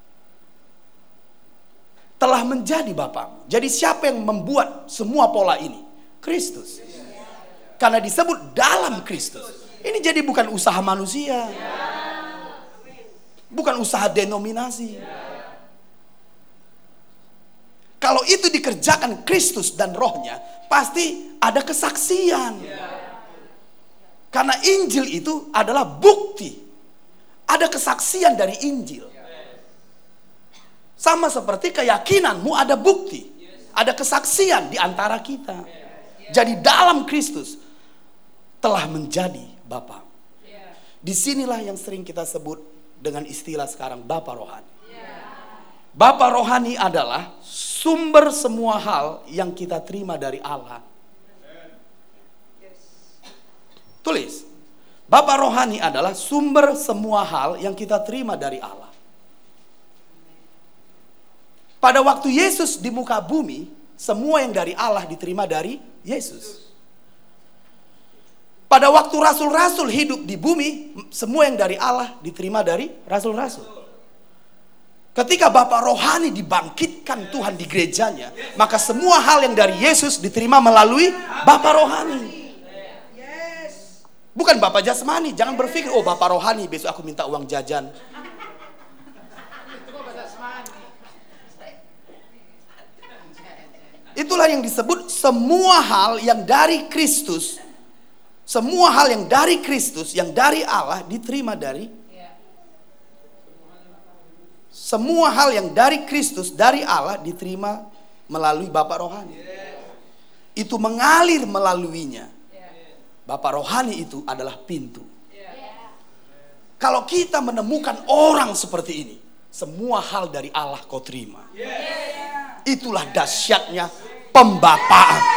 S1: telah menjadi bapamu. Jadi siapa yang membuat semua pola ini? Kristus. Karena disebut dalam Kristus. Ini jadi bukan usaha manusia. Bukan usaha denominasi. Kalau itu dikerjakan Kristus dan rohnya, pasti ada kesaksian. Karena Injil itu adalah bukti. Ada kesaksian dari Injil. Sama seperti keyakinanmu ada bukti. Ada kesaksian di antara kita. Jadi dalam Kristus telah menjadi Bapa. Disinilah yang sering kita sebut dengan istilah sekarang Bapa rohani. Bapa rohani adalah sumber semua hal yang kita terima dari Allah. Tulis, Bapa rohani adalah sumber semua hal yang kita terima dari Allah. Pada waktu Yesus di muka bumi, semua yang dari Allah diterima dari Yesus. Pada waktu rasul-rasul hidup di bumi, semua yang dari Allah diterima dari rasul-rasul. Ketika Bapa rohani dibangkitkan Tuhan di gerejanya, maka semua hal yang dari Yesus diterima melalui Bapa rohani. Bukan Bapa jasmani. Jangan berpikir, oh Bapa rohani besok aku minta uang jajan. Itulah yang disebut semua hal yang dari Kristus. Semua hal yang dari Kristus, yang dari Allah diterima dari. Semua hal yang dari Kristus, dari Allah diterima melalui Bapa rohani. Itu mengalir melaluinya. Bapa rohani itu adalah pintu. Kalau kita menemukan orang seperti ini, semua hal dari Allah kau terima. Itulah dahsyatnya pembapaan.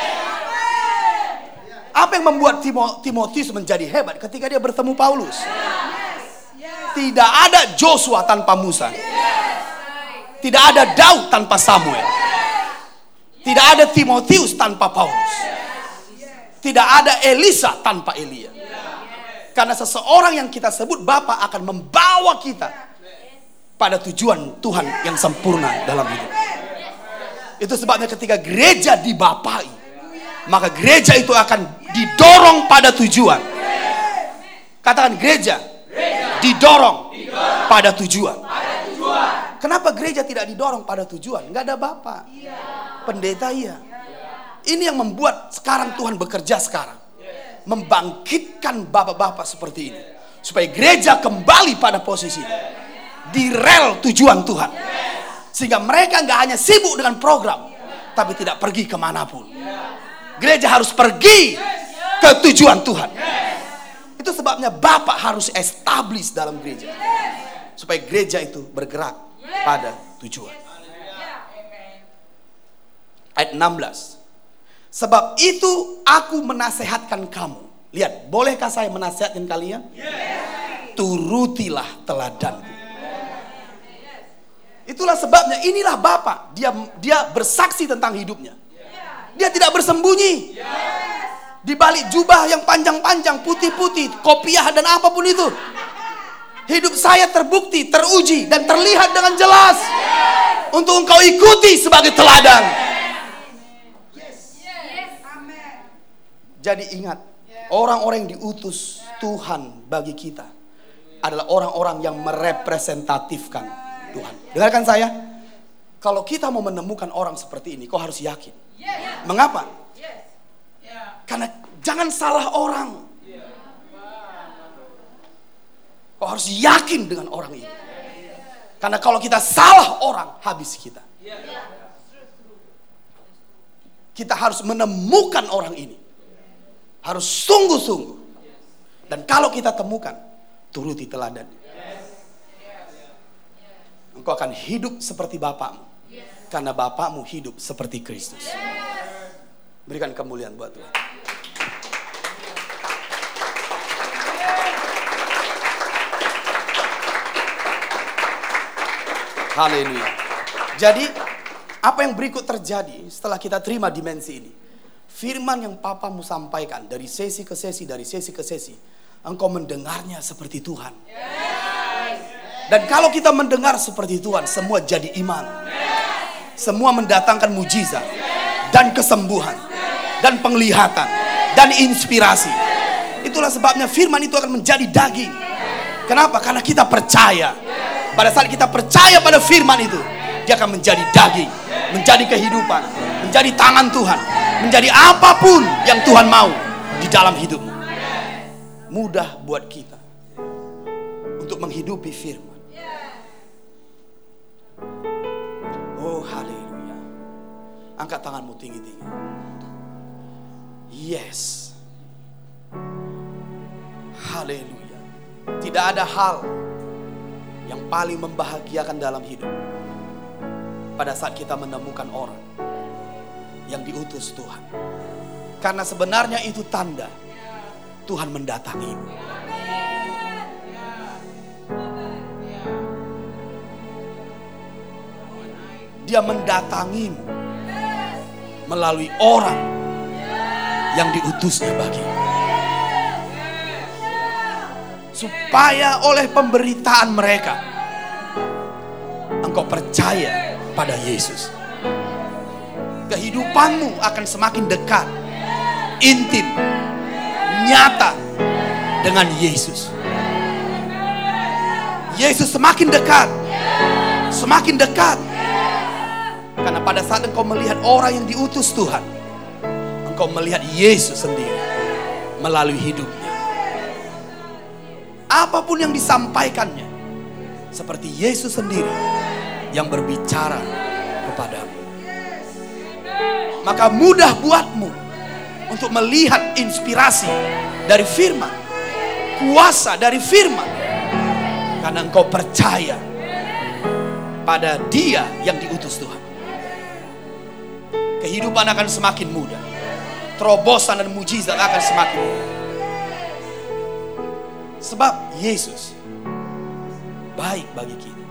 S1: Apa yang membuat Timotius menjadi hebat ketika dia bertemu Paulus? Tidak ada Joshua tanpa Musa. Tidak ada Daud tanpa Samuel. Tidak ada Timotius tanpa Paulus. Tidak ada Elisa tanpa Elia. Karena seseorang yang kita sebut Bapa akan membawa kita pada tujuan Tuhan yang sempurna dalam hidup. Itu sebabnya ketika gereja dibapai, maka gereja itu akan didorong pada tujuan. Katakan gereja, didorong, pada tujuan. Kenapa gereja tidak didorong pada tujuan? Nggak ada Bapa, pendeta iya. Ini yang membuat sekarang Tuhan bekerja sekarang, membangkitkan bapak-bapak seperti ini, supaya gereja kembali pada posisi di rel tujuan Tuhan, sehingga mereka nggak hanya sibuk dengan program, tapi tidak pergi kemanapun. Gereja harus pergi ke tujuan Tuhan. Itu sebabnya Bapak harus establish dalam gereja, supaya gereja itu bergerak pada tujuan. Ayat enam belas. Sebab itu aku menasehatkan kamu. Lihat, bolehkah saya menasihatkan kalian? Turutilah teladanku. Itulah sebabnya inilah Bapa. Dia dia bersaksi tentang hidupnya. Dia tidak bersembunyi. Di balik jubah yang panjang-panjang, putih-putih, kopiah dan apapun itu, hidup saya terbukti, teruji dan terlihat dengan jelas untuk engkau ikuti sebagai teladan. Jadi ingat, orang-orang yang diutus Tuhan bagi kita adalah orang-orang yang merepresentatifkan Tuhan. Dengarkan saya, kalau kita mau menemukan orang seperti ini, kau harus yakin. Mengapa? Karena jangan salah orang. Kau harus yakin dengan orang ini. Karena kalau kita salah orang, habis kita. Kita harus menemukan orang ini. Harus sungguh-sungguh. Dan kalau kita temukan, turuti teladan. Engkau akan hidup seperti Bapakmu. Karena Bapakmu hidup seperti Kristus. Berikan kemuliaan buat Tuhan. Haleluya. Jadi, apa yang berikut terjadi setelah kita terima dimensi ini? Firman yang papamu sampaikan dari sesi ke sesi, dari sesi ke sesi, engkau mendengarnya seperti Tuhan. Dan kalau kita mendengar seperti Tuhan, semua jadi iman. Semua mendatangkan mujizat dan kesembuhan dan penglihatan dan inspirasi. Itulah sebabnya firman itu akan menjadi daging. Kenapa? Karena kita percaya. Pada saat kita percaya pada firman itu, dia akan menjadi daging, menjadi kehidupan, menjadi tangan Tuhan, menjadi apapun yang Tuhan mau di dalam hidupmu. Mudah buat kita untuk menghidupi firman. Oh haleluya. Angkat tanganmu tinggi-tinggi. Yes. Haleluya. Tidak ada hal yang paling membahagiakan dalam hidup pada saat kita menemukan orang yang diutus Tuhan. Karena sebenarnya itu tanda Tuhan mendatangimu. Dia mendatangimu melalui orang yang diutusnya bagimu. Supaya oleh pemberitaan mereka engkau percaya pada Yesus. Kehidupanmu akan semakin dekat, intim, nyata dengan Yesus. Yesus semakin dekat, semakin dekat. Karena pada saat engkau melihat orang yang diutus Tuhan, engkau melihat Yesus sendiri melalui hidupnya. Apapun yang disampaikannya, seperti Yesus sendiri yang berbicara kepadamu. Maka mudah buatmu untuk melihat inspirasi dari firman, kuasa dari firman, karena engkau percaya pada Dia yang diutus Tuhan. Kehidupan akan semakin mudah, terobosan dan mujizat akan semakin mudah. Sebab Yesus baik bagi kita.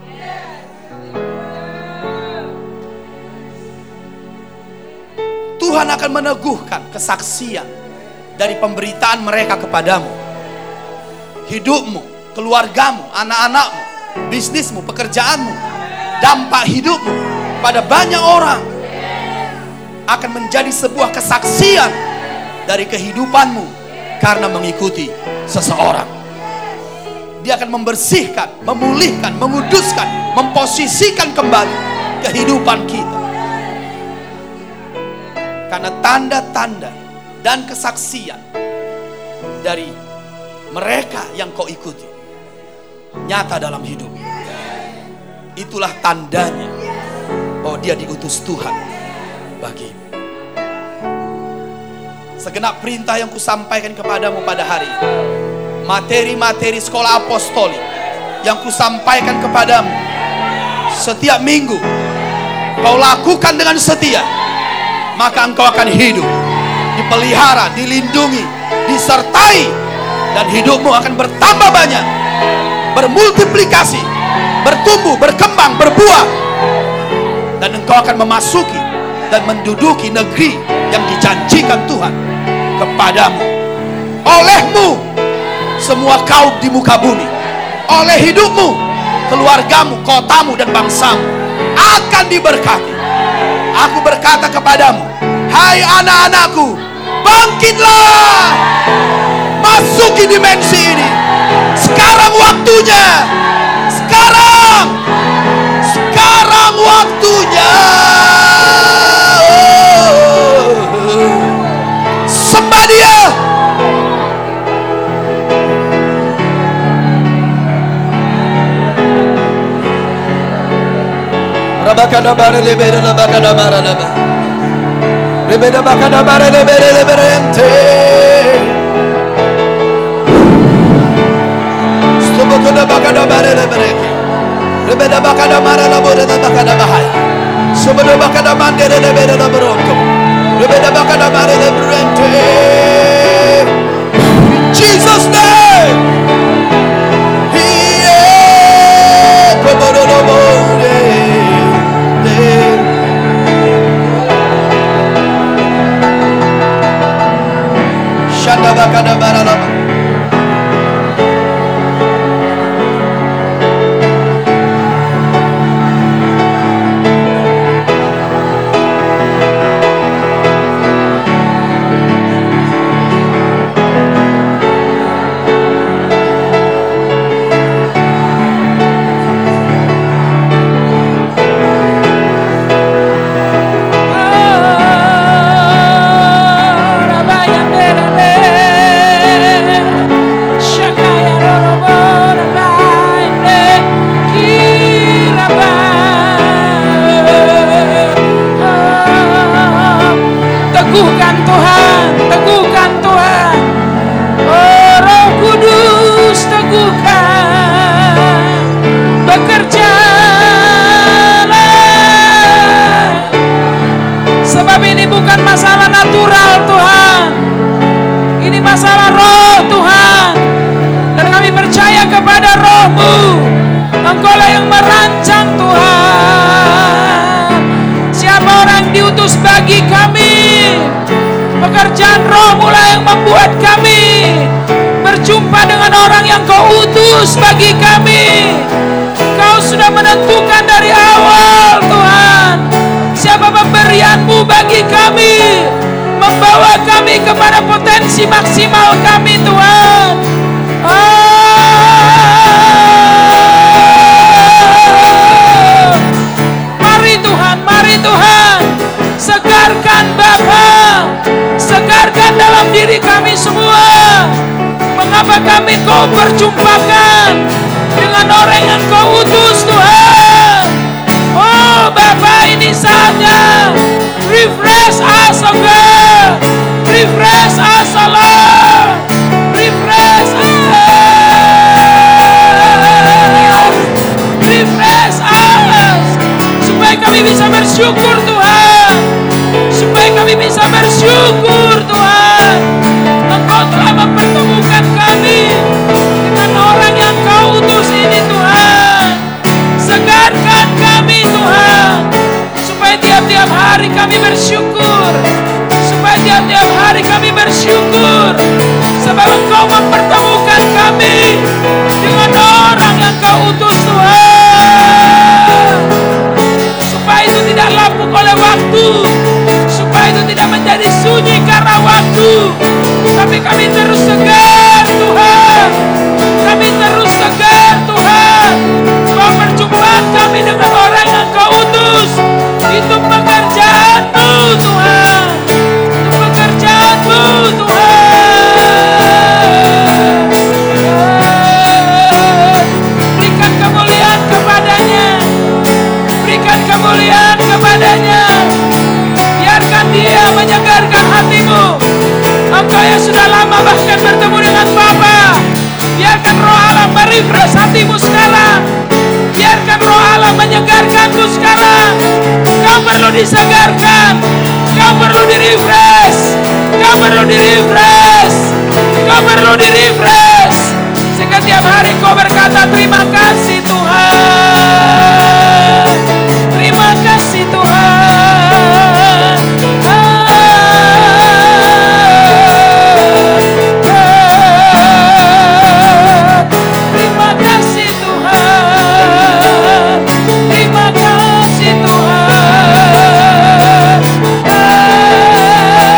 S1: Tuhan akan meneguhkan kesaksian dari pemberitaan mereka kepadamu. Hidupmu, keluargamu, anak-anakmu, bisnismu, pekerjaanmu, dampak hidupmu pada banyak orang akan menjadi sebuah kesaksian dari kehidupanmu karena mengikuti seseorang. Dia akan membersihkan, memulihkan, menguduskan, memposisikan kembali kehidupan kita. Karena tanda-tanda dan kesaksian dari mereka yang kau ikuti nyata dalam hidup. Itulah tandanya bahwa dia diutus Tuhan bagimu. Segenap perintah yang kusampaikan kepadamu pada hari ini, materi-materi sekolah apostolik yang kusampaikan kepadamu setiap minggu, kau lakukan dengan setia, maka engkau akan hidup, dipelihara, dilindungi, disertai, dan hidupmu akan bertambah banyak, bermultiplikasi, bertumbuh, berkembang, berbuah, dan engkau akan memasuki dan menduduki negeri yang dijanjikan Tuhan kepadamu. Olehmu semua kaum di muka bumi, oleh hidupmu, keluargamu, kotamu, dan bangsamu akan diberkati. Aku berkata kepadamu, hai anak-anakku, bangkitlah, masuki dimensi ini. Sekarang waktunya, sekarang, sekarang waktunya. Oh, sembah Dia. Rabakada bare lebere rabakada bare lebe. Lebere bakada bare lebere leberente. Stobokoda bakada bare lebere. Lebere bakada bare labore bakada bahaya. Sobodo bakada mandere lebere laboronto. Lebere bakada bare leberente. In Jesus name. Yeah. Kobodo labore. Shanda bakada baralaba.
S2: teguhkan Tuhan, teguhkan Tuhan. Oh Roh Kudus, teguhkan, bekerjalah. Sebab ini bukan masalah natural Tuhan, ini masalah roh Tuhan. Dan kami percaya kepada Roh-Mu, Engkaulah yang merancang Tuhan. Siapa orang diutus bagi kami, pekerjaan Roh-Mu lah yang membuat kami berjumpa dengan orang yang Kau utus bagi kami. Kau sudah menentukan dari awal Tuhan siapa pemberian-Mu bagi kami, membawa kami kepada potensi maksimal kami Tuhan. Oh, mari Tuhan, mari Tuhan, segarkan Bapa, segarkan dalam diri kami semua. Mengapa kami Kau perjumpakan dengan orang yang Kau utus Tuhan? Oh Bapa, ini saatnya. Refresh us, oh God. Refresh us, oh Lord. Refresh us. Refresh us. Supaya kami bisa bersyukur Tuhan. Supaya kami bisa bersyukur Tuhan. Engkau telah mempertemukan kami dengan orang yang Kau utus ini Tuhan. Segarkan kami Tuhan, supaya tiap-tiap hari kami bersyukur, supaya tiap-tiap hari kami bersyukur, sebab Engkau mempertemukan kami dengan orang yang Kau utus Tuhan. Supaya itu tidak lapuk oleh waktu, supaya itu tidak menjadi sunyi karena waktu, tapi kami terus segar Tuhan, kami terus segar Tuhan. Kau perjumpaan kami dengan orang yang Kau utus. Itu pekerjaan-Mu Tuhan, itu pekerjaan-Mu Tuhan. Berikan kemuliaan kepadanya, berikan kemuliaan kepadanya. Biarkan Dia menyegarkan hatimu. Engkau yang sudah lama bahkan bertemu dengan Bapa, biarkan Roh Allah merefresh hatimu sekarang. Biarkan Roh Allah menyegarkanmu sekarang. Kau perlu disegarkan, kau perlu di-refresh, kau perlu di-refresh, kau perlu di-refresh. Sehingga tiap hari kau berkata terima kasih Tuhan, terima kasih Tuhan. Terima kasih Tuhan, terima kasih Tuhan.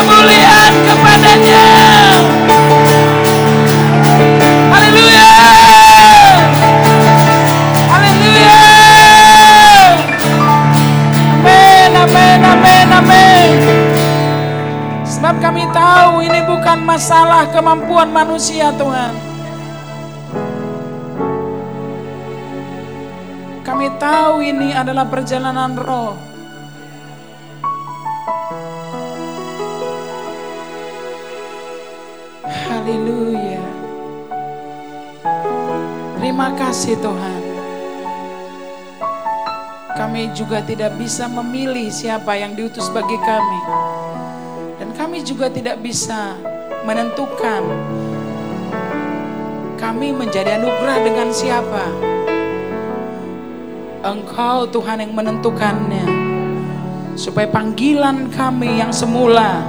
S2: kemuliaan kepadanya. Haleluya. Haleluya. Amin, amin, amin, amin. Sebab kami tahu ini bukan masalah kemampuan manusia, Tuhan. Kami tahu ini adalah perjalanan roh. Haleluya. Terima kasih Tuhan. Kami juga tidak bisa memilih siapa yang diutus bagi kami. Dan kami juga tidak bisa menentukan kami menjadi anugerah dengan siapa. Engkau Tuhan yang menentukannya, supaya panggilan kami yang semula,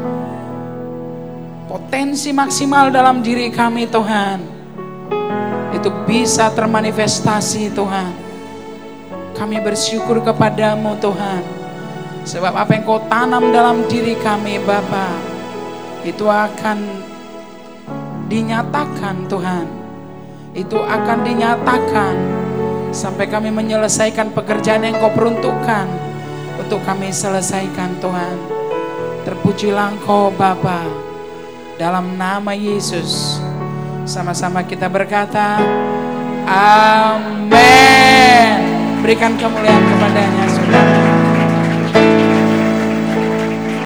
S2: potensi maksimal dalam diri kami Tuhan, itu bisa termanifestasi Tuhan. Kami bersyukur kepadamu Tuhan, sebab apa yang kau tanam dalam diri kami Bapa, itu akan dinyatakan Tuhan. Itu akan dinyatakan sampai kami menyelesaikan pekerjaan yang kau peruntukkan untuk kami selesaikan Tuhan. Terpujilah Engkau Bapa. Dalam nama Yesus sama-sama kita berkata amin. Berikan kemuliaan kepadanya saudara.